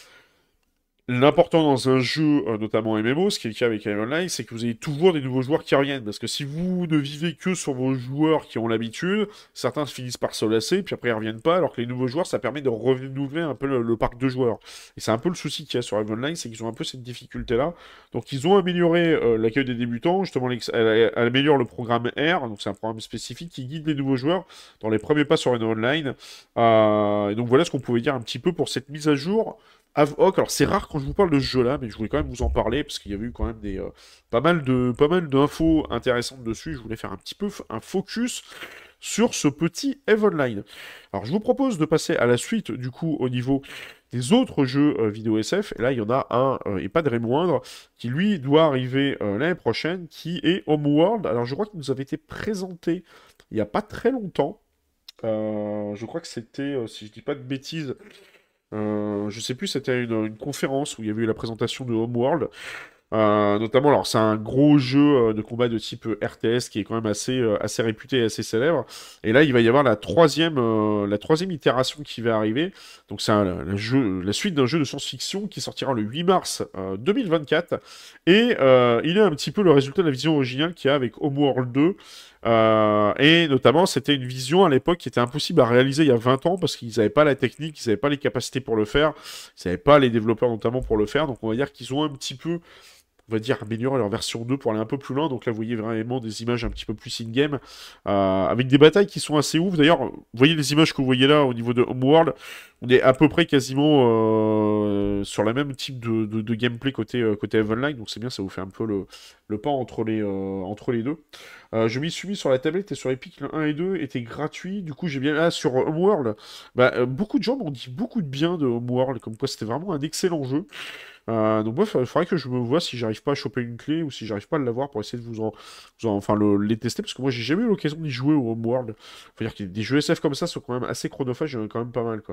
l'important dans un jeu, euh, notamment M M O, ce qui est le cas avec EVE Online, c'est que vous avez toujours des nouveaux joueurs qui reviennent. Parce que si vous ne vivez que sur vos joueurs qui ont l'habitude, certains finissent par se lasser, puis après ils reviennent pas, alors que les nouveaux joueurs, ça permet de renouveler un peu le, le parc de joueurs. Et c'est un peu le souci qu'il y a sur EVE Online, c'est qu'ils ont un peu cette difficulté-là. Donc ils ont amélioré euh, l'accueil des débutants, justement, l'ex- elle, elle- elle améliore le programme R, donc c'est un programme spécifique qui guide les nouveaux joueurs dans les premiers pas sur EVE Online. Euh, et donc voilà ce qu'on pouvait dire un petit peu pour cette mise à jour. Avoc, alors c'est rare quand je vous parle de ce jeu-là, mais je voulais quand même vous en parler parce qu'il y avait eu quand même des euh, pas mal de pas mal d'infos intéressantes dessus. Je voulais faire un petit peu f- un focus sur ce petit EVE Online. Alors je vous propose de passer à la suite du coup au niveau des autres jeux euh, vidéo S F. Et là il y en a un euh, et pas de moindre qui lui doit arriver euh, l'année prochaine, qui est Homeworld. Alors je crois qu'il nous avait été présenté il y a pas très longtemps. Euh, je crois que c'était, euh, si je dis pas de bêtises. Euh, je sais plus, c'était une, une conférence où il y avait eu la présentation de Homeworld. Euh, notamment, alors c'est un gros jeu euh, de combat de type euh, R T S qui est quand même assez, euh, assez réputé et assez célèbre. Et là, il va y avoir la troisième, euh, la troisième itération qui va arriver. Donc c'est un- la, jeu, la suite d'un jeu de science-fiction qui sortira le huit mars euh, deux mille vingt-quatre. Et euh, il est un petit peu le résultat de la vision originale qu'il y a avec Homeworld deux. Euh, et notamment, c'était une vision à l'époque qui était impossible à réaliser il y a vingt ans parce qu'ils n'avaient pas la technique, ils n'avaient pas les capacités pour le faire, ils n'avaient pas les développeurs notamment pour le faire. Donc on va dire qu'ils ont un petit peu, on va dire, améliorer leur version deux pour aller un peu plus loin. Donc là, vous voyez vraiment des images un petit peu plus in-game, euh, avec des batailles qui sont assez ouf. D'ailleurs, vous voyez les images que vous voyez là au niveau de Homeworld. on est à peu près quasiment euh, sur le même type de, de- de gameplay côté, euh, côté Eve Online, donc c'est bien, ça vous fait un peu le, le pas entre les, euh, entre les deux. Euh, je m'y suis mis sur la tablette et sur Epic, le un et deux étaient gratuits, du coup j'ai bien... Ah, sur Homeworld, bah, euh, beaucoup de gens m'ont dit beaucoup de bien de Homeworld, comme quoi c'était vraiment un excellent jeu. Euh, donc moi, il faudrait que je me vois si j'arrive pas à choper une clé ou si j'arrive pas à l'avoir pour essayer de vous en, vous en- enfin, le- les tester, parce que moi j'ai jamais eu l'occasion d'y jouer au Homeworld. Faut dire que des jeux S F comme ça sont quand même assez chronophages, il y en a quand même pas mal, quoi.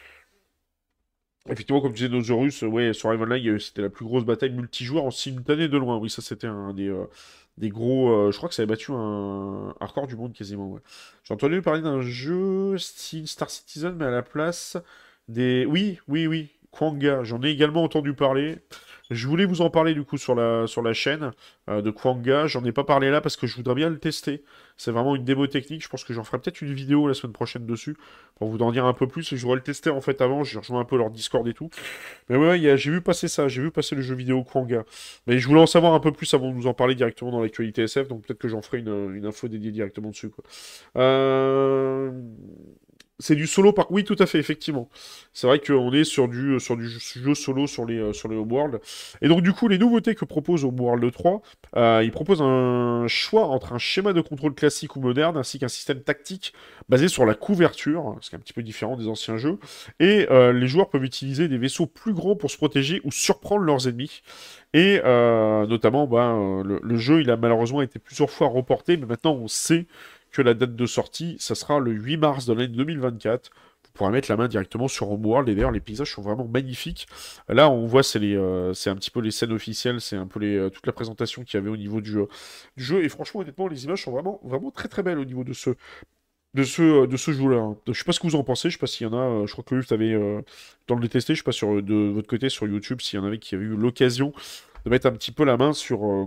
Effectivement, comme tu disais, Nosorus, euh, ouais, sur Eve Online, il y a eu- c'était la plus grosse bataille multijoueur en simultané de loin. Oui, ça c'était un des, euh, des gros. Euh, je crois que ça avait battu un, un record du monde quasiment. Ouais. J'ai entendu parler d'un jeu style Star Citizen, mais à la place des. Oui, oui, oui, Kwanga. J'en ai également entendu parler. Je voulais vous en parler du coup sur la, sur la chaîne euh, de Kwanga. J'en ai pas parlé là parce que je voudrais bien le tester. C'est vraiment une démo technique. Je pense que j'en ferai peut-être une vidéo la semaine prochaine dessus pour vous en dire un peu plus. Je voudrais le tester en fait avant. J'ai rejoint un peu leur Discord et tout. Mais ouais, il y a- j'ai vu passer ça. J'ai vu passer le jeu vidéo Kwanga. Mais je voulais en savoir un peu plus avant de nous en parler directement dans l'actualité S F. Donc peut-être que j'en ferai une, une info dédiée directement dessus, quoi. Euh, C'est du solo par... Oui, tout à fait, effectivement. C'est vrai qu'on est sur du, sur du jeu solo sur les, euh, sur les Homeworld. Et donc, du coup, les nouveautés que propose Homeworld trois, euh, il propose un choix entre un schéma de contrôle classique ou moderne, ainsi qu'un système tactique basé sur la couverture, ce qui est un petit peu différent des anciens jeux. Et euh, les joueurs peuvent utiliser des vaisseaux plus grands pour se protéger ou surprendre leurs ennemis. Et euh, notamment, bah, euh, le, le jeu, il a malheureusement été plusieurs fois reporté, mais maintenant on sait que la date de sortie, ça sera le huit mars de l'année deux mille vingt-quatre. Vous pourrez mettre la main directement sur Homeworld, et d'ailleurs les paysages sont vraiment magnifiques. Là, on voit, c'est les, euh, c'est un petit peu les scènes officielles, c'est un peu les, euh, toute la présentation qu'il y avait au niveau du, euh, du jeu. Et franchement, honnêtement, les images sont vraiment, vraiment très très belles au niveau de ce, de ce, euh, de ce jeu-là, hein. Je sais pas ce que vous en pensez, je sais pas s'il y en a, euh, je crois que Luft avait euh, le temps de le tester, je sais pas sur, de votre côté sur YouTube s'il y en avait qui avaient eu l'occasion de mettre un petit peu la main sur, euh,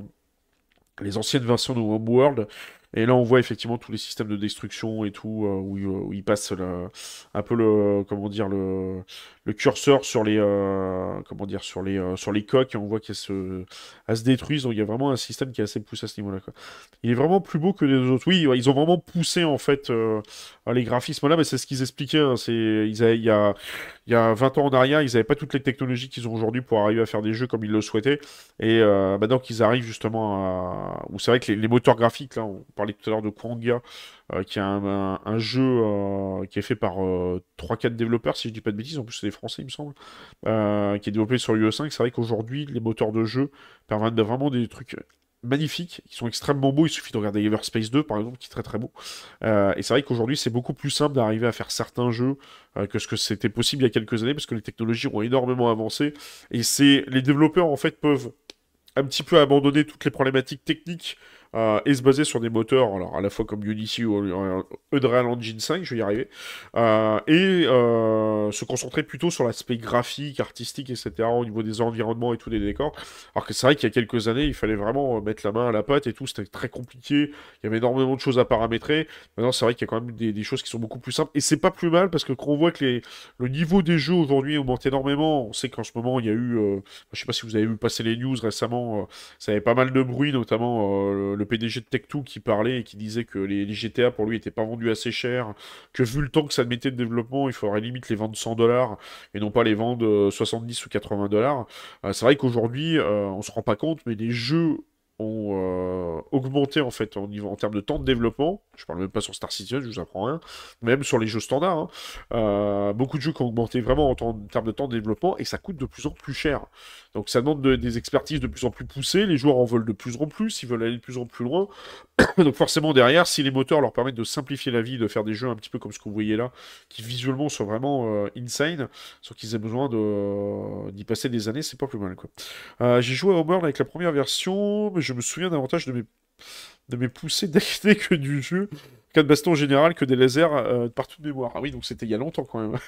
les anciennes versions de Homeworld. Et là, on voit effectivement tous les systèmes de destruction et tout, euh, où, euh, où il passe la- un peu le, comment dire, le, le curseur sur les, euh, comment dire, sur les, euh, sur les coques, et on voit qu'elles se, elles se détruisent. Donc, il y a vraiment un système qui est assez poussé à ce niveau-là, quoi. Il est vraiment plus beau que les autres. Oui, ouais, ils ont vraiment poussé en fait euh, les graphismes là, mais c'est ce qu'ils expliquaient, hein. C'est, ils avaient- il y a, il y a vingt ans en arrière, ils n'avaient pas toutes les technologies qu'ils ont aujourd'hui pour arriver à faire des jeux comme ils le souhaitaient. Et euh, maintenant qu'ils arrivent justement à... Où c'est vrai que les, les moteurs graphiques, là, on parlait tout à l'heure de Kwanga, euh, qui est un, un- un jeu euh, qui est fait par euh, trois quatre développeurs, si je dis pas de bêtises, en plus c'est des Français, il me semble, euh, qui est développé sur U E cinq. C'est vrai qu'aujourd'hui, les moteurs de jeu permettent de vraiment des trucs magnifiques, qui sont extrêmement beaux. Il suffit de regarder Everspace deux, par exemple, qui est très très beau. Euh, et c'est vrai qu'aujourd'hui, c'est beaucoup plus simple d'arriver à faire certains jeux euh, que ce que c'était possible il y a quelques années, parce que les technologies ont énormément avancé. Et c'est les développeurs, en fait, peuvent un petit peu abandonner toutes les problématiques techniques euh, et se baser sur des moteurs, alors à la fois comme Unity ou euh, Unreal Engine cinq, je vais y arriver, euh, et euh, se concentrer plutôt sur l'aspect graphique, artistique, et cetera, au niveau des environnements et tous les décors. Alors que c'est vrai qu'il y a quelques années, il fallait vraiment euh, mettre la main à la pâte et tout, c'était très compliqué, il y avait énormément de choses à paramétrer. Maintenant, c'est vrai qu'il y a quand même des, des choses qui sont beaucoup plus simples, et c'est pas plus mal, parce que quand on voit que les, le niveau des jeux aujourd'hui augmente énormément, on sait qu'en ce moment, il y a eu... euh, je sais pas si vous avez vu passer les news récemment, euh, ça avait pas mal de bruit, notamment euh, le P D G de Tech deux qui parlait et qui disait que les, les G T A pour lui n'étaient pas vendus assez cher, que vu le temps que ça mettait de développement, il faudrait limite les vendre cent dollars et non pas les vendre euh, soixante-dix ou quatre-vingts dollars. Euh, c'est vrai qu'aujourd'hui, euh, on se rend pas compte, mais les jeux ont euh, augmenté en fait en, niveau, en termes de temps de développement. Je parle même pas sur Star Citizen, je vous apprends rien, même sur les jeux standards, hein. Euh, beaucoup de jeux qui ont augmenté vraiment en, temps- en termes de temps de développement et ça coûte de plus en plus cher. Donc ça demande de- des expertises de plus en plus poussées, les joueurs en veulent de plus en plus, ils veulent aller de plus en plus loin. Donc forcément derrière, si les moteurs leur permettent de simplifier la vie, de faire des jeux un petit peu comme ce que vous voyez là, qui visuellement sont vraiment euh, insane, sans qu'ils aient besoin de, euh, d'y passer des années, c'est pas plus mal, quoi. Euh, j'ai joué à Homeworld avec la première version, mais je me souviens davantage de mes, de mes poussées d'acné que du jeu. Cas de baston en général, que des lasers euh, partout de mémoire. Ah oui, donc c'était il y a longtemps quand même.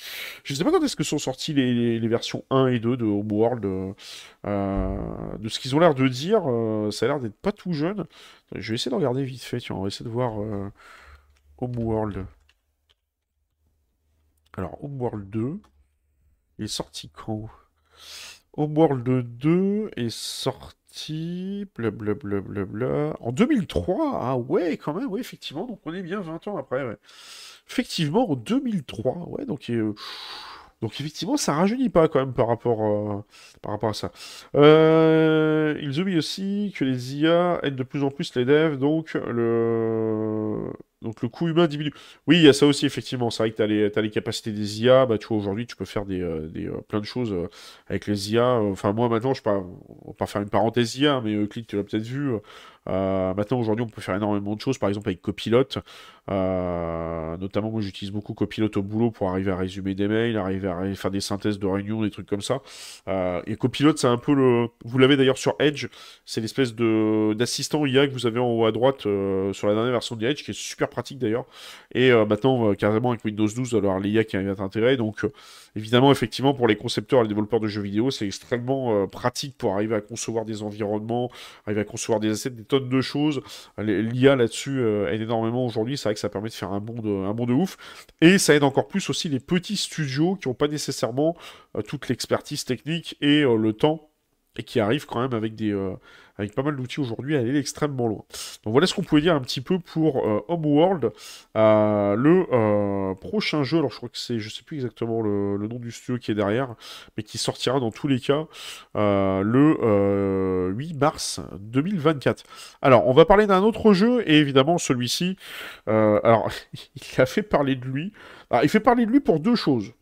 Je sais pas quand est-ce que sont sorties les, les- les versions un et deux de Homeworld. euh, euh, de ce qu'ils ont l'air de dire, euh, ça a l'air d'être pas tout jeune. Je vais essayer de regarder vite fait, tiens, on va essayer de voir euh, Homeworld. Alors, Homeworld deux, il est sorti quand? Homeworld deux est sorti sorti, blablabla, bla, en deux mille trois. Ah ouais, quand même, ouais, effectivement. Donc on est bien vingt ans après, ouais. Effectivement, en deux mille trois, ouais, donc, euh, donc effectivement, ça rajeunit pas quand même par rapport, euh, par rapport à ça. Euh, ils oublient aussi que les I A aident de plus en plus les devs, donc le, donc le coût humain diminue. Oui, il y a ça aussi, effectivement. C'est vrai que tu as les, t'as les capacités des I A. Bah, tu vois, aujourd'hui, tu peux faire des, euh, des, euh, plein de choses euh, avec les I A. Enfin, moi, maintenant, je ne vais pas, on va pas faire une parenthèse I A, mais euh, Click, tu l'as peut-être vu. Euh, maintenant, aujourd'hui, on peut faire énormément de choses, par exemple avec Copilot. Euh, notamment, moi, j'utilise beaucoup Copilot au boulot pour arriver à résumer des mails, arriver à ré- faire des synthèses de réunions, des trucs comme ça. Euh, et Copilot, c'est un peu le... Vous l'avez d'ailleurs sur Edge, c'est l'espèce de d'assistant I A que vous avez en haut à droite euh, sur la dernière version de Edge, qui est super pratique d'ailleurs. Et euh, maintenant, euh, carrément, avec Windows douze, alors l'I A qui arrive à être intégrée. Donc, euh, évidemment, effectivement, pour les concepteurs et les développeurs de jeux vidéo, c'est extrêmement euh, pratique pour arriver à concevoir des environnements, arriver à concevoir des assets, des tonnes de choses. L'I A là-dessus euh, aide énormément aujourd'hui. C'est vrai que ça permet de faire un bond de, un bond de ouf. Et ça aide encore plus aussi les petits studios qui n'ont pas nécessairement euh, toute l'expertise technique et euh, le temps et qui arrivent quand même avec des euh, avec pas mal d'outils aujourd'hui à aller extrêmement loin. Donc voilà ce qu'on pouvait dire un petit peu pour euh, Homeworld. Euh, le euh, prochain jeu, alors je crois que c'est, je sais plus exactement le, le nom du studio qui est derrière, mais qui sortira dans tous les cas euh, le euh, huit mars deux mille vingt-quatre. Alors on va parler d'un autre jeu et évidemment celui-ci, euh, alors il a fait parler de lui. Alors, il fait parler de lui pour deux choses.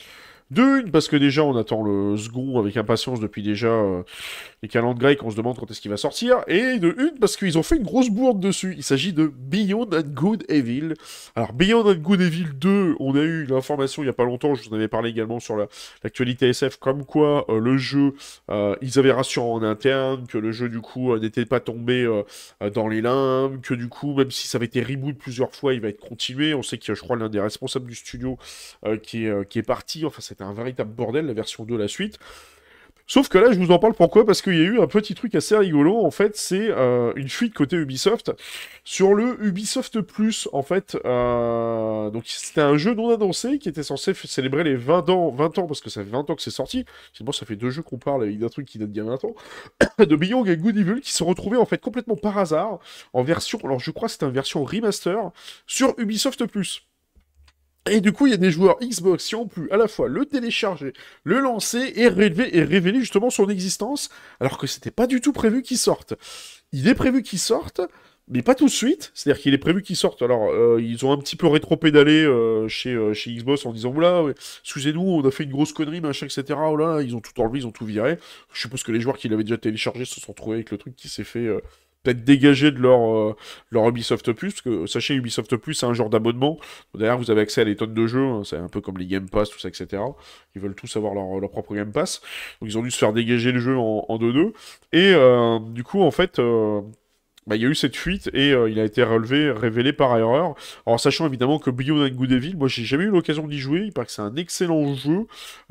De une, parce que déjà on attend le second avec impatience depuis déjà euh, les calendes grecques, on se demande quand est-ce qu'il va sortir. Et de une, parce qu'ils ont fait une grosse bourde dessus. Il s'agit de Beyond and Good Evil. Alors Beyond and Good Evil deux, on a eu l'information il y a pas longtemps, je vous en avais parlé également sur la- l'actualité S F, comme quoi euh, le jeu, euh, ils avaient rassuré en interne, que le jeu du coup euh, n'était pas tombé euh, euh, dans les limbes, que du coup, même si ça avait été reboot plusieurs fois, il va être continué. On sait qu'il y a, je crois, l'un des responsables du studio euh, qui est, euh, qui est parti. Enfin, c'était un véritable bordel, la version deux, la suite. Sauf que là, je vous en parle pourquoi? Parce qu'il y a eu un petit truc assez rigolo. En fait, c'est euh, une fuite côté Ubisoft sur le Ubisoft Plus. En fait, euh, donc c'était un jeu non annoncé qui était censé f- célébrer les vingt ans, vingt ans, parce que ça fait vingt ans que c'est sorti. Moi, ça fait deux jeux qu'on parle avec d'un truc qui date d'il y a vingt ans, de Beyond et Good Evil, qui se retrouvaient en fait complètement par hasard en version, alors je crois que c'était une version remaster sur Ubisoft Plus. Et du coup, il y a des joueurs Xbox qui ont pu à la fois le télécharger, le lancer et révéler, et révéler justement son existence, alors que c'était pas du tout prévu qu'il sorte. Il est prévu qu'il sorte, mais pas tout de suite. C'est-à-dire qu'il est prévu qu'il sorte. Alors, euh, ils ont un petit peu rétro-pédalé euh, chez, euh, chez Xbox en disant, oula, ouais, excusez-nous, on a fait une grosse connerie, machin, et cetera. Oh là, ils ont tout enlevé, ils ont tout viré. Je suppose que les joueurs qui l'avaient déjà téléchargé se sont retrouvés avec le truc qui s'est fait euh, peut-être dégager de leur, euh, leur Ubisoft Plus, parce que sachez, Ubisoft Plus, c'est un genre d'abonnement. D'ailleurs, vous avez accès à des tonnes de jeux, hein, c'est un peu comme les Game Pass, tout ça, et cetera. Ils veulent tous avoir leur, leur propre Game Pass. Donc, ils ont dû se faire dégager le jeu en, en deux-deux. Et euh, du coup, en fait, euh, bah, il y a eu cette fuite et euh, il a été relevé, révélé par erreur. Alors, sachant évidemment que Beyond and Good Evil, moi, j'ai jamais eu l'occasion d'y jouer. Il paraît que c'est un excellent jeu.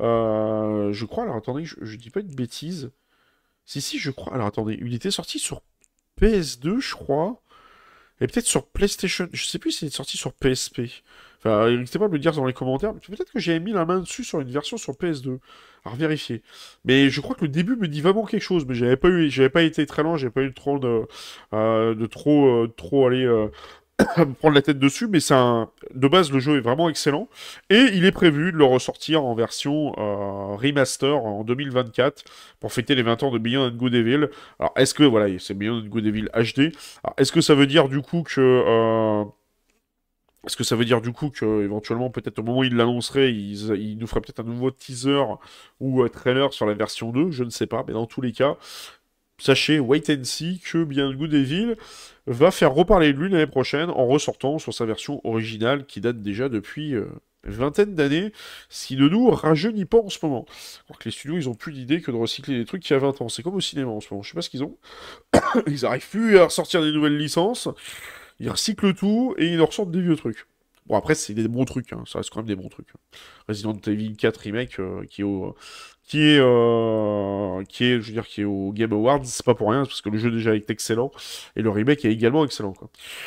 Euh, je crois, alors attendez, je, je dis pas une bêtise. Si, si, je crois. Alors attendez, il était sorti sur P S deux, je crois. Et peut-être sur PlayStation. Je sais plus s'il est sorti sur P S P. Enfin, n'hésitez pas à me le dire dans les commentaires. Peut-être que j'ai mis la main dessus sur une version sur P S deux. À vérifier. Mais je crois que le début me dit vraiment quelque chose. Mais j'avais pas eu, j'avais pas été très loin. J'avais pas eu trop de, euh, de trop, euh, trop aller euh, me prendre la tête dessus. Mais c'est un, de base, le jeu est vraiment excellent. Et il est prévu de le ressortir en version euh, remaster en deux mille vingt-quatre pour fêter les vingt ans de Beyond and Good Evil. Alors, est-ce que, voilà, c'est Beyond and Good Evil H D. Alors, est-ce que ça veut dire du coup que. euh, est-ce que ça veut dire du coup que éventuellement peut-être au moment où ils l'annonceraient, ils, ils nous feraient peut-être un nouveau teaser ou euh, trailer sur la version deux, je ne sais pas, mais dans tous les cas, sachez, wait and see, que bien Good Evil va faire reparler de lui l'année prochaine en ressortant sur sa version originale qui date déjà depuis euh, une vingtaine d'années, ce qui ne nous rajeunit pas en ce moment. Alors que les studios, ils ont plus d'idée que de recycler des trucs qui y a vingt ans. C'est comme au cinéma en ce moment, je sais pas ce qu'ils ont. Ils arrivent plus à ressortir des nouvelles licences. Ils recyclent tout et ils leur sortent des vieux trucs. Bon, après, c'est des bons trucs, hein. Ça reste quand même des bons trucs. Resident Evil quatre Remake, euh, qui est au... Qui est, euh, qui est, je veux dire, qui est au Game Awards, c'est pas pour rien, c'est parce que le jeu déjà est excellent, et le remake est également excellent, quoi.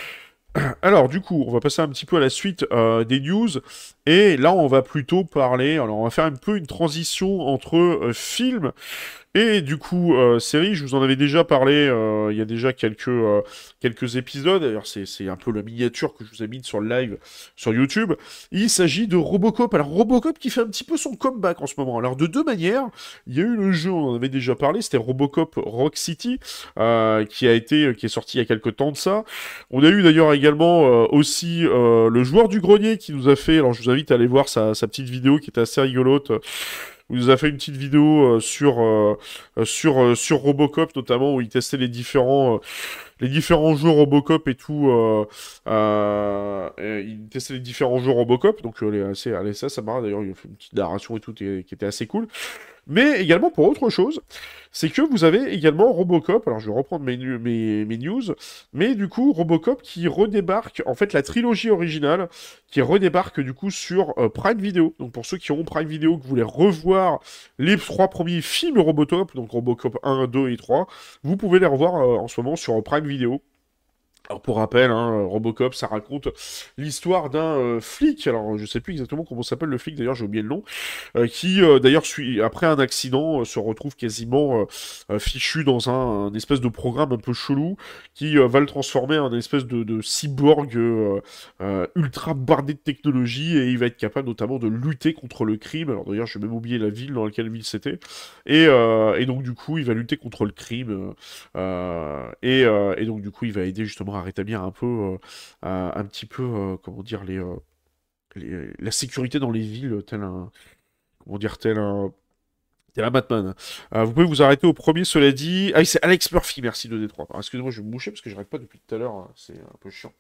Alors, du coup, on va passer un petit peu à la suite euh, des news. Et là, on va plutôt parler. Alors, on va faire un peu une transition entre euh, films et du coup, euh, série, je vous en avais déjà parlé euh, il y a déjà quelques, euh, quelques épisodes. D'ailleurs, c'est, c'est un peu la miniature que je vous ai mise sur le live sur YouTube. Il s'agit de Robocop. Alors, Robocop qui fait un petit peu son comeback en ce moment. Alors, de deux manières. Il y a eu le jeu, on en avait déjà parlé, c'était Robocop Rock City, euh, qui a été, qui est sorti il y a quelques temps de ça. On a eu d'ailleurs également euh, aussi euh, le joueur du grenier qui nous a fait. Alors, je vous invite à aller voir sa, sa petite vidéo qui était assez rigolote. Il nous a fait une petite vidéo euh, sur, euh, euh, sur, euh, sur Robocop, notamment, où il testait les différents, euh, les différents jeux Robocop et tout. Euh, euh, et il testait les différents jeux Robocop, donc euh, les- assez, allez, ça, ça marre. D'ailleurs, il a fait une petite narration et tout, qui qui était assez cool. Mais également pour autre chose, c'est que vous avez également Robocop, alors je vais reprendre mes, nu- mes, mes news, mais du coup Robocop qui redébarque, en fait la trilogie originale, qui redébarque du coup sur euh, Prime Video. Donc pour ceux qui ont Prime Video, que vous voulez revoir les trois premiers films Robocop, donc Robocop un, deux et trois, vous pouvez les revoir euh, en ce moment sur Prime Video. Alors pour rappel, hein, Robocop, ça raconte l'histoire d'un euh, flic, alors je sais plus exactement comment s'appelle le flic, d'ailleurs j'ai oublié le nom, euh, qui euh, d'ailleurs suit après un accident euh, se retrouve quasiment euh, euh, fichu dans un, un espèce de programme un peu chelou qui euh, va le transformer en une espèce de, de cyborg euh, euh, ultra bardé de technologie et il va être capable notamment de lutter contre le crime. Alors d'ailleurs j'ai même oublié la ville dans laquelle ville c'était et, euh, et donc du coup il va lutter contre le crime euh, et, euh, et donc du coup il va aider justement à rétablir un peu euh, un, un petit peu euh, comment dire les euh, les- la sécurité dans les villes, tel un, comment dire, tel un, tel un Batman. Euh, vous pouvez vous arrêter au premier, cela dit. Ah oui, c'est Alex Murphy, merci de Détroit. Alors, excusez-moi, je vais me boucher parce que j'arrête pas depuis tout à l'heure, hein, c'est un peu chiant.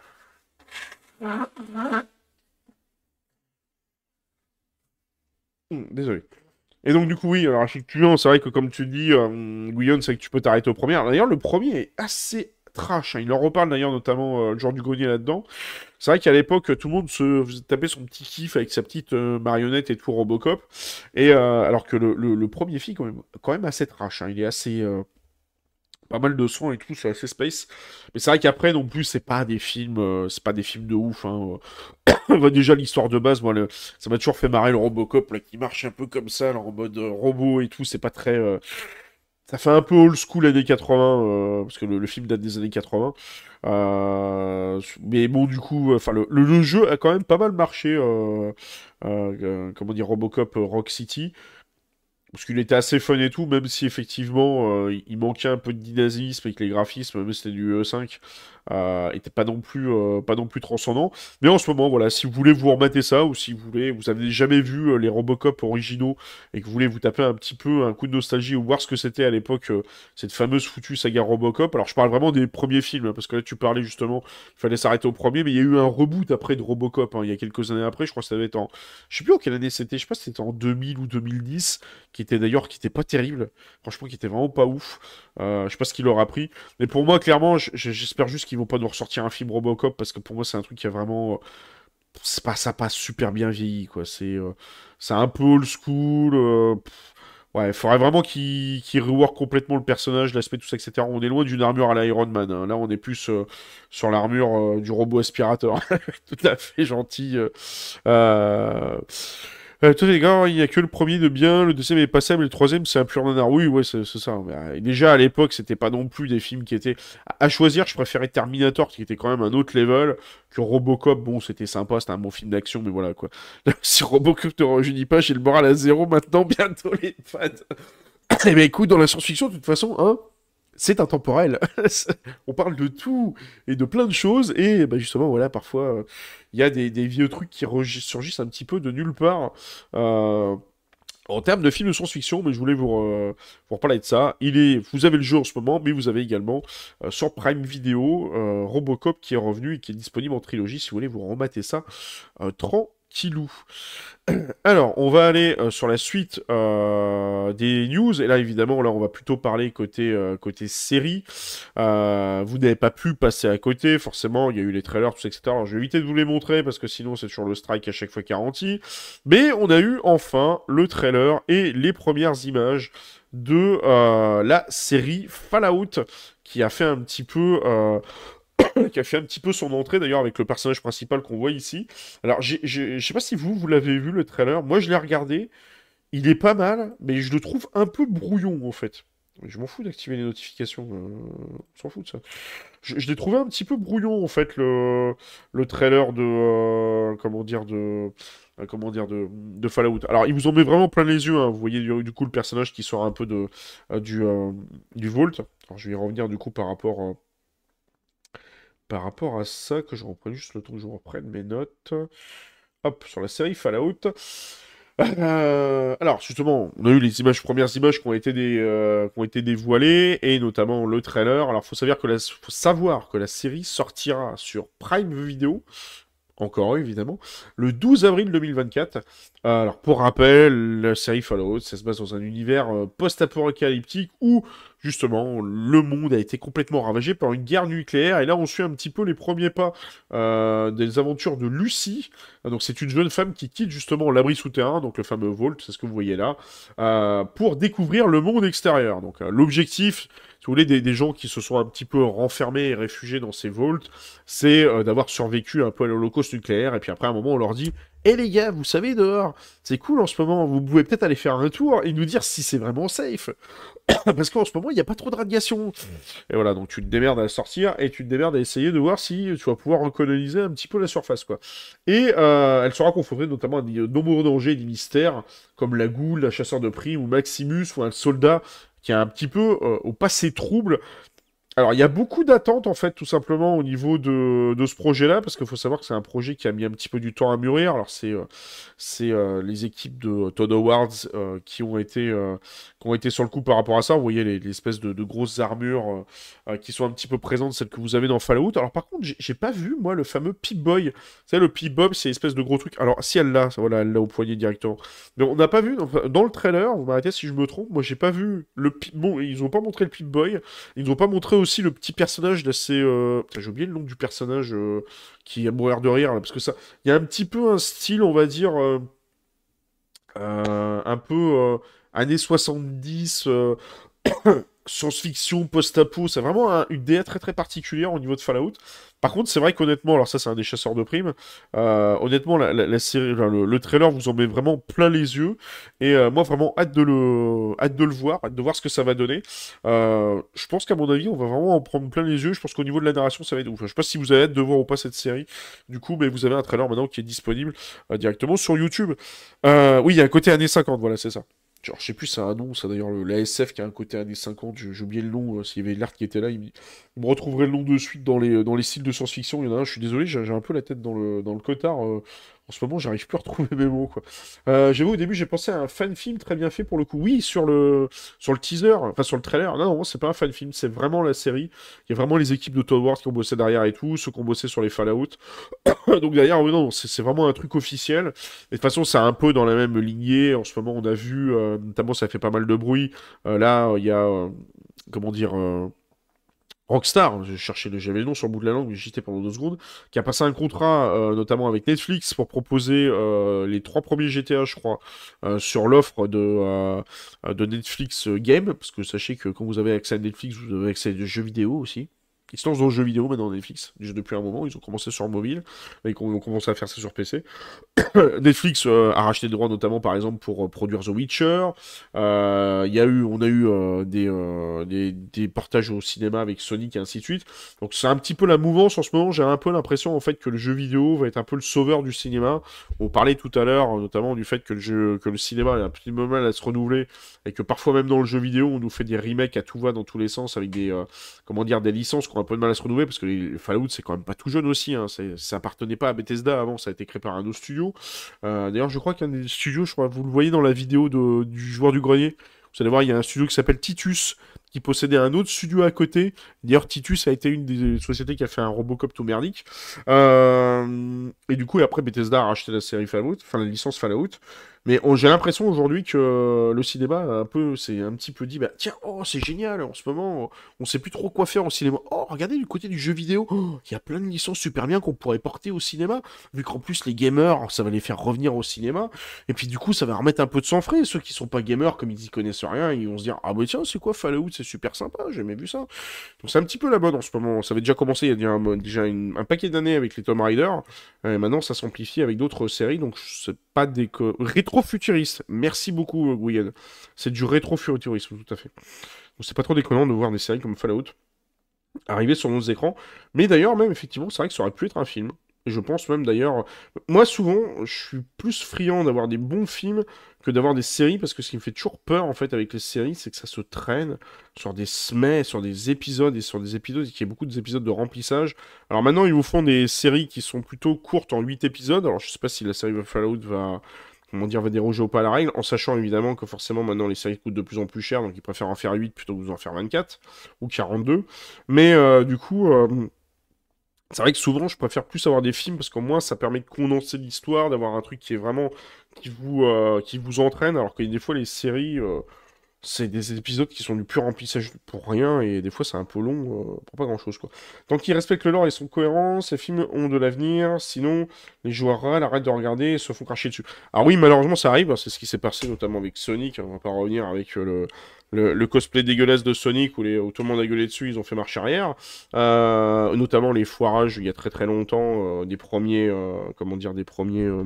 Hmm, désolé. Et donc, du coup, oui, alors effectivement, c'est vrai que comme tu dis, euh, Guillaume, c'est que tu peux t'arrêter au premier. Alors, d'ailleurs, le premier est assez trash, hein. Il en reparle d'ailleurs, notamment euh, le genre du grenier là-dedans. C'est vrai qu'à l'époque, tout le monde se faisait taper son petit kiff avec sa petite euh, marionnette et tout Robocop. Et euh, alors que le, le- le premier film, quand même, quand même assez trash, hein. Il est assez. Euh, pas mal de sang et tout, c'est assez space. Mais c'est vrai qu'après, non plus, c'est pas des films. Euh, c'est pas des films de ouf, hein. Bah, déjà, l'histoire de base, moi, le- ça m'a toujours fait marrer le Robocop, là, qui marche un peu comme ça, là, en mode euh, robot et tout. C'est pas très. Euh, ça fait un peu old school années quatre-vingts, euh, parce que le, le film date des années quatre-vingts. Euh, mais bon, du coup, enfin, le, le- le jeu a quand même pas mal marché. Euh, euh, euh, comment dire, Robocop euh, Rock City. Parce qu'il était assez fun et tout, même si effectivement euh, il il manquait un peu de dynamisme et que les graphismes, même si c'était du E cinq, euh, étaient pas non plus, euh, pas non plus transcendants. Mais en ce moment, voilà, si vous voulez vous remater ça, ou si vous voulez, vous avez jamais vu euh, les Robocop originaux et que vous voulez vous taper un petit peu un coup de nostalgie ou voir ce que c'était à l'époque, euh, cette fameuse foutue saga Robocop. Alors je parle vraiment des premiers films, hein, parce que là tu parlais justement, il fallait s'arrêter au premier, mais il y a eu un reboot après de Robocop, hein, il y a quelques années après, je crois que ça devait être en. Je sais plus en quelle année c'était, je sais pas si c'était en deux mille ou deux mille dix qui était d'ailleurs qui était pas terrible, franchement qui était vraiment pas ouf. Euh, je sais pas ce qu'il aura pris, mais pour moi clairement, j- j'espère juste qu'ils vont pas nous ressortir un film Robocop parce que pour moi c'est un truc qui a vraiment, euh, c'est pas ça passe super bien vieilli quoi. C'est euh, c'est un peu old school. euh, pff, Ouais, il faudrait vraiment qu'ils qu'ils rework complètement le personnage, l'aspect, tout ça, et cetera. On est loin d'une armure à l'Iron Man, hein. Là, on est plus euh, sur l'armure euh, du robot aspirateur. Tout à fait gentil. euh. Euh... Euh, toi, les gars, il n'y a que le premier de bien, le deuxième est passable, et le troisième, c'est un pur nanar. Oui, ouais, c'est c'est ça. Mais, euh, déjà, à l'époque, c'était pas non plus des films qui étaient. À à choisir, je préférais Terminator, qui était quand même un autre level, que Robocop. Bon, c'était sympa, c'était un bon film d'action, mais voilà, quoi. Là, si Robocop ne rajeunit pas, j'ai le moral à zéro maintenant, bientôt les fans. Eh ben écoute, dans la science-fiction, de toute façon, hein, c'est intemporel. On parle de tout et de plein de choses, et bah, justement, voilà, parfois, euh, il y a des, des vieux trucs qui ressurgissent un petit peu de nulle part. Euh, En termes de films de science-fiction, mais je voulais vous, re- vous reparler de ça. Il est, vous avez le jeu en ce moment, mais vous avez également euh, sur Prime Video euh, Robocop qui est revenu et qui est disponible en trilogie si vous voulez vous remater ça euh, tranquillou. Alors, on va aller euh, sur la suite euh, des news. Et là, évidemment, là, on va plutôt parler côté, euh, côté série. Euh, vous n'avez pas pu passer à côté, forcément. Il y a eu les trailers, tout ça, et cetera. Alors, je vais éviter de vous les montrer parce que sinon, c'est toujours le strike à chaque fois garanti. Mais on a eu enfin le trailer et les premières images de euh, la série Fallout qui a fait un petit peu. euh, qui a fait un petit peu son entrée d'ailleurs avec le personnage principal qu'on voit ici. Alors, j'ai- j'ai- je sais pas si vous, vous l'avez vu le trailer. Moi, je l'ai regardé. Il est pas mal, mais je le trouve un peu brouillon en fait. Je m'en fous d'activer les notifications, euh, on s'en fout de ça. Je, je l'ai trouvé un petit peu brouillon en fait le, le trailer de euh, comment dire de euh, comment dire de, de Fallout. Alors il vous en met vraiment plein les yeux, hein. Vous voyez du, du coup le personnage qui sort un peu de euh, du euh, du Vault. Alors je vais y revenir du coup par rapport euh, par rapport à ça que je reprenne juste le temps que je reprenne mes notes. Hop, sur la série Fallout. Euh, alors, justement, on a eu les images, premières images qui ont été, des, euh, qui ont été dévoilées, et notamment le trailer. Alors, faut savoir que la, faut savoir que la série sortira sur Prime Video, encore évidemment, le douze avril deux mille vingt-quatre. Euh, alors, pour rappel, la série Fallout, ça se base dans un univers euh, post-apocalyptique où, justement, le monde a été complètement ravagé par une guerre nucléaire. Et là, on suit un petit peu les premiers pas euh, des aventures de Lucy. Euh, Donc, c'est une jeune femme qui quitte justement l'abri souterrain, donc le fameux Vault, c'est ce que vous voyez là, euh, pour découvrir le monde extérieur. Donc, euh, l'objectif, si vous voulez, des, des gens qui se sont un petit peu renfermés et réfugiés dans ces Vaults, c'est euh, d'avoir survécu un peu à l'holocauste nucléaire. Et puis après, à un moment, on leur dit: Eh les gars, vous savez, dehors, c'est cool en ce moment, vous pouvez peut-être aller faire un tour et nous dire si c'est vraiment safe. Parce qu'en ce moment, il n'y a pas trop de radiation. Et voilà, donc tu te démerdes à sortir et tu te démerdes à essayer de voir si tu vas pouvoir recoloniser un petit peu la surface, quoi. Et euh, elle sera confrontée notamment à de nombreux dangers et des mystères, comme la goule, la chasseur de primes, ou Maximus, ou un soldat qui a un petit peu euh, au passé trouble. Alors, il y a beaucoup d'attentes, en fait, tout simplement, au niveau de, de ce projet-là, parce qu'il faut savoir que c'est un projet qui a mis un petit peu du temps à mûrir. Alors, c'est euh, c'est euh, les équipes de Todd Howard euh, qui ont été, euh, qui ont été sur le coup par rapport à ça. Vous voyez les, les espèces de, de grosses armures euh, euh, qui sont un petit peu présentes, celles que vous avez dans Fallout. Alors, par contre, j'ai j'ai pas vu, moi, le fameux Pip-Boy. Vous savez, le Pip-Bob, c'est une espèce de gros truc. Alors, si elle l'a, ça, voilà, elle l'a au poignet directement. Mais on n'a pas vu, dans, dans le trailer, vous m'arrêtez si je me trompe, moi, j'ai pas vu le Pip... Bon, ils ont pas montré le Pip-Boy. Ils nous ont pas montré aussi le petit personnage d'assez... Euh... putain, j'ai oublié le nom du personnage euh, qui a mourir de rire, là, parce que ça... Il y a un petit peu un style, on va dire, euh, euh, un peu euh, années soixante-dix, euh, science-fiction, post-apo, c'est vraiment un- une D A très très particulière au niveau de Fallout. Par contre, c'est vrai qu'honnêtement, alors ça c'est un des chasseurs de primes, euh, honnêtement, la, la- la série, enfin, le, le trailer vous en met vraiment plein les yeux, et euh, moi vraiment hâte de le, hâte de le voir, hâte de voir ce que ça va donner. Euh, je pense qu'à mon avis, on va vraiment en prendre plein les yeux, je pense qu'au niveau de la narration, ça va être ouf. Je sais pas si vous avez hâte de voir ou pas cette série, du coup, mais vous avez un trailer maintenant qui est disponible euh, directement sur YouTube. Euh, oui, il y a un côté années cinquante, voilà, c'est ça. Genre, je sais plus, ça annonce, ça d'ailleurs, le- la S F qui a un côté années cinquante, j'ai j'ai oublié le nom, euh, s'il y avait l'art qui était là, il, me il me retrouverait le nom de suite dans les, dans les styles de science-fiction. Il y en a un, je suis désolé, j'ai j'ai un peu la tête dans le, dans le cotard. euh, en ce moment, j'arrive plus à retrouver mes mots, quoi. Euh, j'avoue, au début, j'ai pensé à un fan-film très bien fait pour le coup. Oui, sur le, sur le teaser, enfin sur le trailer. Non, non, c'est pas un fan-film, c'est vraiment la série. Il y a vraiment les équipes de Todd Ward qui ont bossé derrière et tout, ceux qui ont bossé sur les Fallout. Donc derrière, oui, non, c'est c'est vraiment un truc officiel. Et de toute façon, c'est un peu dans la même lignée. En ce moment, on a vu, euh, notamment, ça fait pas mal de bruit. Euh, là, il y a, euh, comment dire, euh, Rockstar, j'ai cherché le, j'avais le nom sur le bout de la langue, mais j'étais pendant deux secondes, qui a passé un contrat, euh, notamment avec Netflix, pour proposer euh, les trois premiers G T A, je crois, euh, sur l'offre de, euh, de Netflix Game, parce que sachez que quand vous avez accès à Netflix, vous avez accès à des jeux vidéo aussi. Ils se lancent dans le jeu vidéo maintenant Netflix, déjà depuis un moment, ils ont commencé sur mobile, et ils ont commencé à faire ça sur P C. Netflix euh, a racheté des droits notamment par exemple pour euh, produire The Witcher. Euh, il y a eu, on a eu euh, des, euh, des, des portages au cinéma avec Sonic et ainsi de suite. Donc c'est un petit peu la mouvance en ce moment. J'ai un peu l'impression en fait que le jeu vidéo va être un peu le sauveur du cinéma. On parlait tout à l'heure euh, notamment du fait que le, jeu, que le cinéma a un petit peu mal à se renouveler et que parfois même dans le jeu vidéo on nous fait des remakes à tout va dans tous les sens avec des, euh, comment dire, des licences qui ont un peu de mal à se renouveler parce que les Fallout c'est quand même pas tout jeune aussi. Hein. Ça appartenait pas à Bethesda avant, ça a été créé par un autre studio. Euh, d'ailleurs, je crois qu'un des studios, je crois, vous le voyez dans la vidéo de- du joueur du grenier. Vous allez voir, il y a un studio qui s'appelle Titus, qui possédait un autre studio à côté. D'ailleurs, Titus a été une des sociétés qui a fait un Robocop tout merdique. Euh, et du coup, et après, Bethesda a racheté la série Fallout, enfin la licence Fallout. Mais on- j'ai l'impression aujourd'hui que le cinéma a un peu, c'est un petit peu dit, bah tiens, oh c'est génial, en ce moment, on sait plus trop quoi faire au cinéma. Oh, regardez du côté du jeu vidéo, oh, il y a plein de licences super bien qu'on pourrait porter au cinéma, vu qu'en plus les gamers, ça va les faire revenir au cinéma. Et puis du coup, ça va remettre un peu de sang frais. Ceux qui sont pas gamers, comme ils y connaissent rien, ils vont se dire, ah bah tiens, c'est quoi Fallout, c'est super sympa, j'ai jamais vu ça. Donc c'est un petit peu la mode en ce moment. Ça avait déjà commencé il y a déjà un, déjà une- un paquet d'années avec les Tomb Raider. Euh, Et maintenant, ça s'amplifie avec d'autres séries, donc c'est pas des... co- Rétro-futuriste. Merci beaucoup, euh, Guyane. C'est du rétro-futurisme, tout à fait. Donc c'est pas trop déconnant de voir des séries comme Fallout arriver sur nos écrans. Mais d'ailleurs, même, effectivement, c'est vrai que ça aurait pu être un film. Et je pense même d'ailleurs... Moi, souvent, je suis plus friand d'avoir des bons films que d'avoir des séries, parce que ce qui me fait toujours peur, en fait, avec les séries, c'est que ça se traîne sur des semaines, sur des épisodes, et sur des épisodes, et qu'il y a beaucoup d'épisodes de remplissage. Alors maintenant, ils vous font des séries qui sont plutôt courtes en huit épisodes. Alors je sais pas si la série Fallout va... Comment dire, va déroger ou pas à la règle, en sachant évidemment que forcément maintenant les séries coûtent de plus en plus cher, donc ils préfèrent en faire huit plutôt que vous en faire vingt-quatre ou quarante-deux. Mais euh, du coup, euh, c'est vrai que souvent, je préfère plus avoir des films parce qu'au moins, ça permet de condenser l'histoire, d'avoir un truc qui est vraiment qui vous euh, qui vous entraîne, alors que des fois les séries, euh, c'est des épisodes qui sont du pur remplissage pour rien et des fois c'est un peu long euh, pour pas grand-chose quoi. Tant qu'ils respectent le lore et sont cohérents, ces films ont de l'avenir. Sinon, les joueurs râlent, arrêtent de regarder et se font cracher dessus. Alors oui, malheureusement, ça arrive. C'est ce qui s'est passé notamment avec Sonic. On va pas revenir avec euh, le, le, le cosplay dégueulasse de Sonic où, les, où tout le monde a gueulé dessus. Ils ont fait marche arrière. Euh, notamment les foirages il y a très très longtemps euh, des premiers, euh, comment dire, des premiers euh,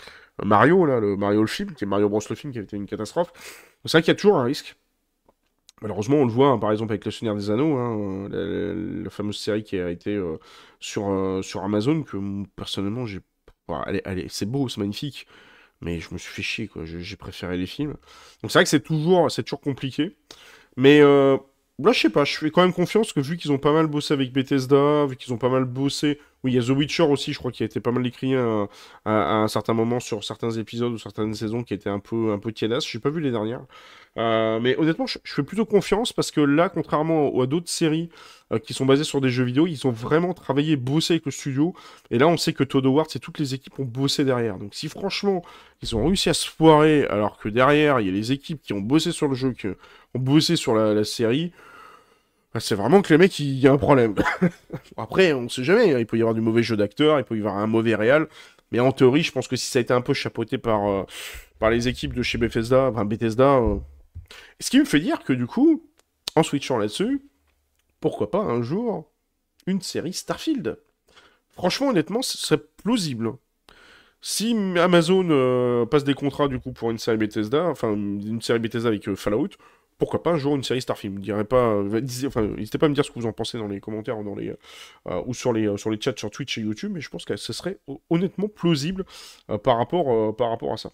Mario là, le Mario le film, qui est Mario Bros le film, qui avait été une catastrophe. C'est vrai qu'il y a toujours un risque. Malheureusement, on le voit, hein, par exemple, avec Le Seigneur des Anneaux, hein, la, la- la fameuse série qui a été euh, sur, euh, sur Amazon, que mm, personnellement, j'ai. Bon, elle est- elle est- c'est beau, c'est magnifique, mais je me suis fait chier, quoi. J'ai j'ai préféré les films. Donc c'est vrai que c'est toujours, c'est toujours compliqué. Mais euh, là, je sais pas, je fais quand même confiance que vu qu'ils ont pas mal bossé avec Bethesda, vu qu'ils ont pas mal bossé. Oui, il y a The Witcher aussi, je crois, qui a été pas mal décrié à, à- à un certain moment sur certains épisodes ou certaines saisons qui étaient un peu, un peu tiédasses. J'ai pas vu les dernières. Euh, mais honnêtement, je, je fais plutôt confiance parce que là, contrairement à d'autres séries euh, qui sont basées sur des jeux vidéo, ils ont vraiment travaillé, bossé avec le studio. Et là, on sait que Todd Howard et toutes les équipes ont bossé derrière. Donc si franchement, ils ont réussi à se foirer alors que derrière, il y a les équipes qui ont bossé sur le jeu, qui ont bossé sur la, la série, bah, c'est vraiment que les mecs, il y a un problème. Après, on sait jamais, hein, il peut y avoir du mauvais jeu d'acteur, il peut y avoir un mauvais réal. Mais en théorie, je pense que si ça a été un peu chapeauté par, euh, par les équipes de chez Bethesda, enfin Bethesda, euh, ce qui me fait dire que du coup, en switchant là-dessus, pourquoi pas un jour une série Starfield? Franchement, honnêtement, ce serait plausible. Si Amazon euh, passe des contrats du coup pour une série Bethesda, enfin une série Bethesda avec euh, Fallout, pourquoi pas un jour une série Starfield? Je dirais pas, euh, dis- enfin, n'hésitez pas à me dire ce que vous en pensez dans les commentaires ou dans les euh, ou sur les euh, sur les chats sur Twitch et YouTube, mais je pense que ce serait ho- honnêtement plausible euh, par rapport euh, par rapport à ça.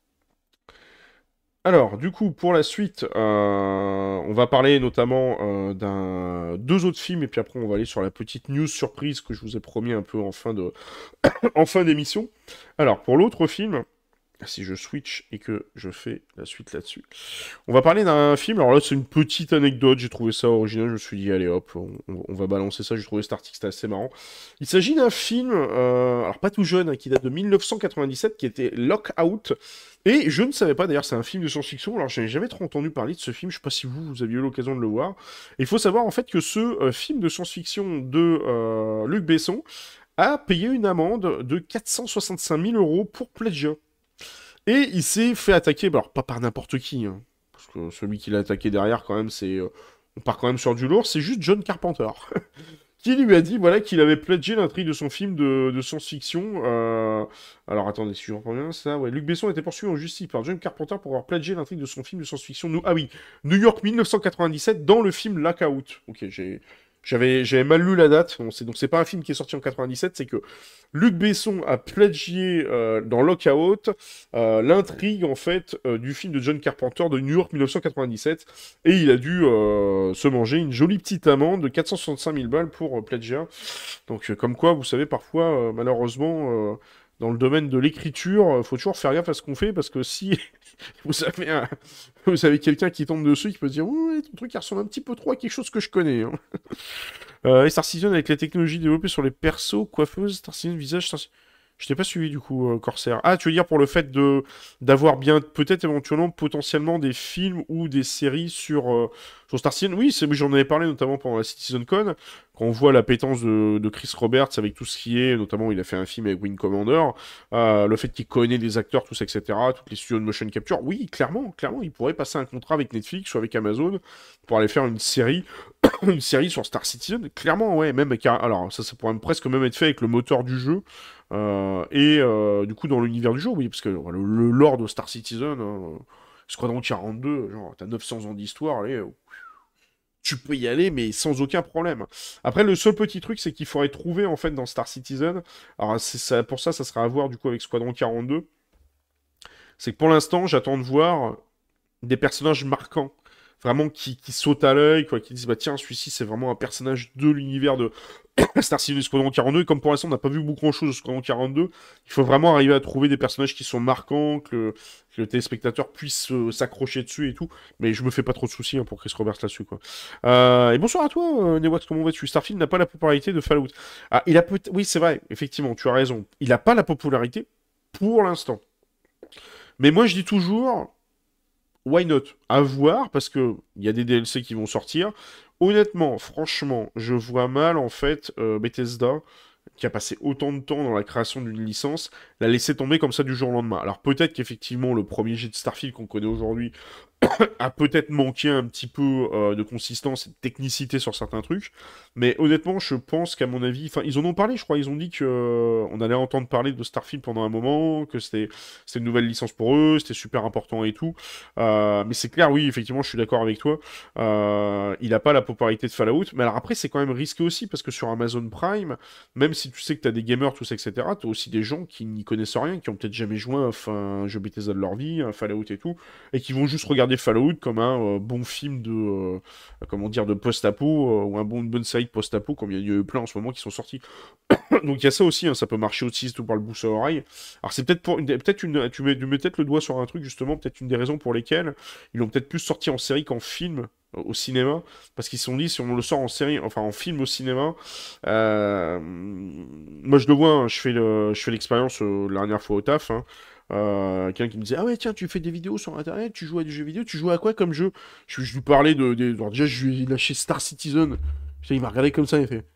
Alors, du coup, pour la suite, euh, on va parler notamment euh, d'un deux autres films, et puis après on va aller sur la petite news surprise que je vous ai promis un peu en fin de en fin d'émission. Alors, pour l'autre film, si je switch et que je fais la suite là-dessus, on va parler d'un film. Alors là, c'est une petite anecdote, j'ai trouvé ça original, je me suis dit, allez hop, on, on va balancer ça, j'ai trouvé cet article, c'était assez marrant. Il s'agit d'un film, euh, alors pas tout jeune, hein, qui date de mille neuf cent quatre-vingt-dix-sept, qui était Lockout. Et je ne savais pas, d'ailleurs, c'est un film de science-fiction, alors je n'avais jamais trop entendu parler de ce film, je ne sais pas si vous, vous aviez eu l'occasion de le voir. Et il faut savoir en fait que ce euh, film de science-fiction de euh, Luc Besson a payé une amende de quatre cent soixante-cinq mille euros pour plagiat. Et il s'est fait attaquer, bah, alors pas par n'importe qui, hein, parce que celui qui l'a attaqué derrière, quand même, c'est. euh, on part quand même sur du lourd, c'est juste John Carpenter, qui lui a dit voilà, qu'il avait plagié l'intrigue de son film de, de science-fiction. euh, Alors attendez, si je reprends bien ça, ouais. Luc Besson a été poursuivi en justice par John Carpenter pour avoir plagié l'intrigue de son film de science-fiction. Nou- Ah oui, New York mille neuf cent quatre-vingt-dix-sept dans le film Lockout. Ok, j'ai. J'avais, j'avais mal lu la date, Bon, c'est- donc c'est pas un film qui est sorti en quatre-vingt-dix-sept, c'est que Luc Besson a plagié euh, dans Lockout euh, l'intrigue en fait euh, du film de John Carpenter de New York mille neuf cent quatre-vingt-dix-sept, et il a dû euh, se manger une jolie petite amende de quatre cent soixante-cinq mille balles pour euh, plagiat. Donc euh, comme quoi, vous savez, parfois, euh, malheureusement, euh, dans le domaine de l'écriture, il faut toujours faire gaffe à ce qu'on fait, parce que si vous avez, un... vous avez quelqu'un qui tombe dessus, qui peut se dire ouais, ton truc il ressemble un petit peu trop à quelque chose que je connais, hein. Euh, et Star Citizen avec la technologie développée sur les persos, coiffeuses, Star Citizen visage, Star... Je t'ai pas suivi du coup, euh, Corsair. Ah, tu veux dire pour le fait de d'avoir bien peut-être éventuellement potentiellement des films ou des séries sur, euh, sur Star Citizen. Oui, c'est, j'en avais parlé notamment pendant la CitizenCon, quand on voit l'appétence de, de Chris Roberts avec tout ce qui est, notamment il a fait un film avec Wing Commander, euh, le fait qu'il connaît les acteurs, tous, et cetera, toutes les studios de motion capture. Oui, clairement, clairement, il pourrait passer un contrat avec Netflix ou avec Amazon pour aller faire une série, une série sur Star Citizen. Clairement, ouais, même avec un- alors ça, ça pourrait presque même être fait avec le moteur du jeu. Euh, et euh, du coup, dans l'univers du jeu, oui, parce que voilà, le, le lore de Star Citizen, hein, Squadron quarante-deux, genre, t'as neuf cents ans d'histoire, allez, euh, tu peux y aller, mais sans aucun problème. Après, le seul petit truc, c'est qu'il faudrait trouver, en fait, dans Star Citizen, alors c'est ça, pour ça, ça sera à voir, du coup, avec Squadron quarante-deux, c'est que pour l'instant, j'attends de voir des personnages marquants, vraiment qui, qui sautent à l'œil, quoi, qui disent, bah tiens, celui-ci, c'est vraiment un personnage de l'univers de Star Citizen Squadron quarante-deux, et comme pour l'instant on n'a pas vu beaucoup grand-chose de Squadron quarante-deux, il faut vraiment arriver à trouver des personnages qui sont marquants, que le, que le téléspectateur puisse euh, s'accrocher dessus et tout, mais je me fais pas trop de soucis hein, pour Chris Roberts là-dessus, quoi. Euh, et bonsoir à toi, euh, Newax, comment vas-tu? Starfield n'a pas la popularité de Fallout. Ah, il a peut oui, c'est vrai, effectivement, tu as raison. Il n'a pas la popularité pour l'instant. Mais moi je dis toujours, why not? À voir, parce que il y a des D L C qui vont sortir. Honnêtement, franchement, je vois mal, en fait, euh, Bethesda, qui a passé autant de temps dans la création d'une licence, la laisser tomber comme ça du jour au lendemain. Alors peut-être qu'effectivement, le premier jet de Starfield qu'on connaît aujourd'hui a peut-être manqué un petit peu euh, de consistance et de technicité sur certains trucs, mais honnêtement, je pense qu'à mon avis, enfin, ils en ont parlé, je crois, ils ont dit que euh, on allait entendre parler de Starfield pendant un moment, que c'était c'était une nouvelle licence pour eux, c'était super important et tout. Euh, mais c'est clair, oui, effectivement, je suis d'accord avec toi. Euh, il a pas la popularité de Fallout, mais alors après, c'est quand même risqué aussi parce que sur Amazon Prime, même si tu sais que t'as des gamers, tout ça, et cetera, t'as aussi des gens qui n'y connaissent rien, qui ont peut-être jamais joué à un, un jeu Bethesda de leur vie, un Fallout et tout, et qui vont juste regarder Fallout comme un euh, bon film de, euh, comment dire, de post-apo, euh, ou un bon, une bonne série de post-apo, comme il y, y a eu plein en ce moment qui sont sortis. Donc il y a ça aussi, hein, ça peut marcher aussi si tout par le bouche à oreille. Alors c'est peut-être pour une, peut-être une, tu mets, tu mets peut-être le doigt sur un truc justement, peut-être une des raisons pour lesquelles ils l'ont peut-être plus sorti en série qu'en film euh, au cinéma, parce qu'ils se sont dit si on le sort en série, enfin en film au cinéma, euh, moi je le vois, hein, je fais le, je fais l'expérience euh, la dernière fois au taf. Hein, euh, quelqu'un qui me disait ah ouais tiens tu fais des vidéos sur internet, tu joues à des jeux vidéo, tu joues à quoi comme jeu? Je, je lui parlais de, de, alors déjà je lui ai lâché Star Citizen. Putain, il m'a regardé comme ça, il fait.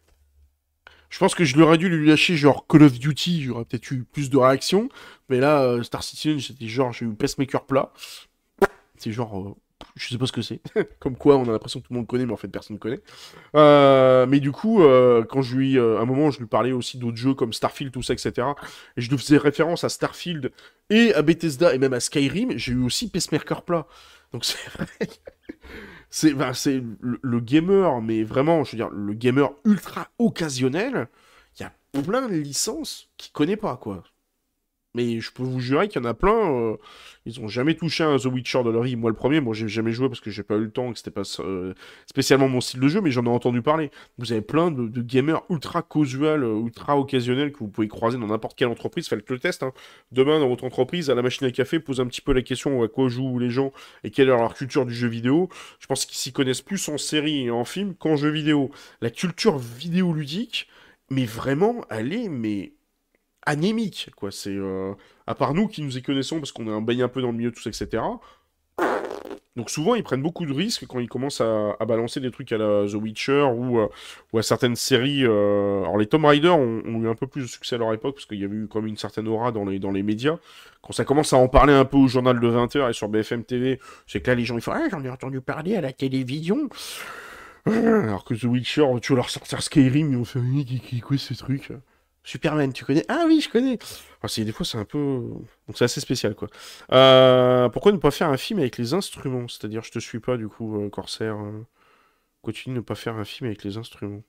Je pense que je l'aurais dû lui lâcher genre Call of Duty, j'aurais peut-être eu plus de réactions. Mais là, euh, Star Citizen, c'était genre, j'ai eu pacemaker plat. C'est genre, euh, je sais pas ce que c'est. Comme quoi, on a l'impression que tout le monde connaît, mais en fait, personne ne connaît. Euh, mais du coup, euh, quand je lui, euh, à un moment, je lui parlais aussi d'autres jeux comme Starfield, tout ça, et cetera. Et je lui faisais référence à Starfield et à Bethesda et même à Skyrim. J'ai eu aussi pacemaker plat. Donc c'est vrai. C'est ben, c'est le, le gamer, mais vraiment, je veux dire, le gamer ultra occasionnel, il y a plein de licences qu'il connaît pas, quoi. Mais je peux vous jurer qu'il y en a plein, euh, ils ont jamais touché à un The Witcher de leur vie. Moi, le premier, moi, j'ai jamais joué parce que j'ai pas eu le temps, que c'était pas euh, spécialement mon style de jeu, mais j'en ai entendu parler. Vous avez plein de, de gamers ultra casual, euh, ultra occasionnels que vous pouvez croiser dans n'importe quelle entreprise. Faites le test, hein. Demain, dans votre entreprise, à la machine à café, posez un petit peu la question à quoi jouent les gens et quelle est leur culture du jeu vidéo. Je pense qu'ils s'y connaissent plus en série et en film qu'en jeu vidéo. La culture vidéoludique, mais vraiment, elle est, mais anémique, quoi. C'est euh, à part nous qui nous y connaissons parce qu'on est un baigné un peu dans le milieu, tout ça, et cetera. Donc souvent ils prennent beaucoup de risques quand ils commencent à, à balancer des trucs à la The Witcher ou, euh, ou à certaines séries. euh, Alors les Tomb Raider ont, ont eu un peu plus de succès à leur époque parce qu'il y avait eu quand même une certaine aura dans les, dans les médias. Quand ça commence à en parler un peu au journal de vingt heures et sur B F M T V, c'est que là les gens ils font ah j'en ai entendu parler à la télévision. Alors que The Witcher, tu vas leur sortir Skyrim, ils ont fait qui quoi ce truc? Superman, tu connais? Ah oui, je connais. Enfin, c'est, des fois, c'est un peu. Donc, c'est assez spécial, quoi. Euh, pourquoi ne pas faire un film avec les instruments? C'est-à-dire, je te suis pas, du coup, euh, Corsair. Euh, continue de ne pas faire un film avec les instruments.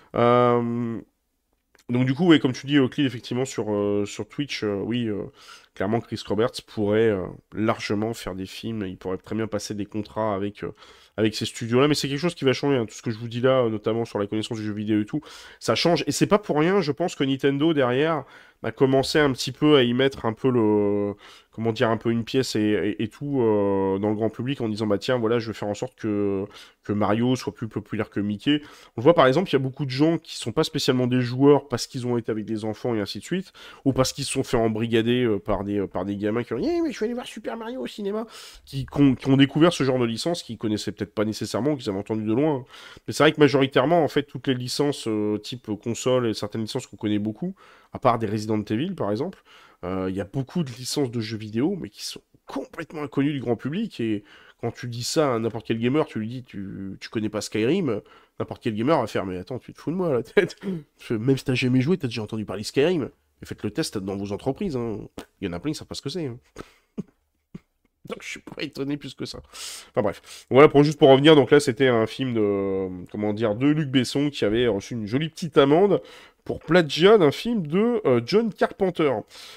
Euh, donc, du coup, ouais, comme tu dis, Euclid, effectivement, sur, euh, sur Twitch, euh, oui, euh, clairement, Chris Roberts pourrait euh, largement faire des films, il pourrait très bien passer des contrats avec, euh, avec ces studios-là, mais c'est quelque chose qui va changer, hein. Tout ce que je vous dis là, euh, notamment sur la connaissance du jeu vidéo et tout, ça change, et c'est pas pour rien, je pense que Nintendo, derrière, a commencé un petit peu à y mettre un peu le... comment dire, un peu une pièce et, et- et tout euh, dans le grand public en disant, bah tiens, voilà, je vais faire en sorte que, que Mario soit plus populaire que Mickey. On voit par exemple, il y a beaucoup de gens qui sont pas spécialement des joueurs parce qu'ils ont été avec des enfants et ainsi de suite, ou parce qu'ils se sont fait embrigader euh, par des, euh, par des gamins qui ont dit, Eh, mais je vais aller voir Super Mario au cinéma, qui, qui ont, qui ont découvert ce genre de licence qu'ils connaissaient peut-être pas nécessairement, qu'ils avaient entendu de loin, hein. Mais c'est vrai que majoritairement, en fait, toutes les licences euh, type console et certaines licences qu'on connaît beaucoup, à part des Resident Evil par exemple, euh, il y a beaucoup de licences de jeux vidéo, mais qui sont complètement inconnues du grand public. Et quand tu dis ça à n'importe quel gamer, tu lui dis tu, tu connais pas Skyrim, n'importe quel gamer va faire mais attends, tu te fous de moi la tête. Même si t'as jamais joué, t'as déjà entendu parler de Skyrim. Et faites le test dans vos entreprises, hein. Il y en a plein qui savent pas ce que c'est, hein. Donc je suis pas étonné plus que ça. Enfin bref. Voilà, pour juste pour revenir, donc là c'était un film de comment dire de Luc Besson qui avait reçu une jolie petite amende pour plagiat d'un film de euh, John Carpenter.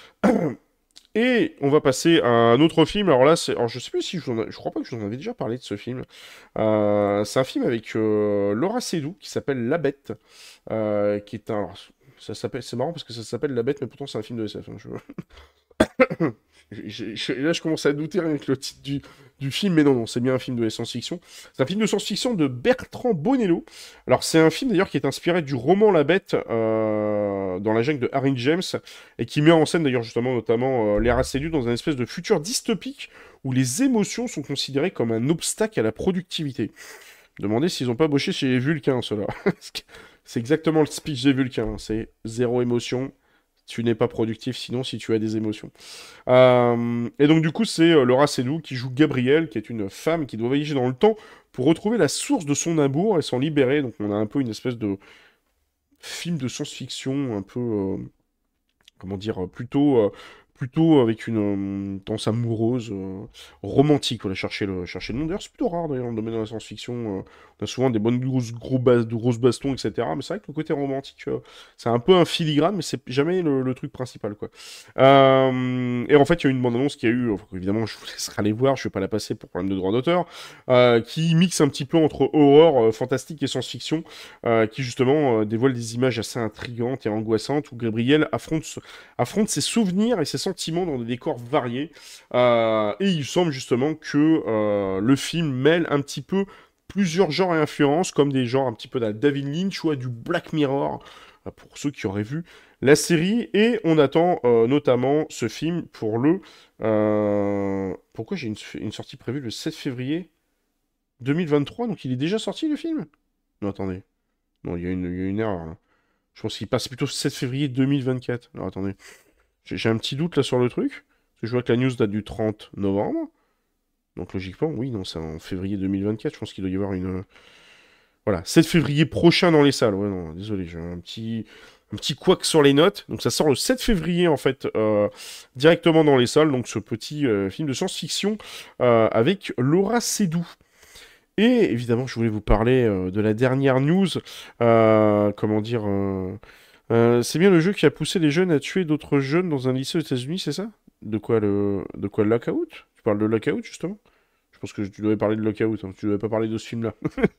Et on va passer à un autre film. Alors là, c'est, alors je sais plus si je vous en a- je crois pas que je vous en avais déjà parlé de ce film. Euh, c'est un film avec euh, Laura Seydoux qui s'appelle La Bête, euh, qui est un. Alors, ça s'appelle, c'est marrant parce que ça s'appelle La Bête, mais pourtant c'est un film de S F, hein, je- J'ai- j'ai- Là, je commence à douter avec le titre du, du film, mais non, non, c'est bien un film de science-fiction. C'est un film de science-fiction de Bertrand Bonello. Alors, c'est un film d'ailleurs qui est inspiré du roman La Bête euh, dans la jungle de Harry James et qui met en scène d'ailleurs justement notamment euh, Léa Seydoux dans un espèce de futur dystopique où les émotions sont considérées comme un obstacle à la productivité. Demandez s'ils n'ont pas bossé chez les Vulcains, ceux-là. C'est exactement le speech des Vulcains, hein. C'est zéro émotion. Tu n'es pas productif sinon si tu as des émotions. Euh, et donc du coup c'est euh, Laura Seydoux qui joue Gabrielle, qui est une femme qui doit voyager dans le temps pour retrouver la source de son amour et s'en libérer. Donc on a un peu une espèce de film de science-fiction, un peu, euh, comment dire, plutôt, euh, plutôt avec une euh, tendance amoureuse, euh, romantique. Voilà, chercher le, chercher le nom. D'ailleurs c'est plutôt rare d'ailleurs dans le domaine de la science-fiction. euh, on a souvent des bonnes grosses, gros bas, de grosses bastons, et cetera. Mais c'est vrai que le côté romantique, euh, c'est un peu un filigrane, mais c'est jamais le, le truc principal, quoi. Euh, et en fait, il y a eu une bande-annonce qui a eu, enfin, évidemment, je vous laisserai aller voir, je vais pas la passer pour problème de droit d'auteur, euh, qui mixe un petit peu entre horreur, euh, fantastique et science-fiction, euh, qui justement euh, dévoile des images assez intrigantes et angoissantes, où Gabriel affronte, ce- affronte ses souvenirs et ses sentiments dans des décors variés. Euh, et il semble justement que euh, le film mêle un petit peu plusieurs genres et influences, comme des genres un petit peu de la David Lynch ou à du Black Mirror, euh, pour ceux qui auraient vu la série. Et on attend euh, notamment ce film pour le... euh, Pourquoi j'ai une, une sortie prévue le sept février deux mille vingt-trois, donc il est déjà sorti le film? Non, attendez. Non, il y a une, il y a une erreur là. Je pense qu'il passe plutôt sept février deux mille vingt-quatre. Alors attendez. J'ai j'ai un petit doute là sur le truc. Parce que je vois que la news date du trente novembre. Donc logiquement, oui, non, c'est en février deux mille vingt-quatre. Je pense qu'il doit y avoir une... Voilà, sept février prochain dans les salles. Ouais, non, désolé, j'ai un petit, un petit couac sur les notes. Donc ça sort le sept février, en fait, euh, directement dans les salles. Donc ce petit euh, film de science-fiction euh, avec Laura Seydoux. Et évidemment, je voulais vous parler euh, de la dernière news. Euh, comment dire euh, euh, C'est bien le jeu qui a poussé les jeunes à tuer d'autres jeunes dans un lycée aux États-Unis, c'est ça? De quoi le, de quoi le Lockout? Tu parles de Lockout, justement? Je pense que tu devais parler de Lockout, hein. Tu devais pas parler de ce film-là.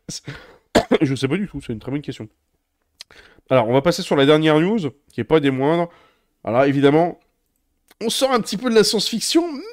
Je sais pas du tout, c'est une très bonne question. Alors, on va passer sur la dernière news, qui est pas des moindres. Alors, évidemment, on sort un petit peu de la science-fiction, mais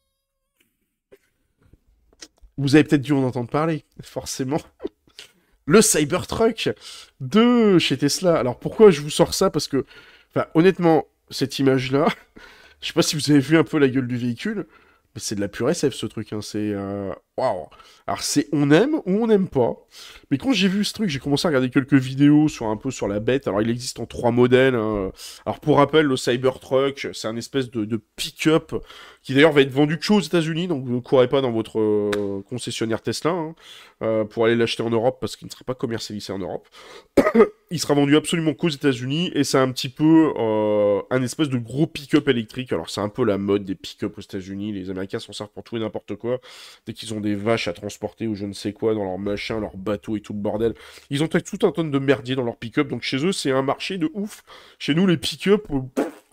vous avez peut-être dû en entendre parler, forcément. Le Cybertruck de chez Tesla. Alors, pourquoi je vous sors ça? Parce que, enfin, honnêtement, cette image-là, je sais pas si vous avez vu un peu la gueule du véhicule, mais c'est de la pure S F, ce truc, hein. C'est... euh, Waouh! Alors, c'est on aime ou on n'aime pas. Mais quand j'ai vu ce truc, j'ai commencé à regarder quelques vidéos sur un peu sur la bête. Alors, il existe en trois modèles, hein. Alors, pour rappel, le Cybertruck, c'est un espèce de, de pick-up qui d'ailleurs va être vendu que aux États-Unis. Donc, vous ne courez pas dans votre euh, concessionnaire Tesla, hein, euh, pour aller l'acheter en Europe parce qu'il ne sera pas commercialisé en Europe. Il sera vendu absolument qu'aux États-Unis et c'est un petit peu euh, un espèce de gros pick-up électrique. Alors, c'est un peu la mode des pick-up aux États-Unis. Les Américains s'en servent pour tout et n'importe quoi. Dès qu'ils ont des vaches à transporter ou je ne sais quoi dans leur machin, leur bateau et tout le bordel. Ils ont tout un tonne de merdier dans leur pick-up. Donc, chez eux, c'est un marché de ouf. Chez nous, les pick-up, euh,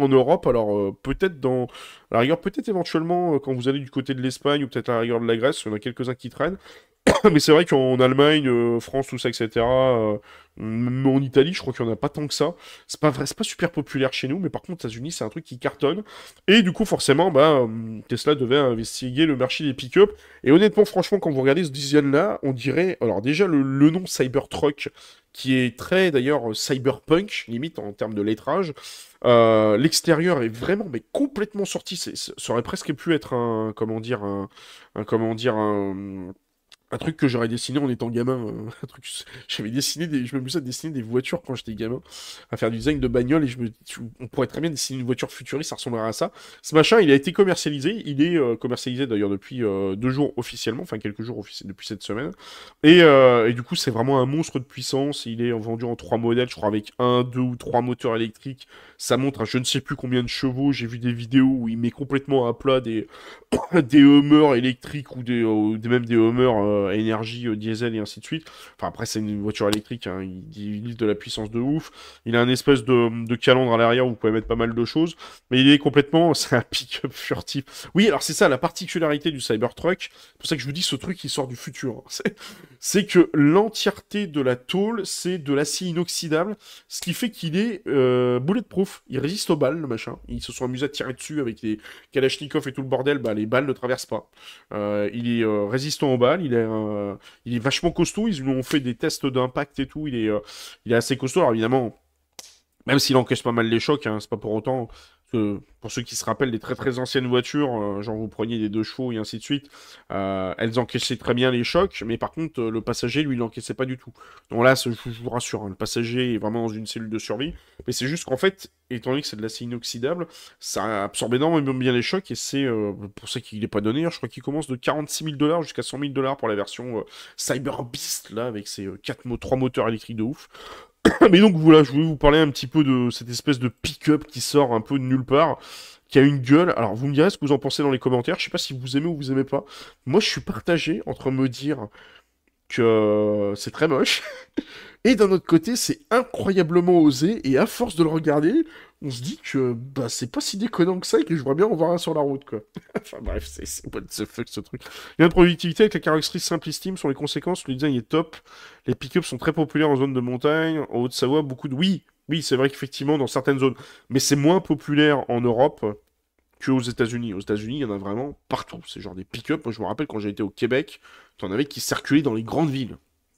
en Europe. Alors euh, peut-être dans, à la rigueur, peut-être éventuellement euh, quand vous allez du côté de l'Espagne ou peut-être à la rigueur de la Grèce, il y en a quelques-uns qui traînent. Mais c'est vrai qu'en Allemagne, euh, France, tout ça, et cetera, euh, même en Italie, je crois qu'il n'y en a pas tant que ça. C'est pas vrai, c'est pas super populaire chez nous, mais par contre, aux États-Unis, c'est un truc qui cartonne. Et du coup, forcément, bah, euh, Tesla devait investiguer le marché des pick-up. Et honnêtement, franchement, quand vous regardez ce design-là, on dirait, alors déjà, le, le nom Cybertruck, qui est très, d'ailleurs, cyberpunk, limite, en termes de lettrage. Euh, l'extérieur est vraiment, mais complètement sorti. C'est- c'est- ça aurait presque pu être un, comment dire, un, un comment dire, un un truc que j'aurais dessiné en étant gamin. euh, un truc, j'avais dessiné des, je m'amusais à dessiner des voitures quand j'étais gamin, à faire du design de bagnole et je me, on pourrait très bien dessiner une voiture futuriste, ça ressemblerait à ça. Ce machin, il a été commercialisé, il est euh, commercialisé d'ailleurs depuis euh, deux jours officiellement, enfin quelques jours offici- depuis cette semaine. Et, euh, et du coup, c'est vraiment un monstre de puissance. Il est vendu en trois modèles, je crois, avec un, deux ou trois moteurs électriques. Ça montre à je ne sais plus combien de chevaux. J'ai vu des vidéos où il met complètement à plat des des Hummers électriques ou des, euh, des- même des Hummers euh, énergie euh, diesel et ainsi de suite. Enfin après c'est une voiture électrique, hein, il, il utilise de la puissance de ouf. Il a un espèce de, de calandre à l'arrière où vous pouvez mettre pas mal de choses, mais il est complètement, c'est un pick-up furtif. Oui alors c'est ça la particularité du Cybertruck. C'est pour ça que je vous dis ce truc il sort du futur. C'est c'est que l'entièreté de la tôle c'est de l'acier inoxydable, ce qui fait qu'il est euh, bulletproof. Il résiste aux balles le machin. Ils se sont amusés à tirer dessus avec les Kalachnikov et tout le bordel, bah, les balles ne traversent pas. Euh, il est euh, résistant aux balles, il est, euh, il est vachement costaud, ils lui ont fait des tests d'impact et tout, il est, euh, il est assez costaud. Alors évidemment, même s'il encaisse pas mal les chocs, hein, c'est pas pour autant que, pour ceux qui se rappellent des très très anciennes voitures, euh, genre vous preniez des deux chevaux et ainsi de suite, euh, elles encaissaient très bien les chocs, mais par contre, euh, le passager, lui, il l'encaissait pas du tout. Donc là, ce- je vous rassure, hein, le passager est vraiment dans une cellule de survie, mais c'est juste qu'en fait, étant donné que c'est de l'acier inoxydable, ça absorbe énormément bien les chocs, et c'est euh, pour ça qu'il n'est pas donné, hein, je crois qu'il commence de quarante-six mille dollars jusqu'à cent mille dollars pour la version euh, Cyber Beast, là, avec ses euh, quatre mo trois moteurs électriques de ouf. Mais donc voilà, je voulais vous parler un petit peu de cette espèce de pick-up qui sort un peu de nulle part, qui a une gueule. Alors vous me direz ce que vous en pensez dans les commentaires. Je sais pas si vous aimez ou vous aimez pas. Moi, je suis partagé entre me dire que euh, c'est très moche et d'un autre côté, c'est incroyablement osé et à force de le regarder, on se dit que bah c'est pas si déconnant que ça et que je vois bien en voir un sur la route quoi. Enfin bref, c'est c'est what the fuck ce truc. Il y a une productivité avec la caractéristique simple et steam sur les conséquences, le design est top. Les pick-ups sont très populaires en zone de montagne, en Haute-Savoie, beaucoup de oui, oui, c'est vrai qu'effectivement dans certaines zones, mais c'est moins populaire en Europe qu'aux États-Unis. Aux États-Unis, il y en a vraiment partout. C'est genre des pick-up. Moi, je me rappelle quand j'ai été au Québec, t'en avais qui circulaient dans les grandes villes.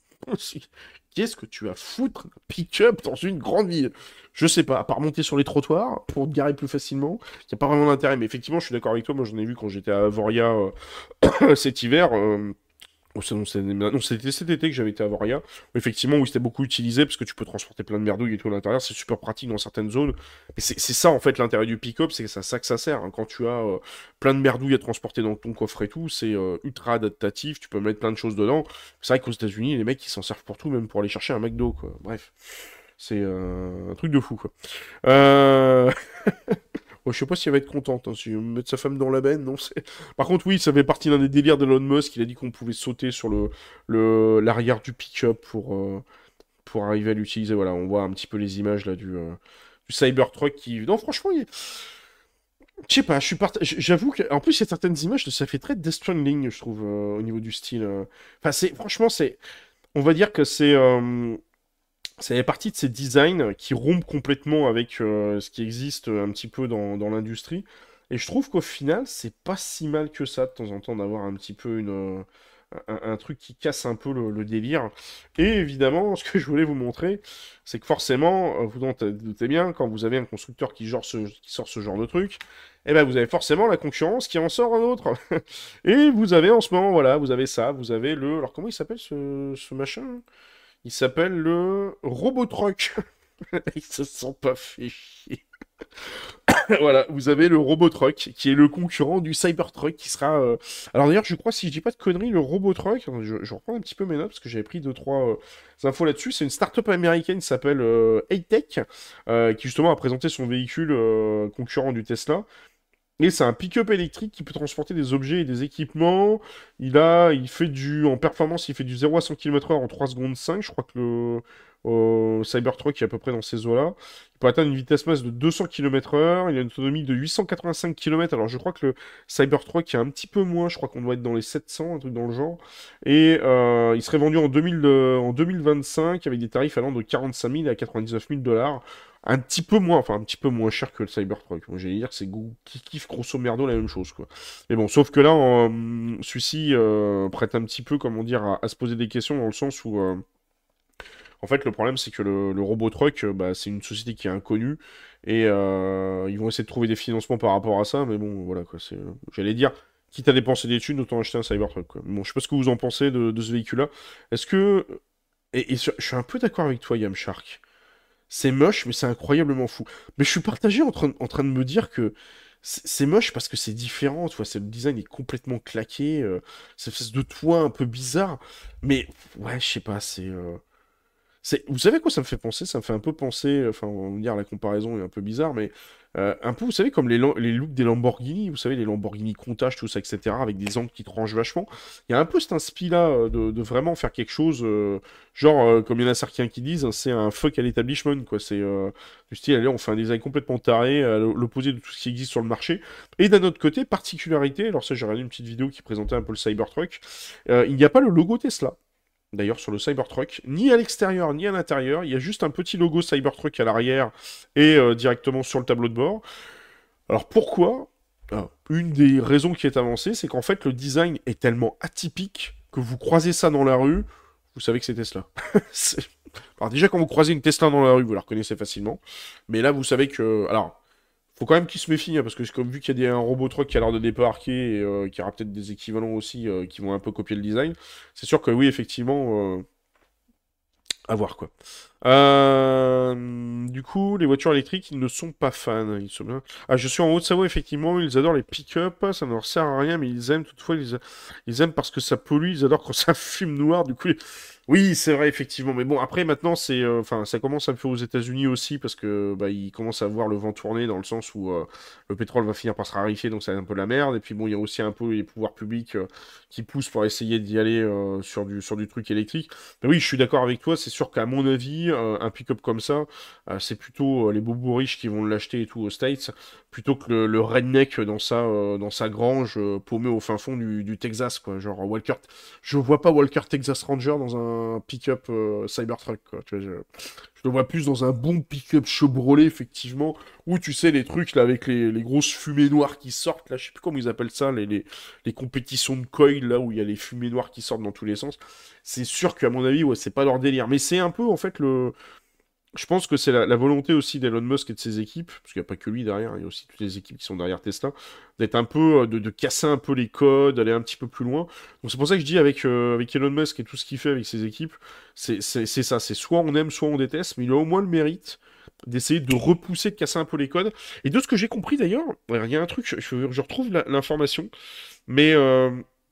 Qu'est-ce que tu vas foutre un pick-up dans une grande ville? Je sais pas, à part monter sur les trottoirs pour te garer plus facilement, il n'y a pas vraiment d'intérêt. Mais effectivement, je suis d'accord avec toi, moi j'en ai vu quand j'étais à Avoria euh, cet hiver. euh, Oh, c'est- non, c'est- non, c'était cet été que j'avais été à Voria. Effectivement, oui, c'était beaucoup utilisé parce que tu peux transporter plein de merdouilles et tout à l'intérieur. C'est super pratique dans certaines zones. Et c'est c'est ça, en fait, l'intérêt du pick-up, c'est ça, ça que ça sert, hein. Quand tu as euh, plein de merdouilles à transporter dans ton coffre et tout, c'est euh, ultra adaptatif. Tu peux mettre plein de choses dedans. C'est vrai qu'aux États-Unis, les mecs, ils s'en servent pour tout, même pour aller chercher un McDo, quoi. Bref, c'est euh, un truc de fou, quoi. Euh... Ouais, je sais pas si elle va être contente, hein, si elle veut mettre sa femme dans la benne, non. c'est- Par contre, oui, ça fait partie d'un des délires d'Elon Musk. Il a dit qu'on pouvait sauter sur le le l'arrière du pick-up pour euh, pour arriver à l'utiliser. Voilà, on voit un petit peu les images là du euh, du Cybertruck qui. Non, franchement, il... je sais pas. Je suis part... j- J'avoue que en plus il y a certaines images, ça fait très Death Stranding, je trouve, euh, au niveau du style. euh. Enfin, c'est franchement, c'est. On va dire que c'est. euh, Ça fait partie de ces designs qui rompent complètement avec euh, ce qui existe euh, un petit peu dans, dans l'industrie. Et je trouve qu'au final, c'est pas si mal que ça de temps en temps d'avoir un petit peu une, euh, un, un truc qui casse un peu le, le délire. Et évidemment, ce que je voulais vous montrer, c'est que forcément, euh, vous en doutez bien, quand vous avez un constructeur qui, genre ce, qui sort ce genre de truc, eh ben vous avez forcément la concurrence qui en sort un autre. Et vous avez en ce moment, voilà, vous avez ça, vous avez le... Alors comment il s'appelle ce, ce machin? Il s'appelle le Robotruck. Ils se sont pas fait chier. Voilà, vous avez le Robotruck, qui est le concurrent du Cybertruck, qui sera... euh, Alors d'ailleurs, je crois, si je dis pas de conneries, le Robotruck, attendez, je, je reprends un petit peu mes notes, parce que j'avais pris deux, trois euh, infos là-dessus, c'est une start-up américaine qui s'appelle euh, A-Tech, euh, qui justement a présenté son véhicule euh, concurrent du Tesla. Et c'est un pick-up électrique qui peut transporter des objets et des équipements. Il a, il fait du, en performance, il fait du zéro à cent kilomètres heure en trois secondes cinq. Je crois que le euh, Cybertruck est à peu près dans ces eaux-là. Il peut atteindre une vitesse max de deux cents kilomètres heure. Il a une autonomie de huit cent quatre-vingt-cinq kilomètres. Alors je crois que le Cybertruck est un petit peu moins. Je crois qu'on doit être dans les sept cents, un truc dans le genre. Et euh, il serait vendu en deux mille, euh, en deux mille vingt-cinq avec des tarifs allant de quarante-cinq mille à quatre-vingt-dix-neuf mille dollars. Un petit peu moins, enfin un petit peu moins cher que le Cybertruck. Moi, j'allais dire que c'est go- qui kiffe grosso merdo la même chose, quoi. Mais bon, sauf que là, en- celui-ci euh, prête un petit peu, comment dire, à, à se poser des questions dans le sens où, euh, en fait, le problème, c'est que le, le Robotruck, euh, bah, c'est une société qui est inconnue et euh, ils vont essayer de trouver des financements par rapport à ça. Mais bon, voilà, quoi. C'est, euh, j'allais dire, quitte à dépenser des thunes, autant acheter un Cybertruck, quoi. Bon, je sais pas ce que vous en pensez de, de ce véhicule-là. Est-ce que et, et sur- je suis un peu d'accord avec toi, Yamshark. C'est moche, mais c'est incroyablement fou. Mais je suis partagé en train, en train de me dire que c'est c'est moche parce que c'est différent, tu vois, c'est- le design est complètement claqué, euh, cette espèce de toit un peu bizarre. Mais ouais, je sais pas, c'est... euh, c'est... Vous savez à quoi ça me fait penser? Ça me fait un peu penser, enfin, on va dire la comparaison est un peu bizarre, mais euh, un peu, vous savez, comme les, lam- les looks des Lamborghini, vous savez, les Lamborghini Countach, tout ça, et cetera, avec des angles qui tranchent vachement. Il y a un peu cet inspi-là euh, de, de vraiment faire quelque chose, euh, genre, euh, comme il y en a certains qui disent, hein, c'est un fuck à l'establishment, quoi. C'est euh, du style, allez, on fait un design complètement taré, à l'opposé de tout ce qui existe sur le marché. Et d'un autre côté, particularité, alors ça, j'ai regardé une petite vidéo qui présentait un peu le Cybertruck, euh, il n'y a pas le logo Tesla. D'ailleurs, sur le Cybertruck, ni à l'extérieur ni à l'intérieur, il y a juste un petit logo Cybertruck à l'arrière et euh, directement sur le tableau de bord. Alors pourquoi? Alors, une des raisons qui est avancée, c'est qu'en fait le design est tellement atypique que vous croisez ça dans la rue, vous savez que c'est Tesla. C'est- Alors déjà quand vous croisez une Tesla dans la rue, vous la reconnaissez facilement. Mais là vous savez que... Alors, faut quand même qu'ils se méfient, hein, parce que comme vu qu'il y a des, un robot truck qui a l'air de débarquer et euh, qu'il y aura peut-être des équivalents aussi euh, qui vont un peu copier le design, c'est sûr que oui, effectivement, euh, à voir quoi. Euh, du coup, les voitures électriques, ils ne sont pas fans. Ils sont bien. Ah, je suis en Haute-Savoie, effectivement. Ils adorent les pick-up. Ça ne leur sert à rien, mais ils aiment. Toutefois, ils, ils aiment parce que ça pollue. Ils adorent quand ça fume noir. Du coup, les- oui, c'est vrai, effectivement. Mais bon, après, maintenant, c'est, euh, enfin, ça commence à me faire aux États-Unis aussi parce que bah, ils commencent à voir le vent tourner dans le sens où euh, le pétrole va finir par se raréfier, donc c'est un peu la merde. Et puis bon, il y a aussi un peu les pouvoirs publics euh, qui poussent pour essayer d'y aller euh, sur du sur du truc électrique. Mais oui, je suis d'accord avec toi. C'est sûr qu'à mon avis, euh, un pick-up comme ça, euh, c'est plutôt euh, les bobos riches qui vont l'acheter et tout aux States, plutôt que le, le redneck dans sa, euh, dans sa grange euh, paumé au fin fond du, du Texas, quoi. Genre Walker. Je vois pas Walker Texas Ranger dans un pick-up euh, Cybertruck, quoi. Tu vois, je... je le vois plus dans un bon pick-up Chevrolet, effectivement, où tu sais, les trucs là avec les, les grosses fumées noires qui sortent, là, je sais plus comment ils appellent ça, les, les, les compétitions de coil, là où il y a les fumées noires qui sortent dans tous les sens. C'est sûr qu'à mon avis, ouais, c'est pas leur délire. Mais c'est un peu, en fait, le. Je pense que c'est la, la volonté aussi d'Elon Musk et de ses équipes, parce qu'il n'y a pas que lui derrière, il y a aussi toutes les équipes qui sont derrière Tesla, d'être un peu, euh, de, de casser un peu les codes, d'aller un petit peu plus loin. Donc c'est pour ça que je dis avec, euh, avec Elon Musk et tout ce qu'il fait avec ses équipes, c'est c'est- c'est ça, c'est soit on aime, soit on déteste, mais il a au moins le mérite d'essayer de repousser, de casser un peu les codes. Et de ce que j'ai compris d'ailleurs, il y a un truc, je, je- je retrouve la- l'information, mais euh,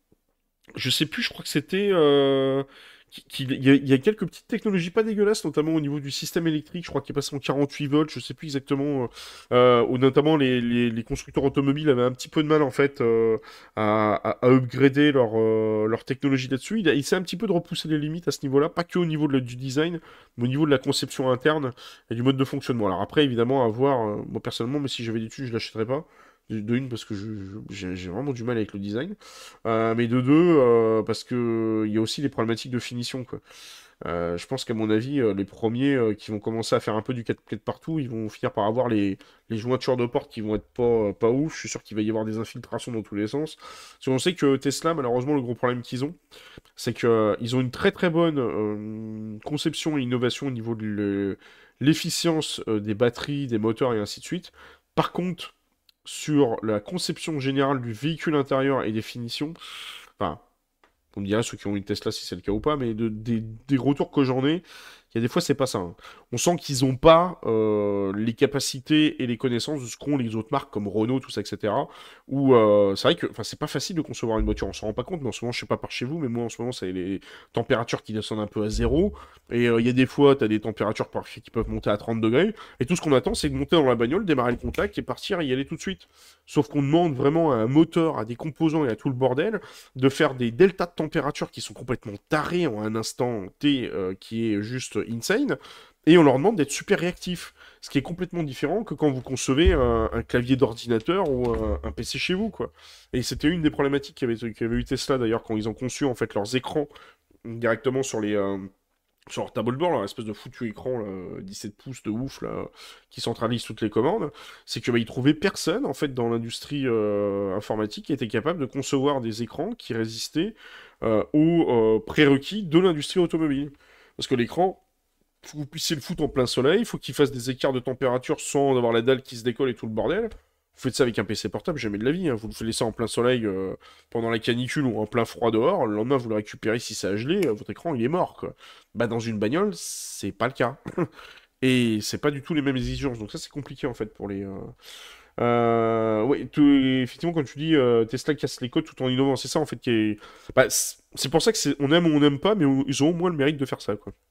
je sais plus, je crois que c'était euh, qu'il il y, a il y a quelques petites technologies pas dégueulasses, notamment au niveau du système électrique. Je crois qu'il est passé en quarante-huit volts, je sais plus exactement. Euh, où notamment les, les- les constructeurs automobiles avaient un petit peu de mal en fait euh, à, à- à upgrader leur, euh, leur technologie là-dessus. Il, a- il essaie un petit peu de repousser les limites à ce niveau-là, pas que au niveau de la- du design, mais au niveau de la conception interne et du mode de fonctionnement. Alors après, évidemment, à voir, euh, moi personnellement, mais si j'avais des thunes, je l'achèterais pas. De de une, parce que je- je- j'ai j'ai vraiment du mal avec le design. Euh, mais de deux, euh, parce que il y a aussi des problématiques de finition, quoi. Euh, je pense qu'à mon avis, euh, les premiers euh, qui vont commencer à faire un peu du quatre quatre partout, ils vont finir par avoir les, les jointures de porte qui vont être pas, pas ouf. Je suis sûr qu'il va y avoir des infiltrations dans tous les sens. Parce qu'on sait que Tesla, malheureusement, le gros problème qu'ils ont, c'est qu'ils ont une très très bonne euh, conception et innovation au niveau de le- l'efficience euh, des batteries, des moteurs et ainsi de suite. Par contre, sur la conception générale du véhicule intérieur et des finitions, enfin, on me dira ceux qui ont une Tesla si c'est le cas ou pas, mais de- des, des retours que j'en ai, Il y a des fois, c'est pas ça. Hein. On sent qu'ils ont pas euh, les capacités et les connaissances de ce qu'ont les autres marques comme Renault, tout ça, et cetera. Où euh, c'est vrai que, enfin, c'est pas facile de concevoir une voiture. On s'en rend pas compte, mais en ce moment, je sais pas par chez vous, mais moi, en ce moment, c'est les températures qui descendent un peu à zéro. Et euh, il y a des fois, tu as des températures par- qui peuvent monter à trente degrés. Et tout ce qu'on attend, c'est de monter dans la bagnole, démarrer le contact et partir et y aller tout de suite. Sauf qu'on demande vraiment à un moteur, à des composants et à tout le bordel de faire des deltas de température qui sont complètement tarés en un instant T euh, qui est juste insane. Et on leur demande d'être super réactifs. Ce qui est complètement différent que quand vous concevez un, un clavier d'ordinateur ou un, un P C chez vous, quoi. Et c'était une des problématiques qu'avait qu'avait eu Tesla d'ailleurs quand ils ont conçu en fait leurs écrans directement sur les, euh, sur leur tableau de bord, leur espèce de foutu écran là, dix-sept pouces de ouf là, qui centralise toutes les commandes, c'est que bah, ils trouvaient personne en fait dans l'industrie euh, informatique qui était capable de concevoir des écrans qui résistaient euh, aux euh, prérequis de l'industrie automobile. Parce que l'écran, faut que vous puissiez le foutre en plein soleil, il faut qu'il fasse des écarts de température sans avoir la dalle qui se décolle et tout le bordel. Vous faites ça avec un P C portable, jamais de la vie. Hein. Vous le faites ça en plein soleil euh, pendant la canicule ou en plein froid dehors. Le lendemain, vous le récupérez si ça a gelé, euh, votre écran il est mort. Quoi. Bah, dans une bagnole, c'est pas le cas. Et c'est pas du tout les mêmes exigences. Donc ça, c'est compliqué en fait pour les. Euh... Euh, ouais, tout- effectivement, quand tu dis euh, Tesla casse les codes tout en innovant, c'est ça en fait qui est. Bah, c'est c'est pour ça que c'est on aime ou on n'aime pas, mais on- ils ont au moins le mérite de faire ça, quoi.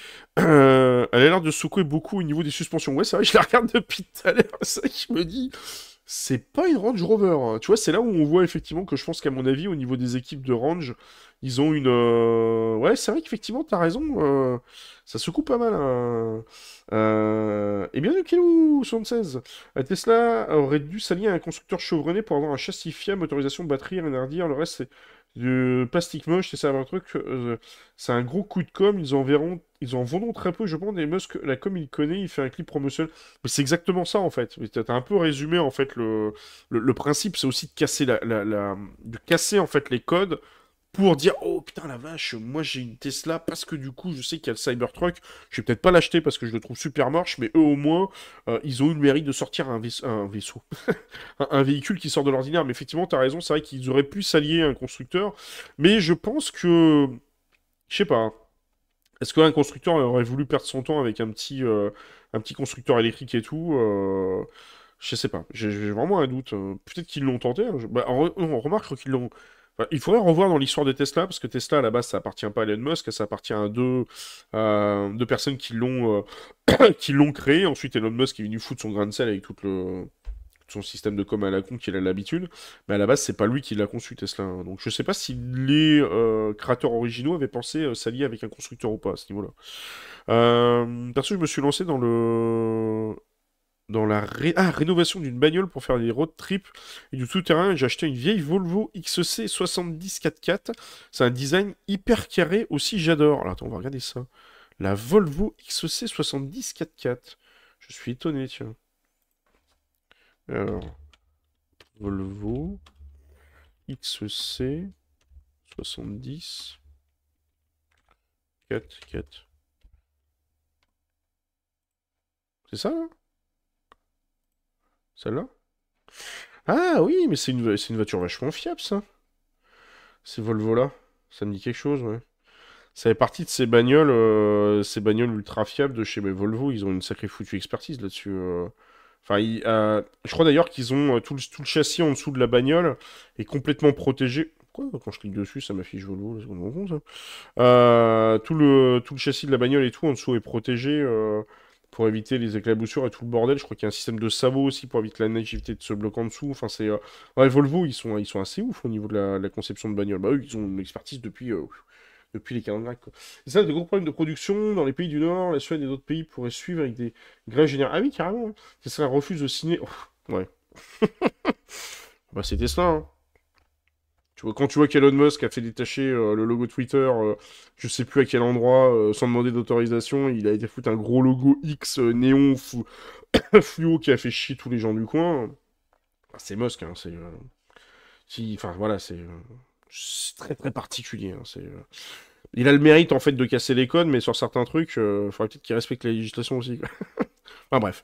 Euh, elle a l'air de secouer beaucoup au niveau des suspensions. Ouais, c'est vrai, je la regarde depuis tout à l'heure. C'est vrai que je me dis, c'est pas une Range Rover. Hein. Tu vois, c'est là où on voit effectivement que je pense qu'à mon avis, au niveau des équipes de Range, ils ont une. euh, Ouais, c'est vrai qu'effectivement, t'as raison. euh, Ça secoue pas mal. Hein. Euh... Et bien, Kilou soixante-seize. Euh, Tesla aurait dû s'allier à un constructeur chevronné pour avoir un châssis fiable, motorisation, batterie, rien à redire. Le reste, c'est du plastique moche, c'est ça, un truc. euh, C'est un gros coup de com'. Ils en verront. Ils en vendront très peu, je pense. Et Musk, la com, il connaît, il fait un clip promotionnel. Mais c'est exactement ça, en fait. Mais T'as t'as un peu résumé, en fait, le, le, le principe, c'est aussi de casser la, la, la- de casser, en fait, les codes pour dire, oh putain, la vache, moi j'ai une Tesla parce que du coup, je sais qu'il y a le Cybertruck. Je vais peut-être pas l'acheter parce que je le trouve super moche, mais eux, au moins, euh, ils ont eu le mérite de sortir un, vaisse- un vaisseau. un, un véhicule qui sort de l'ordinaire. Mais effectivement, t'as raison, c'est vrai qu'ils auraient pu s'allier à un constructeur. Mais je pense que, je sais pas. Est-ce qu'un constructeur aurait voulu perdre son temps avec un petit, euh, un petit constructeur électrique et tout euh, Je sais pas. J'ai j'ai vraiment un doute. euh. Peut-être qu'ils l'ont tenté. Hein. Je- bah, on, re- on remarque qu'ils l'ont. Enfin, il faudrait revoir dans l'histoire de Tesla, parce que Tesla, à la base, ça appartient pas à Elon Musk, ça appartient à deux, euh, deux personnes qui l'ont euh, qui l'ont créé. Ensuite, Elon Musk est venu foutre son grain de sel avec tout le, son système de com à la con qu'il a l'habitude. Mais à la base, c'est pas lui qui l'a conçu, Tesla. Hein. Donc je sais pas si les euh, créateurs originaux avaient pensé euh, s'allier avec un constructeur ou pas à ce niveau-là. Euh, perso, je me suis lancé dans le dans la ré- ah, rénovation d'une bagnole pour faire des road trips et du tout-terrain. J'ai acheté une vieille Volvo X C soixante-dix quatre-quatre. C'est un design hyper carré aussi, j'adore. Alors attends, on va regarder ça. La Volvo X C soixante-dix quatre-quatre. Je suis étonné, tiens. Alors, Volvo X C soixante-dix quatre-quatre. C'est ça, là? Celle-là? Ah oui, mais c'est une, c'est une voiture vachement fiable, ça. Ces Volvo-là. Ça me dit quelque chose, ouais. Ça fait partie de ces bagnoles, euh, ces bagnoles ultra fiables de chez mes Volvo. Ils ont une sacrée foutue expertise là-dessus. euh. Enfin, ils- euh, je crois d'ailleurs qu'ils ont euh, tout le, tout le châssis en dessous de la bagnole est complètement protégé. Pourquoi quand je clique dessus, ça m'affiche Volvo, là, c'est complètement con, ça. Euh, tout le, tout le châssis de la bagnole et tout en dessous est protégé euh, pour éviter les éclaboussures et tout le bordel. Je crois qu'il y a un système de sabot aussi pour éviter la nativité de se bloquer en dessous. Enfin, c'est. euh, Ouais, Volvo, ils sont, ils sont assez ouf au niveau de la, la conception de bagnole. Bah, eux, ils ont une expertise depuis, euh, depuis les calendes grecques, quoi. Et ça, des gros problèmes de production dans les pays du Nord, la Suède et d'autres pays pourraient suivre avec des grèves générales. Ah oui, carrément. Hein. Tesla refuse de signer. Oh, ouais. Bah, c'est Tesla, hein. Tu vois, quand tu vois qu'Elon Musk a fait détacher euh, le logo Twitter, euh, je sais plus à quel endroit, euh, sans demander d'autorisation, il a été foutre un gros logo X euh, néon fou- fluo qui a fait chier tous les gens du coin. Ah, c'est Musk, hein, c'est... euh, si- Enfin, voilà, c'est... euh, c'est très très particulier. Hein, c'est, euh, Il a le mérite, en fait, de casser les codes, mais sur certains trucs, il faudrait peut-être qu'il respecte la législation aussi, quoi. Enfin bref.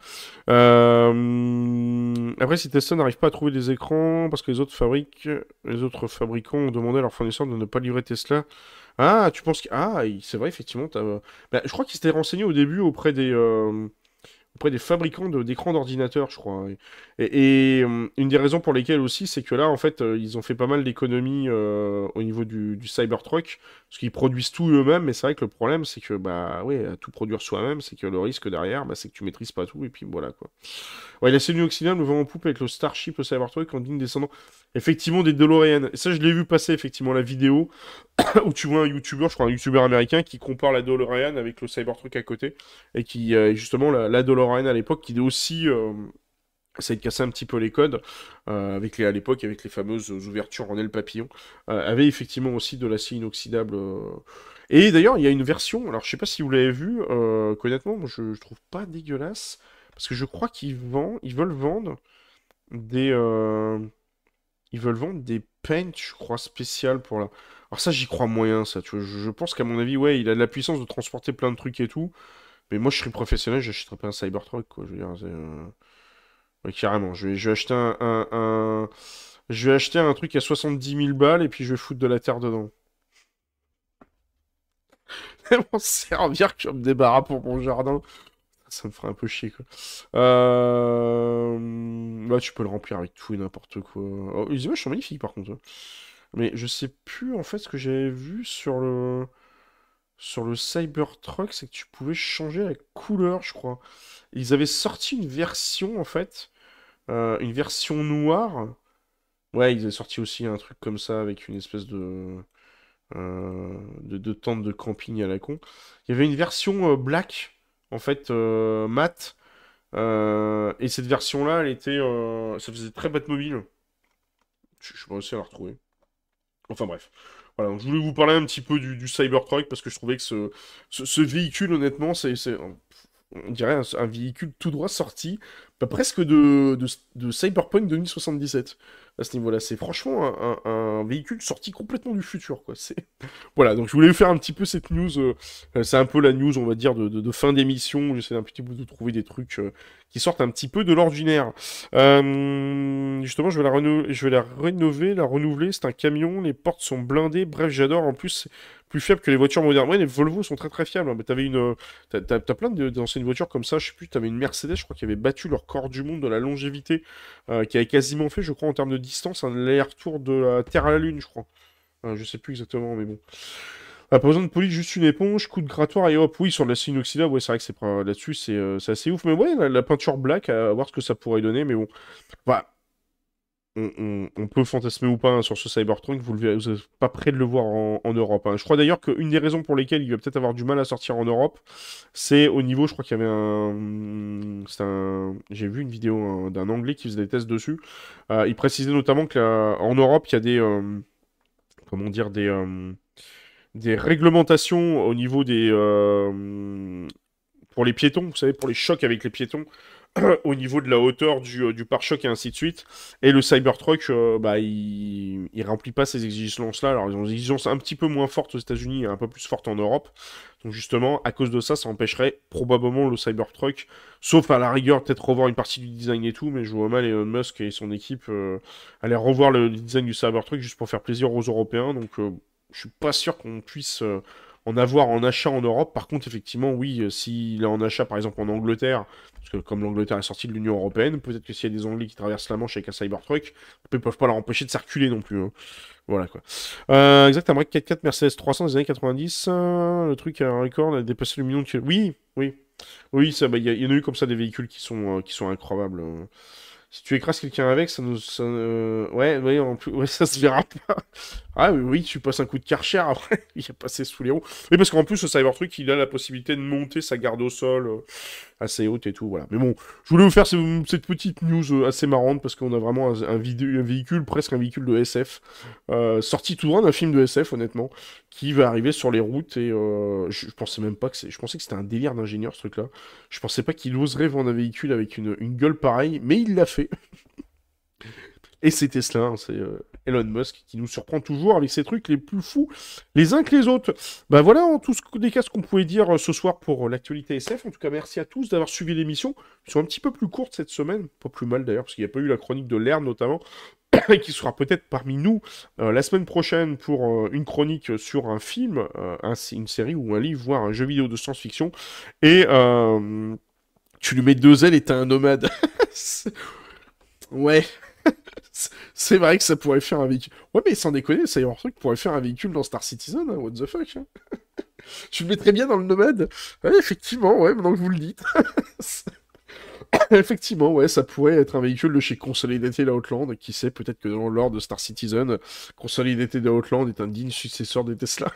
Euh, Après, si Tesla n'arrive pas à trouver des écrans parce que les autres fabriques, les autres fabricants ont demandé à leurs fournisseurs de ne pas livrer Tesla Ah, tu penses que... Ah, il- c'est vrai, effectivement. t'as- Bah, je crois qu'il s'était renseigné au début auprès des, euh, auprès des fabricants de- d'écrans d'ordinateur, je crois. Et, et, et, euh, une des raisons pour lesquelles aussi, c'est que là, en fait, euh, ils ont fait pas mal d'économies euh, au niveau du, du Cybertruck, parce qu'ils produisent tout eux-mêmes, mais c'est vrai que le problème, c'est que, bah, ouais, à tout produire soi-même, c'est que le risque derrière, bah, c'est que tu maîtrises pas tout, et puis voilà, quoi. Ouais, la cellule oxydable, le vent en poupe avec le Starship, le Cybertruck, en digne descendant, effectivement, des DeLorean. Et ça, je l'ai vu passer, effectivement, la vidéo, où tu vois un YouTuber, je crois un YouTuber américain, qui compare la DeLorean avec le Cybertruck à côté, et qui, euh, justement, la, la DeLorean à l'époque, qui aussi euh, essayait de casser un petit peu les codes, euh, avec les, à l'époque, avec les fameuses ouvertures en aile papillon, euh, avait effectivement aussi de l'acier inoxydable. euh. Et d'ailleurs, il y a une version, alors je sais pas si vous l'avez vu, euh, honnêtement, moi, je, je trouve pas dégueulasse, parce que je crois qu'ils vendent, ils veulent vendre des, euh, ils veulent vendre des paints, je crois, spéciales pour la. Alors ça, j'y crois moyen, ça. Tu vois, je, je pense qu'à mon avis, ouais, il a de la puissance de transporter plein de trucs et tout. Mais moi, je serais professionnel, j'achèterais pas un Cybertruck, quoi. Je veux dire, c'est, euh, ouais, carrément. Je vais, je vais acheter un, un, un- je vais acheter un truc à soixante-dix mille balles et puis je vais foutre de la terre dedans. Et m'en servir que je me débarrasse pour mon jardin. Ça me ferait un peu chier, quoi. Euh... Là, tu peux le remplir avec tout et n'importe quoi. Oh, les images sont magnifiques, par contre, hein. Mais je sais plus, en fait, ce que j'avais vu sur le... Sur le Cybertruck, c'est que tu pouvais changer la couleur, je crois. Ils avaient sorti une version, en fait, euh, une version noire. Ouais, ils avaient sorti aussi un truc comme ça, avec une espèce de... euh, de, de tente de camping à la con. Il y avait une version euh, black, en fait, euh, mat. Euh, et cette version-là, elle était... euh, ça faisait très Batmobile. Je je sais pas réussi à la retrouver. Enfin bref. Voilà, donc je voulais vous parler un petit peu du, du Cybertruck parce que je trouvais que ce, ce, ce véhicule, honnêtement, c'est, c'est, on dirait un, un véhicule tout droit sorti, bah, presque de, de, de Cyberpunk deux mille soixante-dix-sept. À ce niveau-là, c'est franchement un, un- un véhicule sorti complètement du futur, quoi. C'est... Voilà, donc je voulais vous faire un petit peu cette news. euh, euh, c'est un peu la news, on va dire, de, de- de fin d'émission. J'essaie un petit peu de trouver des trucs euh, qui sortent un petit peu de l'ordinaire. Euh, justement, je vais la, reno- je vais la rénover, la renouveler. C'est un camion, les portes sont blindées. Bref, j'adore. En plus, c'est plus fiable que les voitures modernes. Ouais, les Volvo sont très très fiables, hein. Mais t'avais une, euh, t'as, t'as- t'as plein de- d'anciennes voitures comme ça. Je sais plus, t'avais une Mercedes, je crois, qui avait battu leur record du monde de la longévité, euh, qui avait quasiment fait, je crois, en termes de distance, un aller-retour de la Terre à la Lune, je crois. Euh, je sais plus exactement, mais bon. Ah, pas besoin de police, juste une éponge, coup de grattoir et hop. Oui, sur de l'acier inoxydable, ouais, c'est vrai que c'est pas- là-dessus, c'est euh, c'est assez ouf. Mais ouais, la, la peinture black, à voir ce que ça pourrait donner. Mais bon, voilà, on, on- on peut fantasmer ou pas, hein, sur ce Cybertruck, vous le verrez, vous n'êtes pas prêt de le voir en, en Europe, hein. Je crois d'ailleurs qu'une des raisons pour lesquelles il va peut-être avoir du mal à sortir en Europe, c'est au niveau, je crois qu'il y avait un... c'est un... J'ai vu une vidéo, hein, d'un Anglais qui faisait des tests dessus. Euh, il précisait notamment qu'en Europe, il y a des... euh, comment dire, des... euh, des réglementations au niveau des, euh, pour les piétons, vous savez, pour les chocs avec les piétons, au niveau de la hauteur du, euh, du pare-choc et ainsi de suite. Et le Cybertruck, euh, bah, il, il remplit pas ces exigences-là. Alors, ils ont des exigences un petit peu moins fortes aux États-Unis et un peu plus fortes en Europe. Donc, justement, à cause de ça, ça empêcherait probablement le Cybertruck, sauf à la rigueur, peut-être revoir une partie du design et tout, mais je vois mal Elon Musk et son équipe euh, aller revoir le design du Cybertruck juste pour faire plaisir aux Européens. Donc, euh, je suis pas sûr qu'on puisse. euh, en avoir en achat en Europe. Par contre, effectivement, oui, euh, s'il est en achat, par exemple, en Angleterre, parce que comme l'Angleterre est sortie de l'Union Européenne, peut-être que s'il y a des Anglais qui traversent la Manche avec un Cybertruck, ils peuvent pas leur empêcher de circuler non plus, hein. Voilà, quoi. Euh, exact, un break quatre-quatre Mercedes trois cents des années quatre-vingt-dix. euh, le truc a un record, a dépassé le million de kilomètres. Oui, oui. Oui, ça, bah, il y, a- il y en a eu comme ça des véhicules qui sont, euh, qui sont incroyables, hein. Si tu écrases quelqu'un avec, ça nous. Ça, euh, ouais, ouais, en plus, ouais, ça se verra pas. Ah oui, oui, tu passes un coup de Karcher après, il a passé sous les roues. Oui, parce qu'en plus, le Cybertruck, il a la possibilité de monter sa garde au sol euh, assez haute et tout, voilà. Mais bon, je voulais vous faire ce- cette petite news euh, assez marrante parce qu'on a vraiment un, un vidé- un véhicule, presque un véhicule de S F, euh, sorti tout droit d'un film de S F, honnêtement, qui va arriver sur les routes et euh, je, je pensais même pas que c'est. Je pensais que c'était un délire d'ingénieur, ce truc-là. Je pensais pas qu'il oserait vendre un véhicule avec une, une gueule pareille, mais il l'a fait. Et c'est Tesla, hein, c'est euh, Elon Musk qui nous surprend toujours avec ses trucs les plus fous les uns que les autres. Bah voilà, en tous les cas, ce qu'on pouvait dire euh, ce soir pour euh, l'actualité S F. En tout cas, merci à tous d'avoir suivi l'émission. Ils sont un petit peu plus courtes cette semaine, pas plus mal d'ailleurs, parce qu'il n'y a pas eu la chronique de l'air notamment. et qui sera peut-être parmi nous euh, la semaine prochaine pour euh, une chronique sur un film, euh, un- une série ou un livre, voire un jeu vidéo de science-fiction. Et euh, tu lui mets deux ailes et t'as un nomade. C'est- Ouais, c'est c'est vrai que ça pourrait faire un véhicule. Ouais, mais sans déconner, ça y est, un truc pourrait faire un véhicule dans Star Citizen, hein, what the fuck, hein. Tu le mettrais bien dans le nomade? Ouais, effectivement, ouais, maintenant que vous le dites. Effectivement, ouais, ça pourrait être un véhicule de chez Consolidated Outland. Qui sait, peut-être que dans l'ordre de Star Citizen, Consolidated Outland est un digne successeur des Tesla.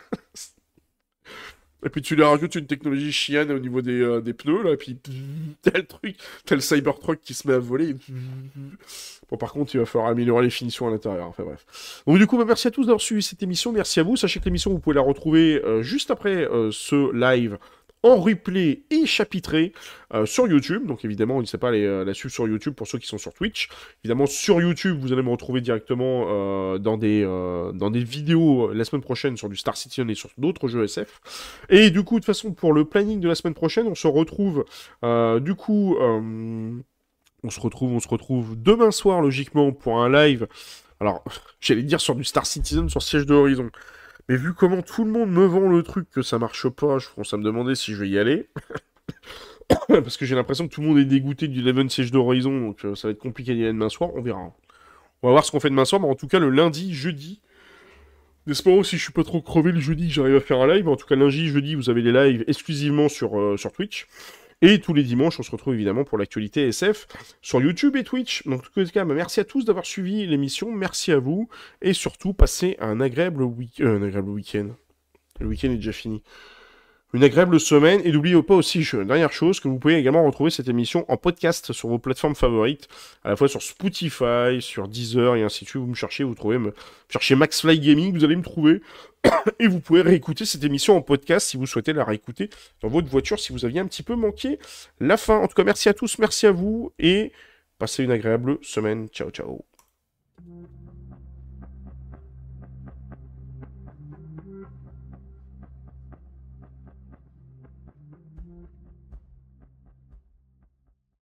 Et puis tu lui rajoutes une technologie chienne au niveau des, euh, des pneus, là, et puis tel truc, tel Cybertruck qui se met à voler. Bon, par contre, il va falloir améliorer les finitions à l'intérieur. Enfin bref. Donc du coup, bah, merci à tous d'avoir suivi cette émission. Merci à vous. Sachez que l'émission, vous pouvez la retrouver euh, juste après euh, ce live en replay et chapitré euh, sur YouTube. Donc évidemment, n'hésitez pas à aller euh, la suivre sur YouTube pour ceux qui sont sur Twitch. Évidemment, sur YouTube, vous allez me retrouver directement euh, dans, des, euh, dans des vidéos euh, la semaine prochaine sur du Star Citizen et sur d'autres jeux S F. Et du coup, de toute façon, pour le planning de la semaine prochaine, on se retrouve euh, du coup... Euh, on se retrouve, on se retrouve demain soir, logiquement, pour un live. Alors, j'allais dire sur du Star Citizen, sur Siège de Horizon. Mais vu comment tout le monde me vend le truc que ça marche pas, je commence à me demander si je vais y aller. Parce que j'ai l'impression que tout le monde est dégoûté du Eleven Siege d'Horizon, donc euh, ça va être compliqué d'y aller demain soir, on verra. On va voir ce qu'on fait demain soir, mais en tout cas le lundi, jeudi, n'espérons si je suis pas trop crevé le jeudi que j'arrive à faire un live, mais en tout cas lundi, jeudi, vous avez les lives exclusivement sur, euh, sur Twitch. Et tous les dimanches, on se retrouve évidemment pour l'actualité S F sur YouTube et Twitch. Donc, en tout cas, bah, merci à tous d'avoir suivi l'émission, merci à vous, et surtout, passez un agréable, week- euh, un agréable week-end. Le week-end est déjà fini. Une agréable semaine, et n'oubliez pas aussi, une dernière chose, que vous pouvez également retrouver cette émission en podcast sur vos plateformes favorites, à la fois sur Spotify, sur Deezer, et ainsi de suite. Vous me cherchez, vous trouvez, me cherchez MaxFly Gaming, vous allez me trouver. Et vous pouvez réécouter cette émission en podcast si vous souhaitez la réécouter dans votre voiture si vous aviez un petit peu manqué la fin. En tout cas, merci à tous, merci à vous et passez une agréable semaine. Ciao, ciao.